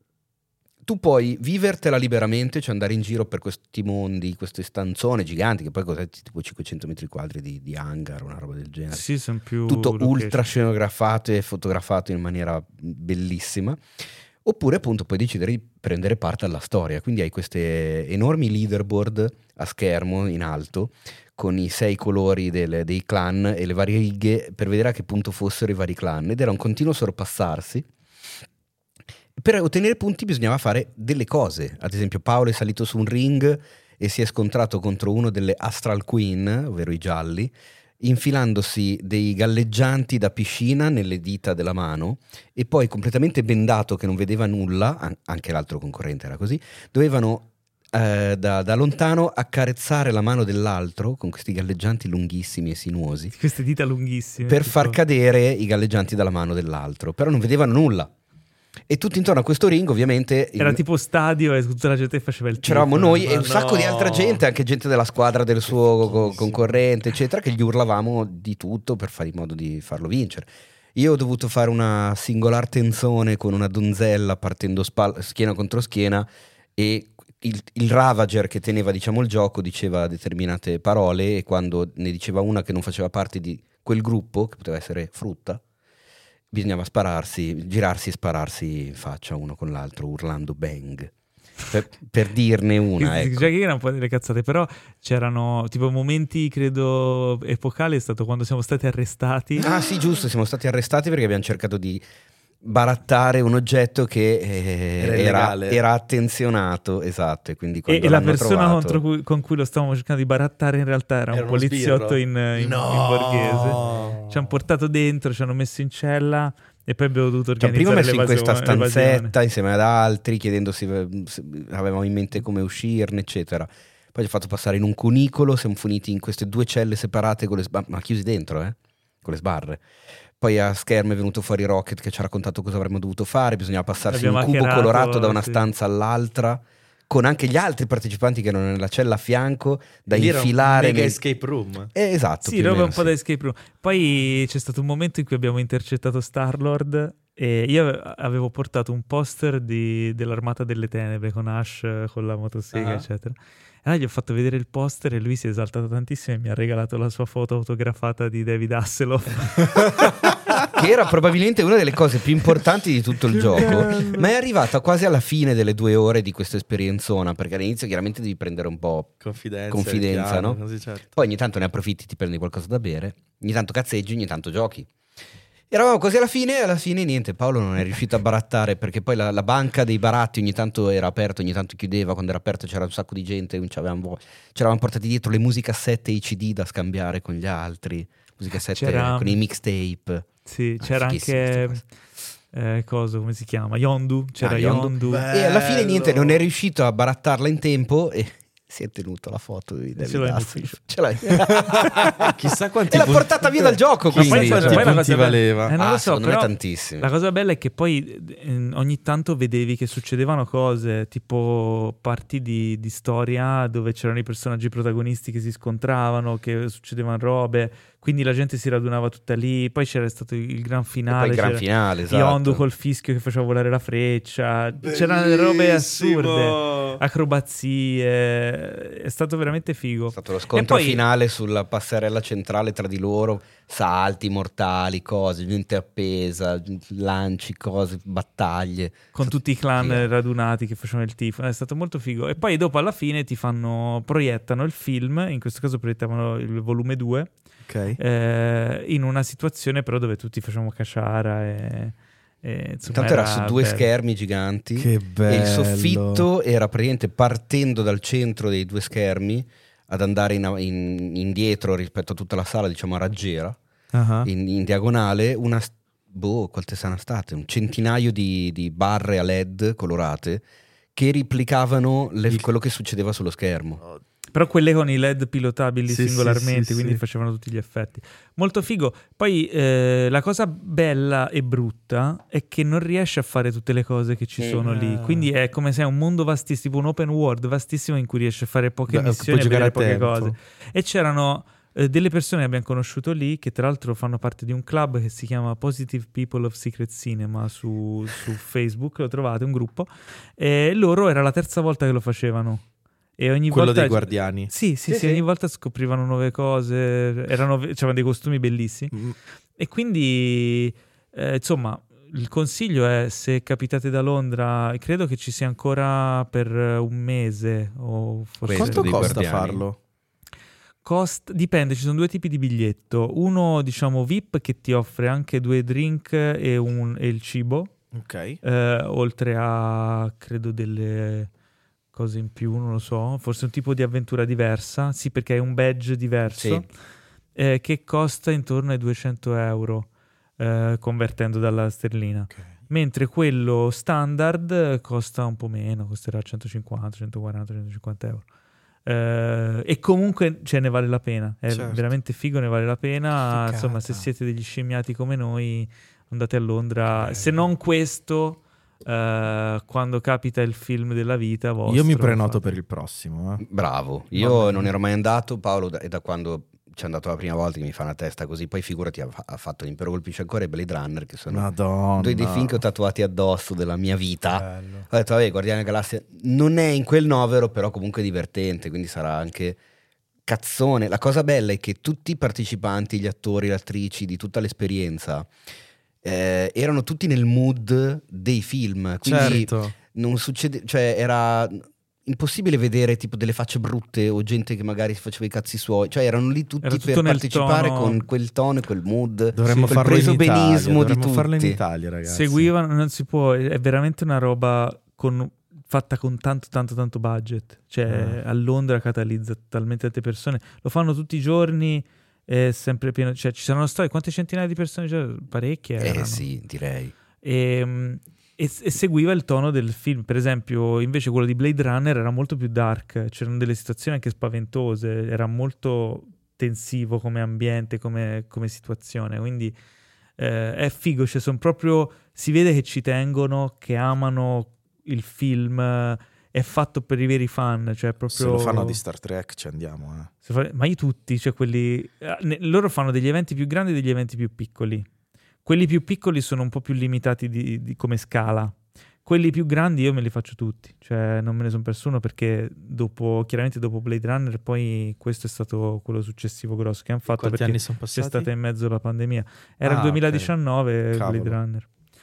tu puoi vivertela liberamente, cioè andare in giro per questi mondi, queste stanzone giganti, che poi cos'è, tipo 500 metri quadri di hangar, una roba del genere. Sì, sono più tutto location. Ultra scenografato e fotografato in maniera bellissima. Oppure appunto puoi decidere di prendere parte alla storia, quindi hai queste enormi leaderboard a schermo in alto con i 6 colori dei clan e le varie righe per vedere a che punto fossero i vari clan, ed era un continuo sorpassarsi. Per ottenere punti bisognava fare delle cose, ad esempio Paolo è salito su un ring e si è scontrato contro uno delle Astral Queen, ovvero i gialli, infilandosi dei galleggianti da piscina nelle dita della mano, e poi completamente bendato che non vedeva nulla, anche l'altro concorrente era così, dovevano da lontano accarezzare la mano dell'altro con questi galleggianti lunghissimi e sinuosi, queste dita lunghissime, per far cadere i galleggianti dalla mano dell'altro, però non vedevano nulla. E tutto intorno a questo ring ovviamente era tipo stadio e tutta la gente faceva il tifo. C'eravamo noi e un sacco di altra gente, anche gente della squadra del suo concorrente eccetera, che gli urlavamo di tutto per fare in modo di farlo vincere. Io ho dovuto fare una singolar tenzone con una donzella partendo schiena contro schiena, e il Ravager che teneva diciamo il gioco diceva determinate parole, e quando ne diceva una che non faceva parte di quel gruppo, che poteva essere frutta, bisognava girarsi e spararsi in faccia uno con l'altro urlando bang, per dirne una, ecco. Già che erano un po' delle cazzate, però c'erano tipo momenti, credo epocali è stato quando siamo stati arrestati. Ah sì, giusto, siamo stati arrestati perché abbiamo cercato di barattare un oggetto che era attenzionato, esatto, e quindi e la persona con cui lo stavamo cercando di barattare in realtà era un poliziotto in borghese. Ci hanno portato dentro, ci hanno messo in cella e poi abbiamo dovuto organizzare prima messo in questa stanzetta insieme ad altri, chiedendo se avevamo in mente come uscirne eccetera. Poi ci ha fatto passare in un cunicolo, siamo finiti in queste 2 celle separate con ma chiusi dentro con le sbarre. Poi a schermo è venuto fuori Rocket che ci ha raccontato cosa avremmo dovuto fare, bisognava passarsi in un cubo colorato da una stanza all'altra, con anche gli altri partecipanti che erano nella cella a fianco, da infilare nel escape room. Esatto. Sì, roba un po' da escape room. Poi c'è stato un momento in cui abbiamo intercettato Star-Lord e io avevo portato un poster dell'Armata delle Tenebre con Ash con la motosega eccetera. E allora gli ho fatto vedere il poster e lui si è esaltato tantissimo e mi ha regalato la sua foto autografata di David Hasselhoff. Che era probabilmente una delle cose più importanti di tutto il gioco, ma è arrivata quasi alla fine delle 2 ore di questa esperienzona, perché all'inizio chiaramente devi prendere un po' confidenza, piano, no? così, certo. Poi ogni tanto ne approfitti, ti prendi qualcosa da bere, ogni tanto cazzeggi, ogni tanto giochi. Eravamo quasi alla fine niente, Paolo non è riuscito a barattare perché poi la banca dei baratti ogni tanto era aperta, ogni tanto chiudeva, quando era aperto c'era un sacco di gente, non c'avevamo ci eravamo portati dietro le musicassette e i CD da scambiare con gli altri, musicassette con i mixtape. Sì, c'era anche come si chiama? Yondu, c'era Yondu. E alla fine niente, non è riuscito a barattarla in tempo e Si è tenuto la foto di Ce l'ho David in Hasselhoff. ufficio. Ce l'hai. Chissà quanti E l'ha punti- portata via dal gioco, Ma quindi. poi cioè. la cosa punti bella- valeva? non lo so, Secondo me però tantissimi. la cosa bella è che poi ogni tanto vedevi che succedevano cose, tipo parti di storia dove c'erano i personaggi protagonisti che si scontravano, che succedevano robe, quindi la gente si radunava tutta lì, poi c'era stato il gran E poi finale, il gran c'era finale, esatto. Yondu col fischio che faceva volare la freccia, c'erano delle robe assurde, Bellissimo! acrobazie, è stato veramente figo. È stato lo scontro E poi- finale sulla passerella centrale tra di loro, salti mortali, cose, gente appesa, lanci, cose, battaglie. Con tutti i clan Figo. radunati che facevano il tifo, è stato molto figo. E poi dopo alla fine proiettano il film, in questo caso proiettavano il volume 2, Ok. in una situazione però dove tutti facevamo cacciara e insomma Intanto era su due bello. schermi giganti Che bello. e il soffitto era praticamente partendo dal centro dei due schermi ad andare indietro rispetto a tutta la sala, diciamo a raggiera, Ah. in diagonale, quante saranno state? Un centinaio di barre a LED colorate che replicavano quello che succedeva sullo schermo. Però quelle con i LED pilotabili Sì, singolarmente, sì, quindi sì. facevano tutti gli effetti. Molto figo. Poi la cosa bella e brutta è che non riesci a fare tutte le cose che ci sono lì. Quindi è come se è un mondo vastissimo, un open world vastissimo in cui riesci a fare poche Beh, missioni e puoi vedere giocare poche a tempo. cose. E c'erano delle persone che abbiamo conosciuto lì, che tra l'altro fanno parte di un club che si chiama Positive People of Secret Cinema su Facebook, lo trovate, un gruppo. E loro era la terza volta che lo facevano. E ogni Quello volta dei guardiani. sì, ogni volta scoprivano nuove cose, c'erano dei costumi bellissimi. Mm. E quindi, insomma, il consiglio è, se capitate da Londra, credo che ci sia ancora per un mese o forse... Questo Quanto dei costa guardiani. farlo? Dipende, ci sono due tipi di biglietto. Uno, diciamo, VIP, che ti offre anche 2 drink e il cibo, Ok. oltre a, credo, delle cose in più, non lo so, forse un tipo di avventura diversa, sì, perché è un badge diverso, che costa intorno ai 200 euro, convertendo dalla sterlina. Mentre quello standard costa un po' meno, costerà 150, 140, 150 euro. E comunque ne vale la pena, è Certo. veramente figo, ne vale la pena. Figata. Insomma, se siete degli scemmiati come noi, andate a Londra. Se non questo, quando capita il film della vita vostra, Io mi prenoto fate. per il prossimo. Bravo, io non ero mai andato, Paolo, è da quando ci è andato la prima volta che mi fa una testa così, poi figurati ha fatto l'Impero colpisce ancora e Blade Runner, che sono Madonna. due dei film che ho tatuati addosso della mia vita. Bello. Ho detto, vabbè, Guardiani della Galassia non è in quel novero, però comunque divertente, quindi sarà anche cazzone. La cosa bella è che tutti i partecipanti, gli attori, le attrici di tutta l'esperienza erano tutti nel mood dei film, quindi Certo. non succede, cioè era impossibile vedere tipo delle facce brutte o gente che magari si faceva i cazzi suoi, cioè erano lì tutti Era tutto per nel partecipare tono- con quel tono e quel mood, Dovremmo quel farlo in Italia. presobenismo di Dovremmo farlo in tutti. Italia, ragazzi. Seguivano, non si può, è veramente una roba fatta con tanto budget, cioè a Londra catalizza talmente tante persone, lo fanno tutti i giorni, è sempre pieno, cioè ci saranno storie, quante centinaia di persone, cioè, parecchie erano. Sì, direi. E seguiva il tono del film. Per esempio, invece quello di Blade Runner era molto più dark, c'erano delle situazioni anche spaventose, era molto tensivo come ambiente, come situazione, quindi è figo, cioè si vede che ci tengono, che amano il film, è fatto per i veri fan, cioè proprio... Se lo fanno di Star Trek ci andiamo. Ma io tutti, cioè quelli... loro fanno degli eventi più grandi e degli eventi più piccoli. Quelli più piccoli sono un po' più limitati di come scala. Quelli più grandi io me li faccio tutti, cioè non me ne sono perso uno, perché chiaramente dopo Blade Runner poi questo è stato quello successivo grosso che hanno fatto. Quanti perché anni sono c'è passati? stata in mezzo la pandemia. Era il Ah, 2019 ok. Blade Cavolo. Runner.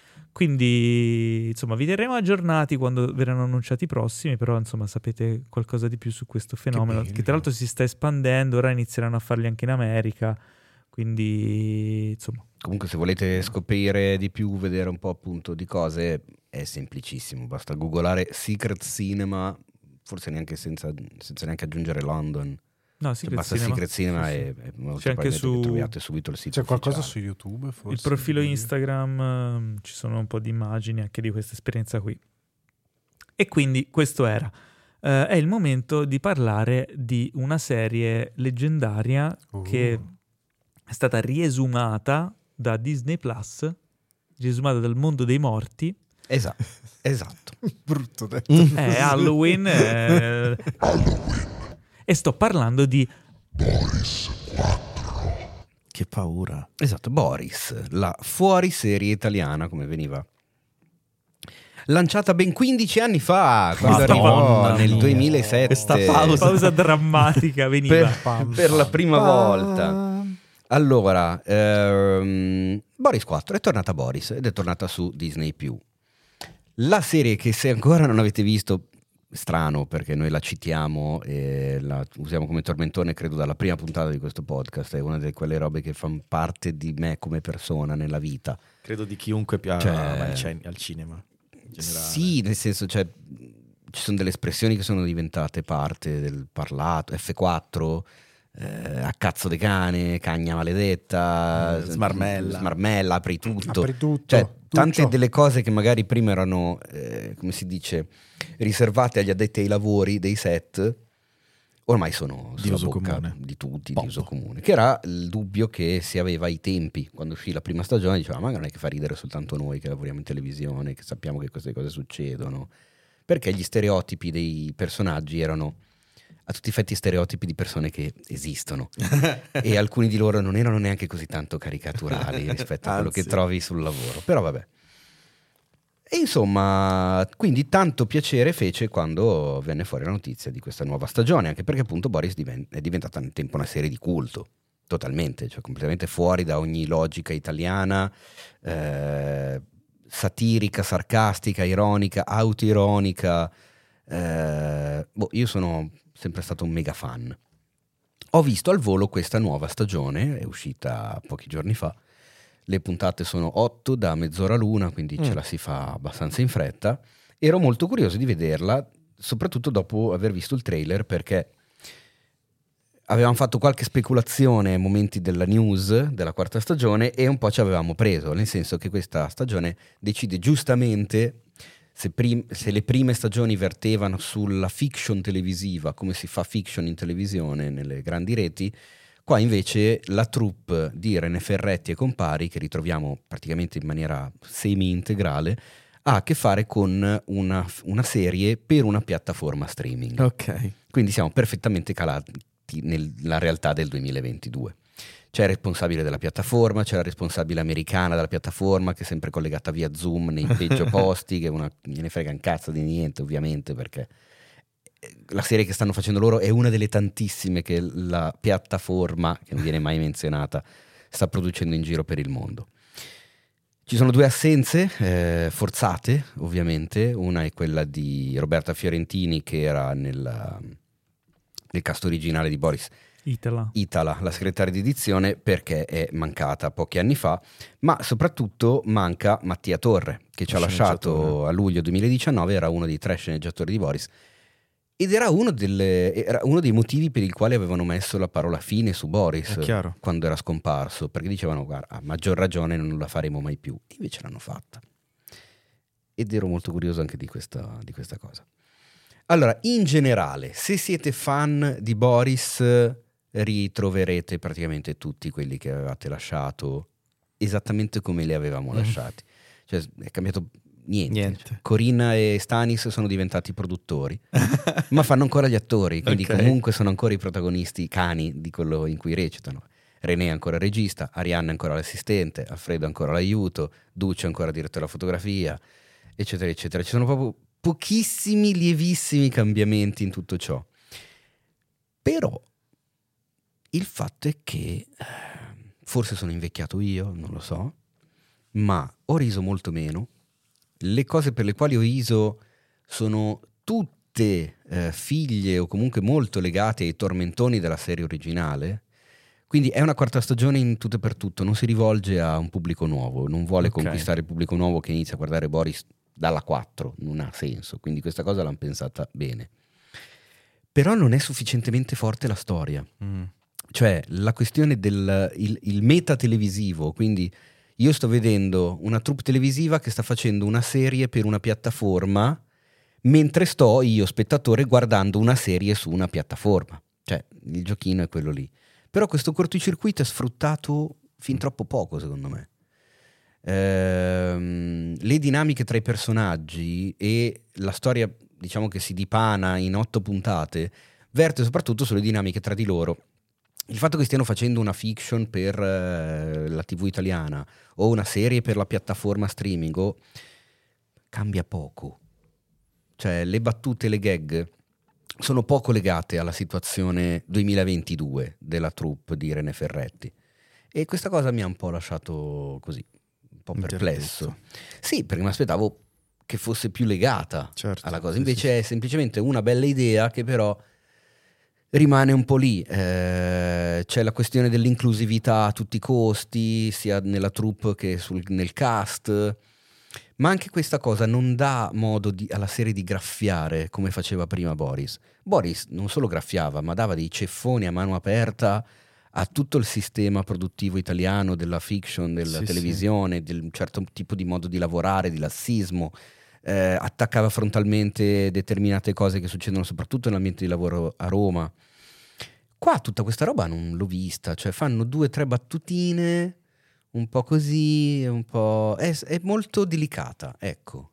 Quindi insomma vi terremo aggiornati quando verranno annunciati i prossimi, però insomma sapete qualcosa di più su questo fenomeno che tra l'altro si sta espandendo, ora inizieranno a farli anche in America, quindi insomma. Comunque se volete scoprire di più, vedere un po' appunto di cose, è semplicissimo, basta googolare Secret Cinema, forse neanche senza neanche aggiungere London. No, Cioè, Secret basta Cinema. Secret Cinema Sì, sì. e molto C'è anche probabilmente su- troviate subito il sito C'è qualcosa ufficiale. su YouTube forse? Il profilo Instagram, ci sono un po' di immagini anche di questa esperienza qui. E quindi questo era. è il momento di parlare di una serie leggendaria che è stata riesumata da Disney Plus, riesumata dal mondo dei morti. Esatto. Brutto detto. È Halloween. E sto parlando di Boris 4. Che paura. Esatto, Boris, la fuoriserie italiana, come veniva lanciata ben 15 anni fa, quando Madonna arrivò nel mia. 2007. Questa pausa drammatica veniva. per la prima volta. Allora, Boris 4 è tornata Boris ed è tornata su Disney+. La serie che se ancora non avete visto, strano perché noi la citiamo e la usiamo come tormentone credo dalla prima puntata di questo podcast, è una di quelle robe che fanno parte di me come persona nella vita. Credo di chiunque piace al cinema. In generale. Sì, nel senso, cioè, ci sono delle espressioni che sono diventate parte del parlato, F4, a cazzo de cane, cagna maledetta, smarmella, apri tutto. Cioè, tante delle cose che magari prima erano, come si dice, riservate agli addetti ai lavori dei set, ormai sono di sulla uso bocca comune. di tutti, Bombo. di uso comune. Che era il dubbio che si aveva ai tempi, quando uscì la prima stagione, diceva, ma non è che fa ridere soltanto noi che lavoriamo in televisione, che sappiamo che queste cose succedono, perché gli stereotipi dei personaggi erano a tutti gli effetti stereotipi di persone che esistono e alcuni di loro non erano neanche così tanto caricaturali rispetto a quello che trovi sul lavoro, però vabbè. E insomma, quindi tanto piacere fece quando venne fuori la notizia di questa nuova stagione, anche perché appunto Boris è diventata nel tempo una serie di culto, totalmente, cioè completamente fuori da ogni logica italiana, satirica, sarcastica, ironica, autoironica. Io sono sempre stato un mega fan. Ho visto al volo questa nuova stagione, è uscita pochi giorni fa. Le puntate sono 8 da mezz'ora l'una, quindi ce la si fa abbastanza in fretta. Ero molto curioso di vederla, soprattutto dopo aver visto il trailer, perché avevamo fatto qualche speculazione ai momenti della news della quarta stagione e un po' ci avevamo preso, nel senso che questa stagione decide giustamente, se le prime stagioni vertevano sulla fiction televisiva, come si fa fiction in televisione nelle grandi reti, qua invece la troupe di René Ferretti e compari, che ritroviamo praticamente in maniera semi-integrale, ha a che fare con una serie per una piattaforma streaming. Ok. Quindi siamo perfettamente calati nella realtà del 2022. C'è il responsabile della piattaforma, c'è la responsabile americana della piattaforma che è sempre collegata via Zoom nei peggio posti, che una gliene frega un cazzo di niente ovviamente, perché la serie che stanno facendo loro è una delle tantissime che la piattaforma, che non viene mai menzionata, sta producendo in giro per il mondo. Ci sono due assenze forzate ovviamente, una è quella di Roberta Fiorentini, che era nel cast originale di Boris, Itala, la segretaria di edizione, perché è mancata pochi anni fa, ma soprattutto manca Mattia Torre, che ci ha lasciato a luglio 2019, era uno dei 3 sceneggiatori di Boris, ed era uno dei motivi per il quale avevano messo la parola fine su Boris quando era scomparso, perché dicevano, guarda, a maggior ragione non la faremo mai più, e invece l'hanno fatta. Ed ero molto curioso anche di questa cosa. Allora, in generale, se siete fan di Boris, ritroverete praticamente tutti quelli che avevate lasciato esattamente come li avevamo lasciati. Cioè, è cambiato niente. Cioè, Corinna e Stanis sono diventati produttori, ma fanno ancora gli attori, quindi comunque sono ancora i protagonisti cani di quello in cui recitano. René è ancora regista, Arianna è ancora l'assistente, Alfredo è ancora l'aiuto, Duccio è ancora direttore della fotografia, eccetera, eccetera. Ci sono proprio pochissimi, lievissimi cambiamenti in tutto ciò. Però il fatto è che forse sono invecchiato io, non lo so, ma ho riso molto meno. Le cose per le quali ho riso sono tutte figlie o comunque molto legate ai tormentoni della serie originale. Quindi è una quarta stagione in tutto e per tutto, non si rivolge a un pubblico nuovo, non vuole conquistare il pubblico nuovo che inizia a guardare Boris dalla 4, non ha senso, quindi questa cosa l'hanno pensata bene. Però non è sufficientemente forte la storia. Cioè la questione del il meta televisivo, quindi io sto vedendo una troupe televisiva che sta facendo una serie per una piattaforma mentre sto io spettatore guardando una serie su una piattaforma. Cioè, il giochino è quello lì. Però questo cortocircuito è sfruttato fin troppo poco, secondo me. Le dinamiche tra i personaggi e la storia, diciamo, che si dipana in 8 puntate, verte soprattutto sulle dinamiche tra di loro. Il fatto che stiano facendo una fiction per la TV italiana o una serie per la piattaforma streaming cambia poco. Cioè, le battute, le gag sono poco legate alla situazione 2022 della troupe di René Ferretti, e questa cosa mi ha un po' lasciato così, un po' perplesso. Sì, perché mi aspettavo che fosse più legata alla cosa, invece è semplicemente una bella idea che però rimane un po' lì. C'è la questione dell'inclusività a tutti i costi, sia nella troupe che nel cast, ma anche questa cosa non dà modo alla serie di graffiare come faceva prima Boris. Boris non solo graffiava, ma dava dei ceffoni a mano aperta a tutto il sistema produttivo italiano, della fiction, della televisione, di un certo tipo di modo di lavorare, di lassismo. Attaccava frontalmente determinate cose che succedono soprattutto nell'ambiente di lavoro a Roma. Qua tutta questa roba non l'ho vista, cioè fanno 2 o 3 battutine un po' così, un po'... è molto delicata, ecco.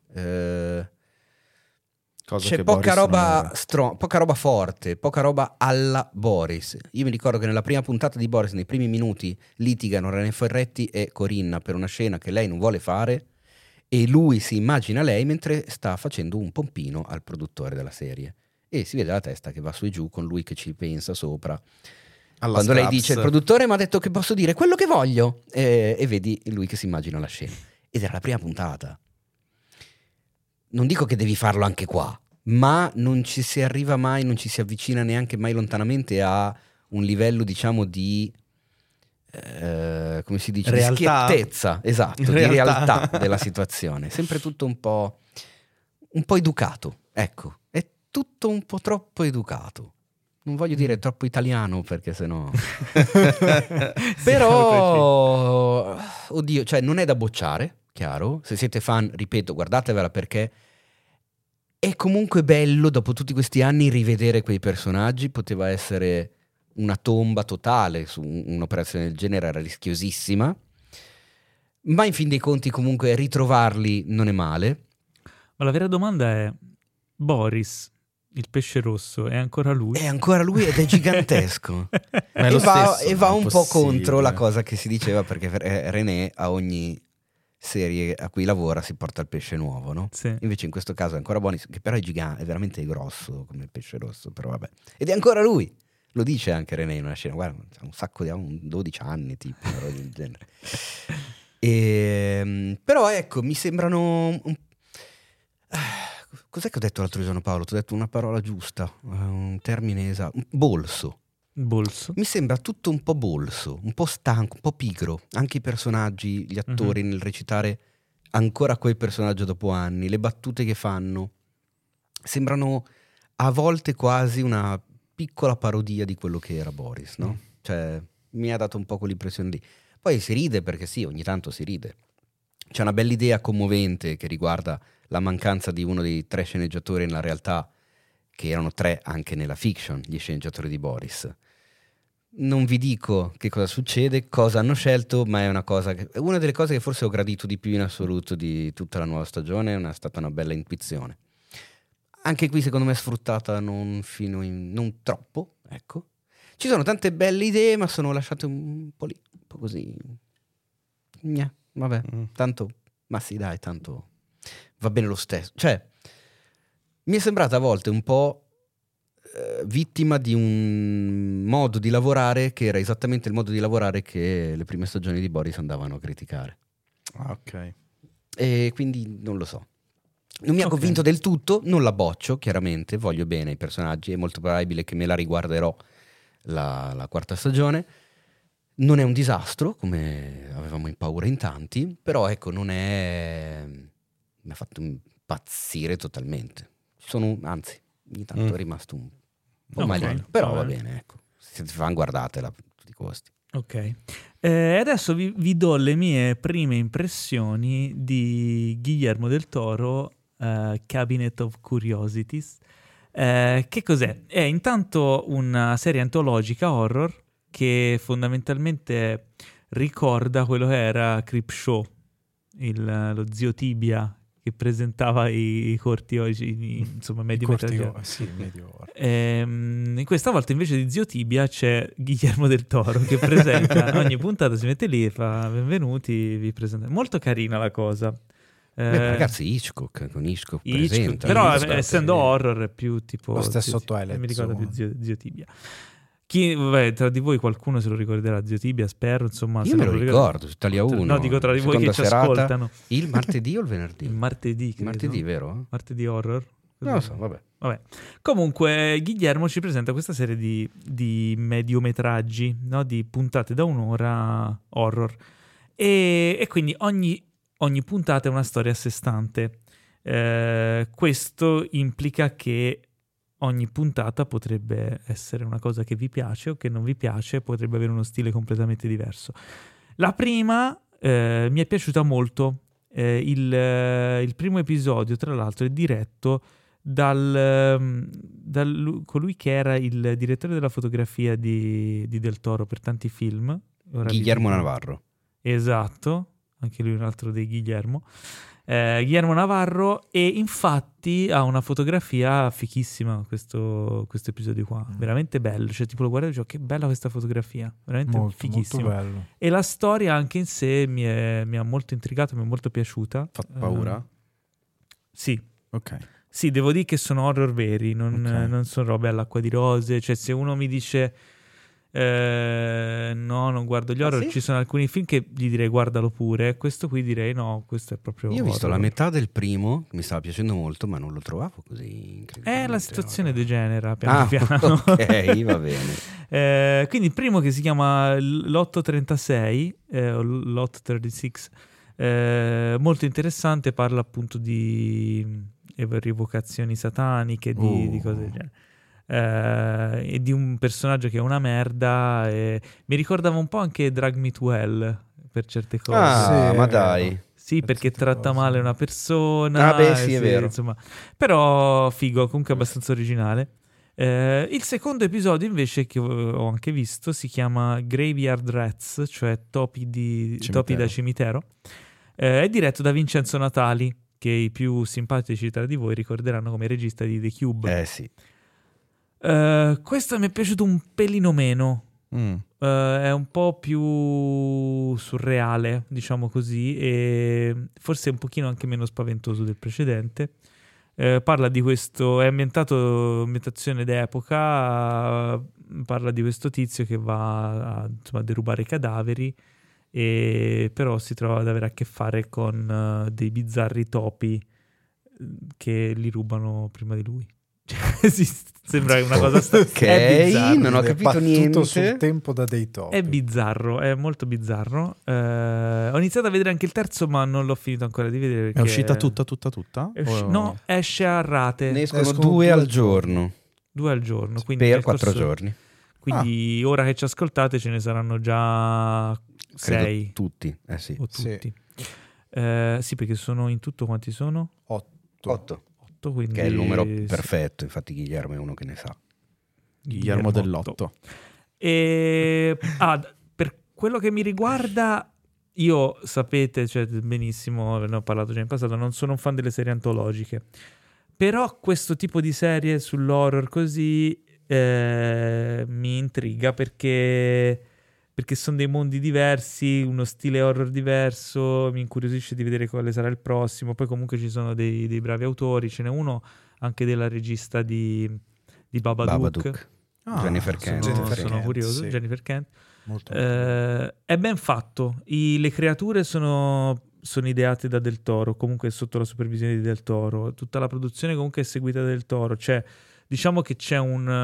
C'è poca roba poca roba forte, poca roba alla Boris. Io mi ricordo che nella prima puntata di Boris, nei primi minuti, litigano René Ferretti e Corinna per una scena che lei non vuole fare, e lui si immagina lei mentre sta facendo un pompino al produttore della serie, e si vede la testa che va su e giù con lui che ci pensa sopra. Quando lei dice il produttore mi ha detto che posso dire quello che voglio, e vedi lui che si immagina la scena, ed era la prima puntata. Non dico che devi farlo anche qua, ma non ci si arriva mai, non ci si avvicina neanche mai lontanamente a un livello, diciamo, di come si dice, realtà. Di schiettezza, esatto, di realtà della situazione. Sempre tutto un po' educato, ecco, è tutto un po' troppo educato. Non voglio dire troppo italiano perché sennò però oddio, cioè non è da bocciare, chiaro. Se siete fan, ripeto, guardatevela, perché è comunque bello dopo tutti questi anni rivedere quei personaggi. Poteva essere una tomba totale su un'operazione del genere, era rischiosissima, ma in fin dei conti comunque ritrovarli non è male. Ma la vera domanda è: Boris, il pesce rosso, è ancora lui? È ancora lui ed è gigantesco. Ma è lo stesso, e va un po' impossibile. contro la cosa che si diceva, perché René a ogni serie a cui lavora si porta il pesce nuovo, no? Sì. Invece in questo caso è ancora Boris, che però è gigante, è veramente grosso come il pesce rosso, però vabbè. Ed è ancora lui. Lo dice anche René in una scena, guarda, ha un sacco di 12 anni, tipo, una roba del genere. Però ecco, mi sembrano cos'è che ho detto l'altro giorno, Paolo? Ti ho detto una parola giusta, un termine esatto. Bolso. Mi sembra tutto un po' bolso, un po' stanco, un po' pigro. Anche i personaggi, gli attori nel recitare ancora quel personaggio dopo anni, le battute che fanno sembrano a volte quasi una piccola parodia di quello che era Boris, no? Cioè, mi ha dato un po' quell'impressione lì. Poi si ride, perché sì, ogni tanto si ride. C'è una bella idea commovente che riguarda la mancanza di uno dei 3 sceneggiatori nella realtà, che erano 3 anche nella fiction, gli sceneggiatori di Boris. Non vi dico che cosa succede, cosa hanno scelto, ma è una delle cose che forse ho gradito di più in assoluto di tutta la nuova stagione. È stata una bella intuizione. Anche qui secondo me è sfruttata non troppo, ecco. Ci sono tante belle idee, ma sono lasciate un po' lì, un po' così. Vabbè, tanto, ma sì dai, tanto va bene lo stesso. Cioè, mi è sembrata a volte un po' vittima di un modo di lavorare che era esattamente il modo di lavorare che le prime stagioni di Boris andavano a criticare. Ok. E quindi non lo so. Non mi ha convinto del tutto, non la boccio, chiaramente, voglio bene ai personaggi, è molto probabile che me la riguarderò la 4ª stagione. Non è un disastro, come avevamo in paura in tanti, però ecco, non è... mi ha fatto impazzire totalmente. Anzi, ogni tanto è rimasto un po' malino, però va bene, ecco. Se siete fan, guardatela a tutti i costi. Ok. Adesso vi do le mie prime impressioni di Guillermo del Toro Cabinet of Curiosities. Che cos'è? È intanto una serie antologica horror che fondamentalmente ricorda quello che era Creepshow, lo zio Tibia che presentava i corti insomma mediometraggi. Sì, medio horror. In questa volta invece di zio Tibia c'è Guillermo del Toro che presenta ogni puntata, si mette lì e fa benvenuti, vi presenta. Molto carina la cosa. Ragazzi, Hitchcock presenta. Però Hitchcock, essendo horror è più tipo Lo stesso Twilight mi ricorda più Zone. zio Tibia. Tra di voi qualcuno se lo ricorderà zio Tibia, spero, insomma. Io se me non lo ricordo, su Italia 1. No, dico tra di voi che ci serata, ascoltano. Il martedì o il venerdì? Il martedì, credo. Martedì, vero? Martedì horror. Non lo so, vabbè. Comunque Guillermo ci presenta questa serie di mediometraggi, no? Di puntate da un'ora horror. E quindi ogni puntata è una storia a sé stante. Questo implica che ogni puntata potrebbe essere una cosa che vi piace o che non vi piace, potrebbe avere uno stile completamente diverso. La prima mi è piaciuta molto. Il primo episodio, tra l'altro, è diretto da colui che era il direttore della fotografia di Del Toro per tanti film. Guillermo Navarro. Esatto, anche lui un altro dei Guillermo. Guillermo Navarro, e infatti ha una fotografia fichissima questo episodio qua, veramente bello, cioè tipo lo guardo e dico che bella questa fotografia, veramente fichissima. Molto bello. E la storia anche in sé mi ha molto intrigato, mi è molto piaciuta. Fa paura? Sì. Ok. Sì, devo dire che sono horror veri, non Ok. non sono robe all'acqua di rose, cioè se uno mi dice no, non guardo gli horror, sì? ci sono alcuni film che gli direi guardalo pure, questo qui direi no, questo è proprio Io ho visto horror. la metà del primo, mi stava piacendo molto, ma non lo trovavo così incredibile. La situazione degenera piano piano. Ok, va bene. Quindi il primo, che si chiama l'836 o l'836, molto interessante, parla appunto di rievocazioni sataniche, di cose del genere. E di un personaggio che è una merda, e mi ricordava un po' anche Drag Me to Hell per certe cose. Ah, ma dai. Sì, perché certe tratta cose. male una persona. Ah, beh, sì, è vero. Insomma. Però figo, comunque abbastanza originale. Il secondo episodio invece, che ho anche visto, si chiama Graveyard Rats, cioè topi da cimitero. È diretto da Vincenzo Natali, che i più simpatici tra di voi ricorderanno come regista di The Cube. Sì. Questo mi è piaciuto un pelino meno. È un po' più surreale, diciamo così, e forse un pochino anche meno spaventoso del precedente. Parla di questo, è ambientazione d'epoca, parla di questo tizio che va a derubare i cadaveri, e però si trova ad avere a che fare con dei bizzarri topi che li rubano prima di lui. Sì, sembra una cosa Ok, è bizzarro. non ho È capito battuto niente. sul tempo da dei topi. È bizzarro, è molto bizzarro. Ho iniziato a vedere anche il terzo, ma non l'ho finito ancora di vedere. È uscita tutta? No, esce a rate. Ne escono Escono 2 due al al giorno. 2 al giorno. Quindi Per nel 4 corso- giorni. Quindi ora che ci ascoltate ce ne saranno già Credo 6 tutti. Sì. o Sì. tutti. Sì, perché sono in tutto quanti sono? 8. 8. 8, quindi Che è il numero sì. perfetto. Infatti Guillermo è uno che ne sa. Guillermo dell'8. E per quello che mi riguarda, io sapete, cioè, benissimo, ne ho parlato già in passato, non sono un fan delle serie antologiche, però questo tipo di serie sull'horror così mi intriga perché sono dei mondi diversi, uno stile horror diverso, mi incuriosisce di vedere quale sarà il prossimo. Poi comunque ci sono dei bravi autori, ce n'è uno anche della regista di Babadook. Jennifer Kent. Sono Kent, curioso, sì. Jennifer Kent. Molto È ben fatto. Le creature sono ideate da Del Toro, comunque sotto la supervisione di Del Toro. Tutta la produzione comunque è seguita da Del Toro. Cioè, diciamo che c'è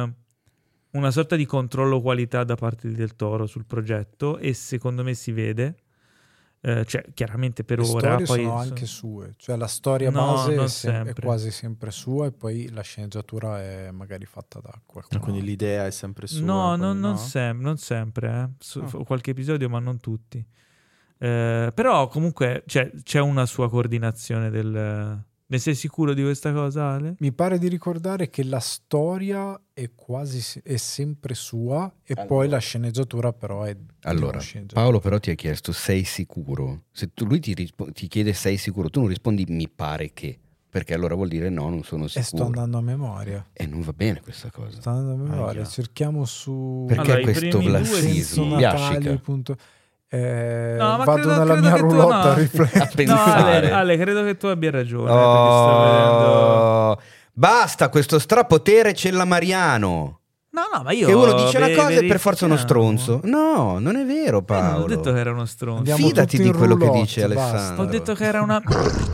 una sorta di controllo qualità da parte di Del Toro sul progetto, e secondo me si vede. Cioè, chiaramente per Le ora storie poi sono anche sue, cioè la storia No, base non è sempre. quasi sempre sua, e poi la sceneggiatura è magari fatta da qualcuno. Quindi l'idea è sempre sua. No, quindi non sempre. Ah. Qualche episodio, ma non tutti. Però comunque c'è una sua coordinazione Ne sei sicuro di questa cosa, Ale? Mi pare di ricordare che la storia è sempre sua e poi la sceneggiatura però è di Allora, una sceneggiatura. Paolo però ti ha chiesto sei sicuro? Se lui ti chiede sei sicuro, tu non rispondi mi pare che, perché allora vuol dire no, non sono E sto sicuro. andando a memoria. E non va bene questa cosa. Sto andando a memoria. Ahia. Cerchiamo su Perché Allora, i questo primi due lassismo? sì. Biascica. punto. No, ma Vado credo nella mia che tu roulotte no. a riflettere. A No, pensare. Ale, credo che tu abbia ragione. Perché sto vedendo... Oh, basta questo strapotere cellamariano. No, ma io... Che uno dice una cosa e per forza uno verifichiamo. stronzo. No, non è vero, Non ho Paolo. detto che era uno stronzo. Andiamo Fidati tutti di in quello che roulotte, dice basta. Alessandro. Ho detto che era una...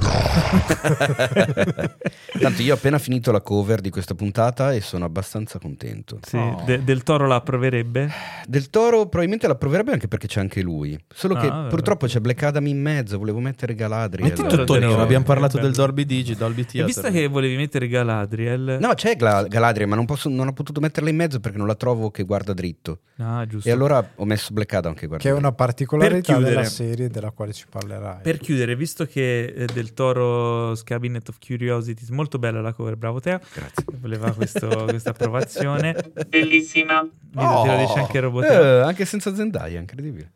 Tanto io ho appena finito la cover di questa puntata e sono abbastanza contento. Sì, Del Toro la approverebbe? Del Toro probabilmente l'approverebbe anche perché c'è anche lui. Solo che vabbè. purtroppo c'è Black Adam in mezzo, volevo mettere Galadriel. Metti Allora, tutto però- nero. Abbiamo che parlato del bello. Dolby Digi, Dolby E Theater. visto che volevi mettere Galadriel... No, c'è Galadriel, ma non ho potuto metterla in mezzo perché non la trovo che guarda dritto. Ah, giusto. E allora ho messo Black Adam che guarda Che è una dritto. particolarità Per chiudere. della serie della quale ci parlerai. Per chiudere, visto che Del Toro's Cabinet of Curiosities, molto bella la cover, bravo Teo, Grazie. voleva questa approvazione. Bellissima. Te lo dice anche Roboteo. Anche senza Zendaya, incredibile.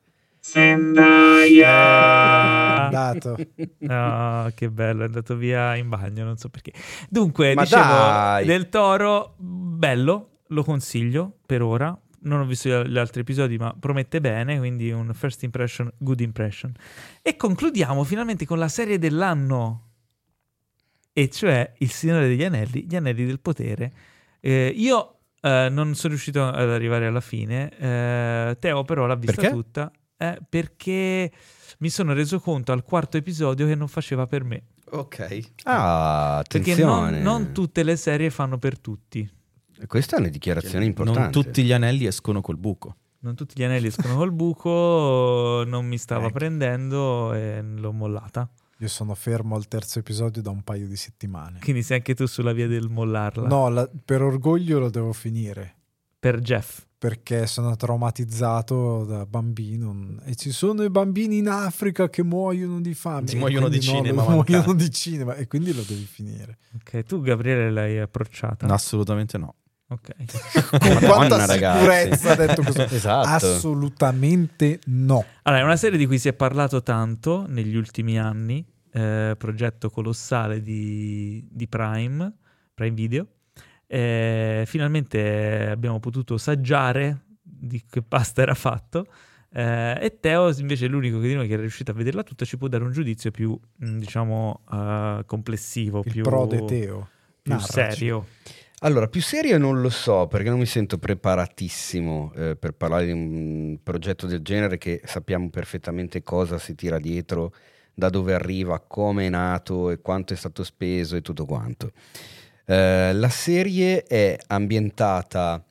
Zendaya. Dato. No, che bello, è andato via in bagno, non so perché. Dunque, Ma dicevo, dai! Del Toro, bello, lo consiglio per ora. Non ho visto gli altri episodi, ma promette bene, quindi un first impression, good impression. E concludiamo finalmente con la serie dell'anno, e cioè Il Signore degli Anelli, Gli Anelli del Potere. Io non sono riuscito ad arrivare alla fine, Teo però l'ha vista Perché? tutta, perché mi sono reso conto al quarto episodio che non faceva per me. Ok. Ah, Perché attenzione. non tutte le serie fanno per tutti. Questa è una dichiarazione importante. Non tutti gli anelli escono col buco. Non tutti gli anelli escono col buco, non mi stava Ecco. prendendo e l'ho mollata. Io sono fermo al terzo episodio da un paio di settimane. Quindi sei anche tu sulla via del mollarla. No, per orgoglio lo devo finire. Per Jeff. Perché sono traumatizzato da bambino e ci sono i bambini in Africa che muoiono di fame. Ci E muoiono quindi di cinema, muoiono mancati. di cinema e quindi lo devi finire. Ok, tu Gabriele l'hai approcciata? No, assolutamente no. Ok. Con quanta Madonna, ragazzi. sicurezza ha detto questo. Esatto. Assolutamente no. Allora, è una serie di cui si è parlato tanto negli ultimi anni, progetto colossale di Prime Video. Finalmente abbiamo potuto saggiare di che pasta era fatto, e Teo invece è l'unico di noi che è riuscito a vederla tutta, ci può dare un giudizio più, diciamo, complessivo, Il più, prode Teo. più Narraci. serio. Allora, più serio non lo so, perché non mi sento preparatissimo per parlare di un progetto del genere che sappiamo perfettamente cosa si tira dietro, da dove arriva, come è nato e quanto è stato speso e tutto quanto. La serie è ambientata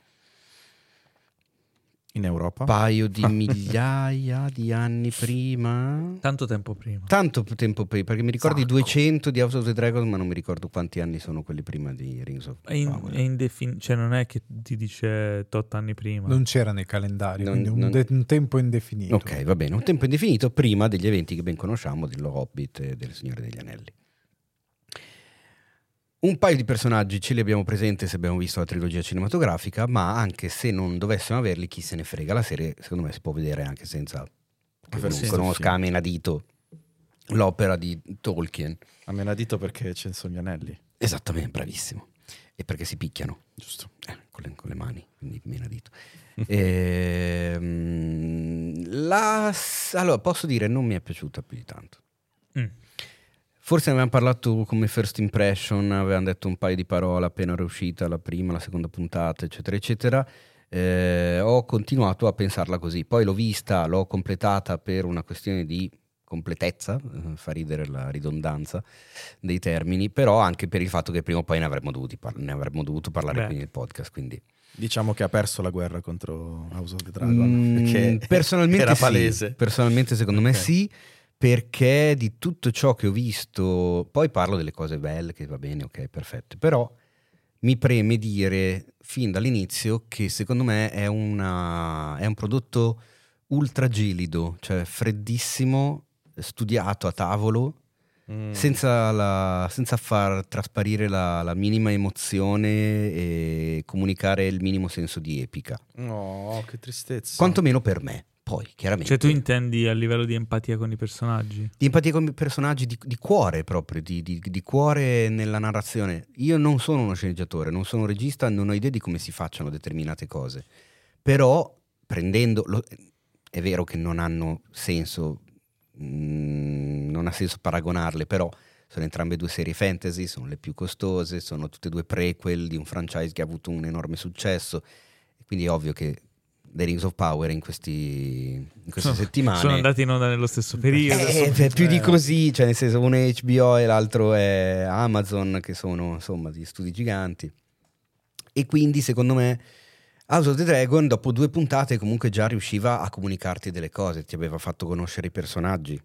In Europa. un paio di migliaia di anni prima. Tanto tempo prima. Tanto tempo prima, perché mi ricordo i Sacco. 200 di House of the Dragon, ma non mi ricordo quanti anni sono quelli prima di Rings of È Power. cioè non è che ti dice tot anni prima. Non c'era nei calendari, Non- quindi non- un tempo indefinito. Ok, va bene, un tempo indefinito prima degli eventi che ben conosciamo dello Hobbit e del Signore degli Anelli. Un paio di personaggi ce li abbiamo presenti se abbiamo visto la trilogia cinematografica, ma anche se non dovessimo averli, chi se ne frega. La serie, secondo me, si può vedere anche senza che Sì, uno sì. conosca a menadito l'opera di Tolkien. A menadito perché ce ne sono gli anelli. Esattamente, bravissimo. E perché si picchiano. Giusto. Con le mani, quindi menadito. Allora, posso dire, non mi è piaciuta più di tanto. Forse ne avevamo parlato come first impression, avevamo detto un paio di parole appena era uscita la prima, la seconda puntata, eccetera, eccetera. Ho continuato a pensarla così. Poi l'ho vista, l'ho completata per una questione di completezza, fa ridere la ridondanza dei termini, però anche per il fatto che prima o poi ne avremmo dovuto parlare Beh. qui nel podcast, quindi... Diciamo che ha perso la guerra contro House of the Dragon. Perché personalmente era sì. palese. Personalmente secondo me Ok. sì, perché di tutto ciò che ho visto, poi parlo delle cose belle, che va bene, ok, perfetto, però mi preme dire fin dall'inizio che secondo me è un prodotto ultra gelido, cioè freddissimo, studiato a tavolo, senza far trasparire la minima emozione e comunicare il minimo senso di epica. No, che tristezza. Quantomeno per me. Poi, chiaramente... Cioè tu intendi a livello di empatia con i personaggi? Di empatia con i personaggi, di cuore proprio, di cuore nella narrazione. Io non sono uno sceneggiatore, non sono un regista, non ho idea di come si facciano determinate cose. Però, è vero che non hanno senso, non ha senso paragonarle, però sono entrambe due serie fantasy, sono le più costose, sono tutte e due prequel di un franchise che ha avuto un enorme successo. Quindi è ovvio che The Rings of Power in queste settimane sono andati in onda nello stesso periodo. Più di così, cioè nel senso uno è HBO e l'altro è Amazon, che sono insomma di studi giganti. E quindi secondo me House of the Dragon dopo 2 puntate comunque già riusciva a comunicarti delle cose, ti aveva fatto conoscere i personaggi,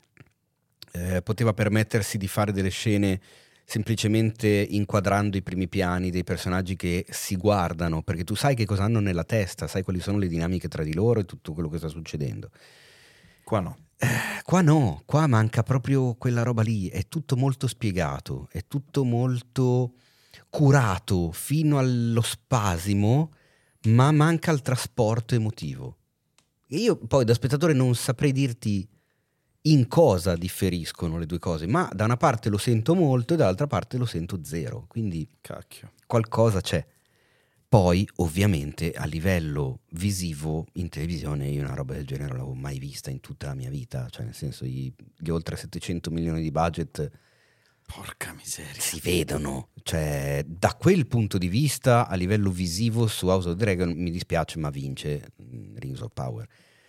poteva permettersi di fare delle scene semplicemente inquadrando i primi piani dei personaggi che si guardano, perché tu sai che cosa hanno nella testa, sai quali sono le dinamiche tra di loro e tutto quello che sta succedendo. Qua no. Qua no, qua manca proprio quella roba lì, è tutto molto spiegato, è tutto molto curato fino allo spasimo, ma manca il trasporto emotivo. E io poi da spettatore non saprei dirti in cosa differiscono le due cose, ma da una parte lo sento molto e dall'altra parte lo sento zero, quindi Cacchio. qualcosa c'è. Poi ovviamente a livello visivo in televisione io una roba del genere non l'avevo mai vista in tutta la mia vita, cioè nel senso gli oltre 700 milioni di budget Porca miseria. si vedono, cioè da quel punto di vista a livello visivo su House of the Dragon mi dispiace ma vince Rings of Power.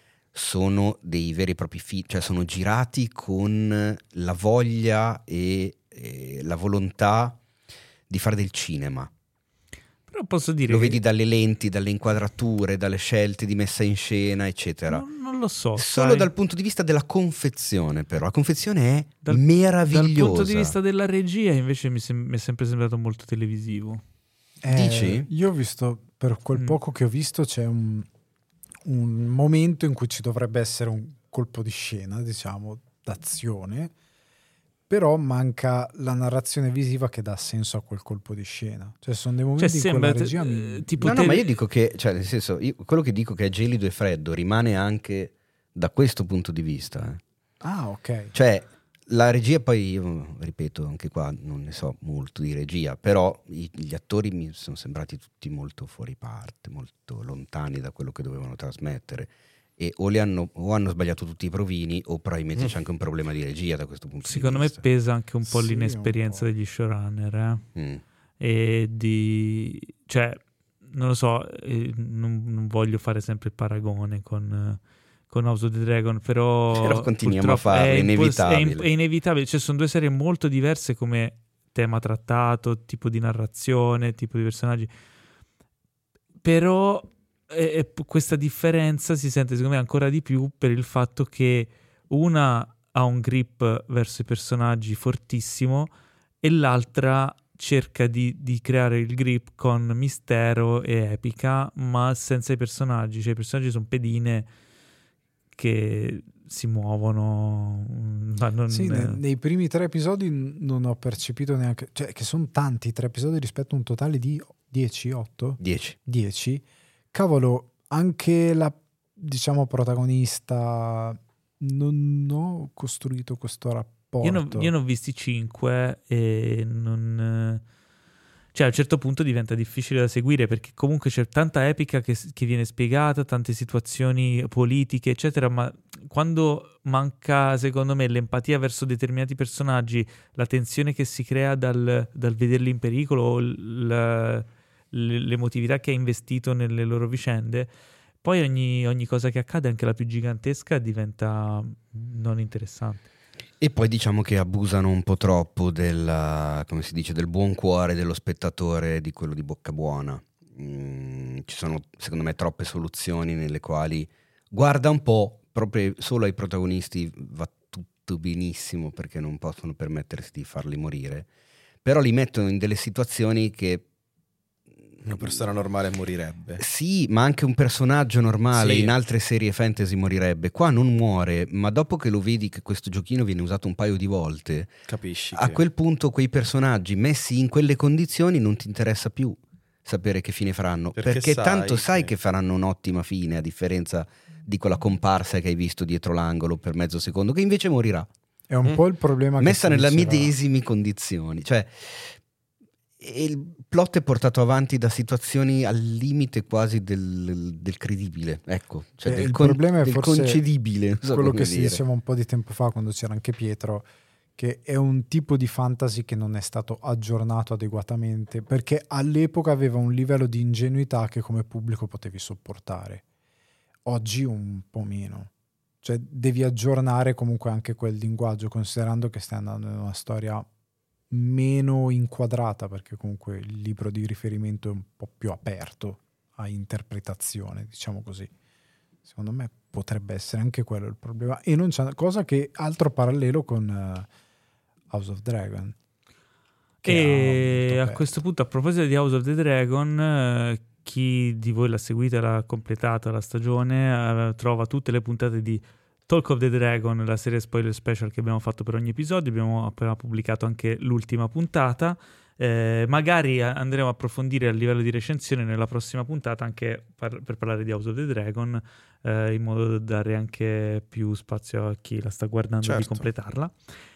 Sono dei veri e propri film, cioè sono girati con la voglia e la volontà di fare del cinema. Però posso dire Lo che vedi dalle lenti, dalle inquadrature, dalle scelte di messa in scena, eccetera. non lo so. Solo sai. dal punto di vista della confezione, però. La confezione è Dal meravigliosa. Dal punto di vista della regia invece mi è sempre sembrato molto televisivo. Dici? Io ho visto, per quel poco che ho visto, c'è un momento in cui ci dovrebbe essere un colpo di scena, diciamo, d'azione, però manca la narrazione visiva che dà senso a quel colpo di scena. Cioè sono dei momenti in cui la regia tipo No, ma io dico che, cioè nel senso, quello che dico che è gelido e freddo rimane anche da questo punto di vista. Ah, ok. Cioè, la regia poi, io ripeto, anche qua non ne so molto di regia, però gli attori mi sono sembrati tutti molto fuori parte, molto lontani da quello che dovevano trasmettere. E o hanno sbagliato tutti i provini o probabilmente c'è anche un problema di regia da questo punto secondo di me vista. pesa anche un po' Sì, l'inesperienza un po'. degli showrunner, Mm. e cioè non lo so, non voglio fare sempre il paragone con House of the Dragon, però continuiamo a purtroppo farlo, è è inevitabile. è inevitabile, cioè sono due serie molto diverse come tema trattato, tipo di narrazione, tipo di personaggi, però questa differenza si sente secondo me ancora di più per il fatto che una ha un grip verso i personaggi fortissimo e l'altra cerca di creare il grip con mistero e epica, ma senza i personaggi. Cioè i personaggi sono pedine che si muovono, ma non... Sì, nei primi 3 episodi non ho percepito neanche, cioè che sono tanti 3 episodi rispetto a un totale di 10, 8? 10. Cavolo, anche la, diciamo, protagonista non ho costruito questo rapporto. Io ne ho visti 5 e non... Cioè a un certo punto diventa difficile da seguire perché comunque c'è tanta epica che viene spiegata, tante situazioni politiche, eccetera, ma quando manca, secondo me, l'empatia verso determinati personaggi, la tensione che si crea dal vederli in pericolo o l'emotività che è investito nelle loro vicende, poi ogni cosa che accade, anche la più gigantesca, diventa non interessante. E poi diciamo che abusano un po' troppo come si dice, del buon cuore dello spettatore, di quello di bocca buona. Ci sono secondo me troppe soluzioni nelle quali guarda un po', proprio solo ai protagonisti va tutto benissimo perché non possono permettersi di farli morire, però li mettono in delle situazioni che Una persona normale morirebbe. Sì, ma anche un personaggio normale Sì. in altre serie fantasy morirebbe. Qua non muore, ma dopo che lo vedi che questo giochino viene usato un paio di volte, Capisci? a quel punto quei personaggi messi in quelle condizioni non ti interessa più sapere che fine faranno, perché tanto sai che faranno un'ottima fine, a differenza di quella comparsa che hai visto dietro l'angolo per mezzo secondo, che invece morirà. È un po' il problema Messa che si nelle diceva- medesime condizioni, cioè il plot è portato avanti da situazioni al limite quasi del credibile, ecco, cioè il problema è del forse concedibile, non so quello come che si dire. diceva un po' di tempo fa quando c'era anche Pietro, che è un tipo di fantasy che non è stato aggiornato adeguatamente, perché all'epoca aveva un livello di ingenuità che come pubblico potevi sopportare. Oggi un po' meno. Cioè devi aggiornare comunque anche quel linguaggio, considerando che stai andando in una storia meno inquadrata, perché comunque il libro di riferimento è un po' più aperto a interpretazione, diciamo così. Secondo me potrebbe essere anche quello il problema, e non c'è cosa che altro parallelo con House of Dragon, che E ha molto a aperto. questo punto, a proposito di House of the Dragon, chi di voi l'ha seguita, l'ha completata la stagione, trova tutte le puntate di Talk of the Dragon, la serie spoiler special che abbiamo fatto per ogni episodio. Abbiamo appena pubblicato anche l'ultima puntata. Magari andremo a approfondire a livello di recensione nella prossima puntata anche per parlare di House of the Dragon, in modo da dare anche più spazio a chi la sta guardando di Certo. completarla.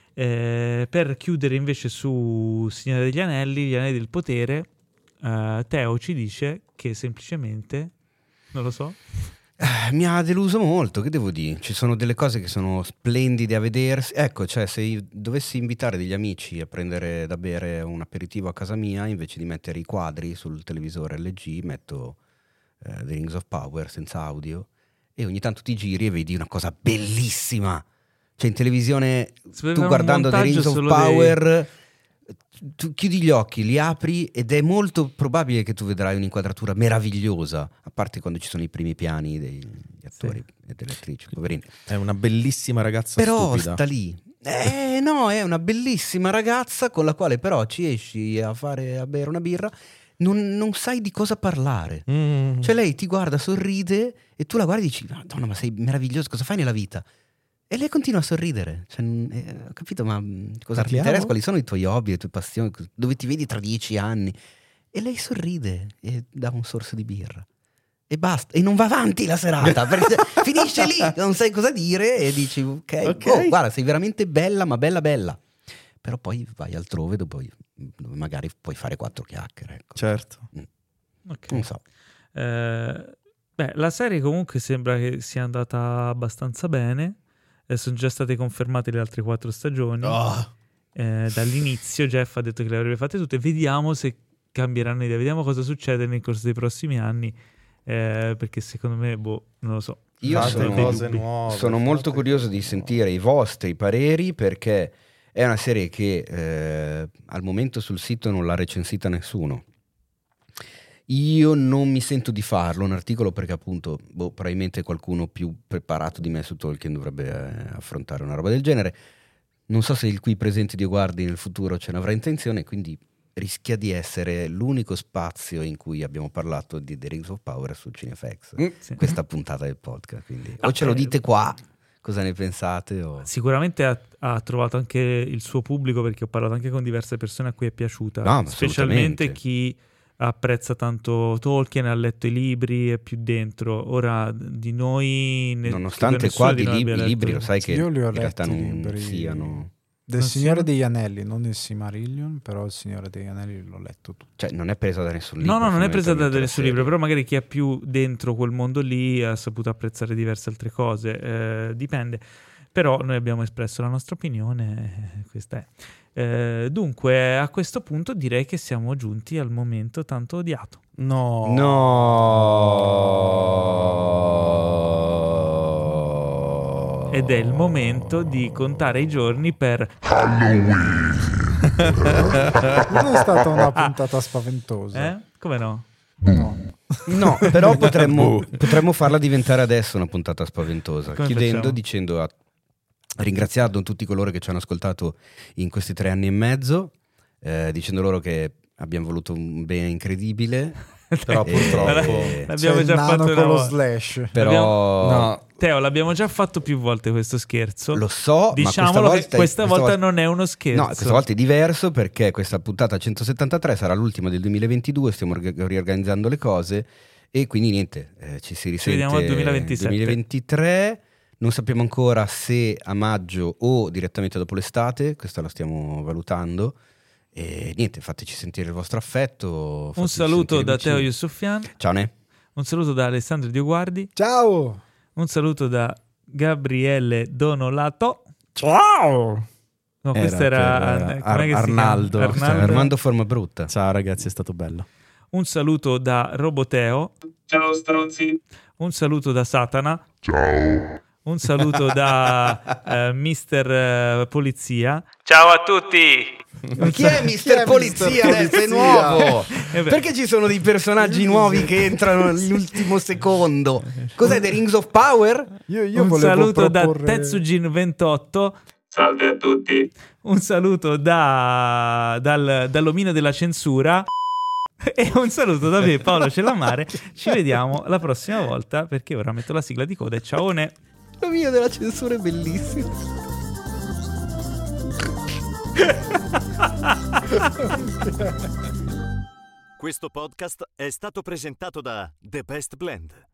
Per chiudere invece su Signore degli Anelli, gli Anelli del Potere, Teo ci dice che semplicemente, non lo so, Mi ha deluso molto, che devo dire? Ci sono delle cose che sono splendide a vedersi. Ecco, cioè se io dovessi invitare degli amici a prendere da bere un aperitivo a casa mia, invece di mettere i quadri sul televisore LG, metto The Rings of Power senza audio, e ogni tanto ti giri e vedi una cosa bellissima. Cioè in televisione, Si poteva tu fare un guardando The montaggio Rings of solo Power, tu chiudi gli occhi, li apri ed è molto probabile che tu vedrai un'inquadratura meravigliosa, a parte quando ci sono i primi piani degli attori e delle attrici, poverini. È una bellissima ragazza Però stupida. sta lì. No, è una bellissima ragazza con la quale però ci esci a bere una birra, non sai di cosa parlare. Cioè lei ti guarda, sorride e tu la guardi e dici: Madonna, ma sei meravigliosa, cosa fai nella vita? E lei continua a sorridere. Cioè, ho capito, ma cosa ti Parliamo? interessa? Quali sono i tuoi hobby, le tue passioni? Dove ti vedi tra 10 anni? E lei sorride e dà un sorso di birra. E basta. E non va avanti la serata, perché finisce lì, non sai cosa dire e dici: ok, oh, guarda, sei veramente bella, ma bella bella. Però poi vai altrove dove magari puoi fare 4 chiacchiere. Ecco. Certo. ok. Non so. La serie comunque sembra che sia andata abbastanza bene. Sono già state confermate le altre 4 stagioni. Dall'inizio Jeff ha detto che le avrebbe fatte tutte. Vediamo se cambieranno idea, vediamo cosa succede nel corso dei prossimi anni, perché secondo me, non lo so. Io Fate sono, cose nuove, sono molto fate curioso cose di nuove. sentire i vostri pareri, perché è una serie che al momento sul sito non l'ha recensita nessuno. Io non mi sento di farlo un articolo perché appunto probabilmente qualcuno più preparato di me su Tolkien dovrebbe affrontare una roba del genere. Non so se il qui presente Dio guardi nel futuro ce ne avrà intenzione, quindi rischia di essere l'unico spazio in cui abbiamo parlato di The Rings of Power su Cinefx, Sì. questa puntata del podcast, quindi o ce lo dite qua cosa ne pensate o... Sicuramente ha trovato anche il suo pubblico, perché ho parlato anche con diverse persone a cui è piaciuta, No, ma specialmente assolutamente. chi apprezza tanto Tolkien, ha letto i libri, è più dentro. Ora di noi Nonostante nessuno qua di noi abbia i letto- libri lo sai che Io li ho in realtà letti i non libri siano... del Non Signore siano- degli Anelli, non il Silmarillion, però il Signore degli Anelli l'ho letto tutto. Cioè non è presa da nessun libro. No, non è presa da fondamentalmente nessun la libro, serie. però magari chi è più dentro quel mondo lì ha saputo apprezzare diverse altre cose, dipende. Però noi abbiamo espresso la nostra opinione, questa è. Dunque, a questo punto direi che siamo giunti al momento tanto odiato. No. Ed è il momento di contare i giorni per... Halloween. Non è stata una puntata spaventosa. Come no? No. No, però potremmo farla diventare adesso una puntata spaventosa, Come chiudendo facciamo? dicendo ringraziando tutti coloro che ci hanno ascoltato in questi 3 anni e mezzo, dicendo loro che abbiamo voluto un bene incredibile Però purtroppo... L'abbiamo C'è il già nano fatto una con lo volta. slash. Però No, Teo, l'abbiamo già fatto più volte questo scherzo. lo so, Diciamolo ma che questa volta non è uno scherzo. No, questa volta è diverso perché questa puntata 173 sarà l'ultima del 2022, stiamo riorganizzando le cose e quindi niente, ci si risente vediamo al 2027. 2023. Non sappiamo ancora se a maggio o direttamente dopo l'estate, questo lo stiamo valutando. E niente, fateci sentire il vostro affetto. Un fateci saluto sentire da vicini. Teo Yusufian, Ciao Ne. un saluto da Alessandro Dioguardi, Ciao! un saluto da Gabriele Donolato. Ciao! No, questo era com'è che si Arnaldo. chiama? Arnaldo. Armando Forma Brutta. Ciao ragazzi, è stato bello. Un saluto da Roboteo, Ciao stronzi. un saluto da Satana, Ciao. un saluto da Mister Polizia. Ciao a tutti! Ma chi è Mister Polizia? Adesso è nuovo. Eh beh. Perché ci sono dei personaggi nuovi che entrano all'ultimo secondo? Cos'è The Rings of Power? Io Un volevo saluto da proporre... Tetsujin28. Salve a tutti. Un saluto dall'omino della censura. E un saluto da me, Paolo Cellamare. Ci vediamo la prossima volta perché ora metto la sigla di coda e ciaone. Lo mio della censura è bellissimo. Questo podcast è stato presentato da The Best Blend.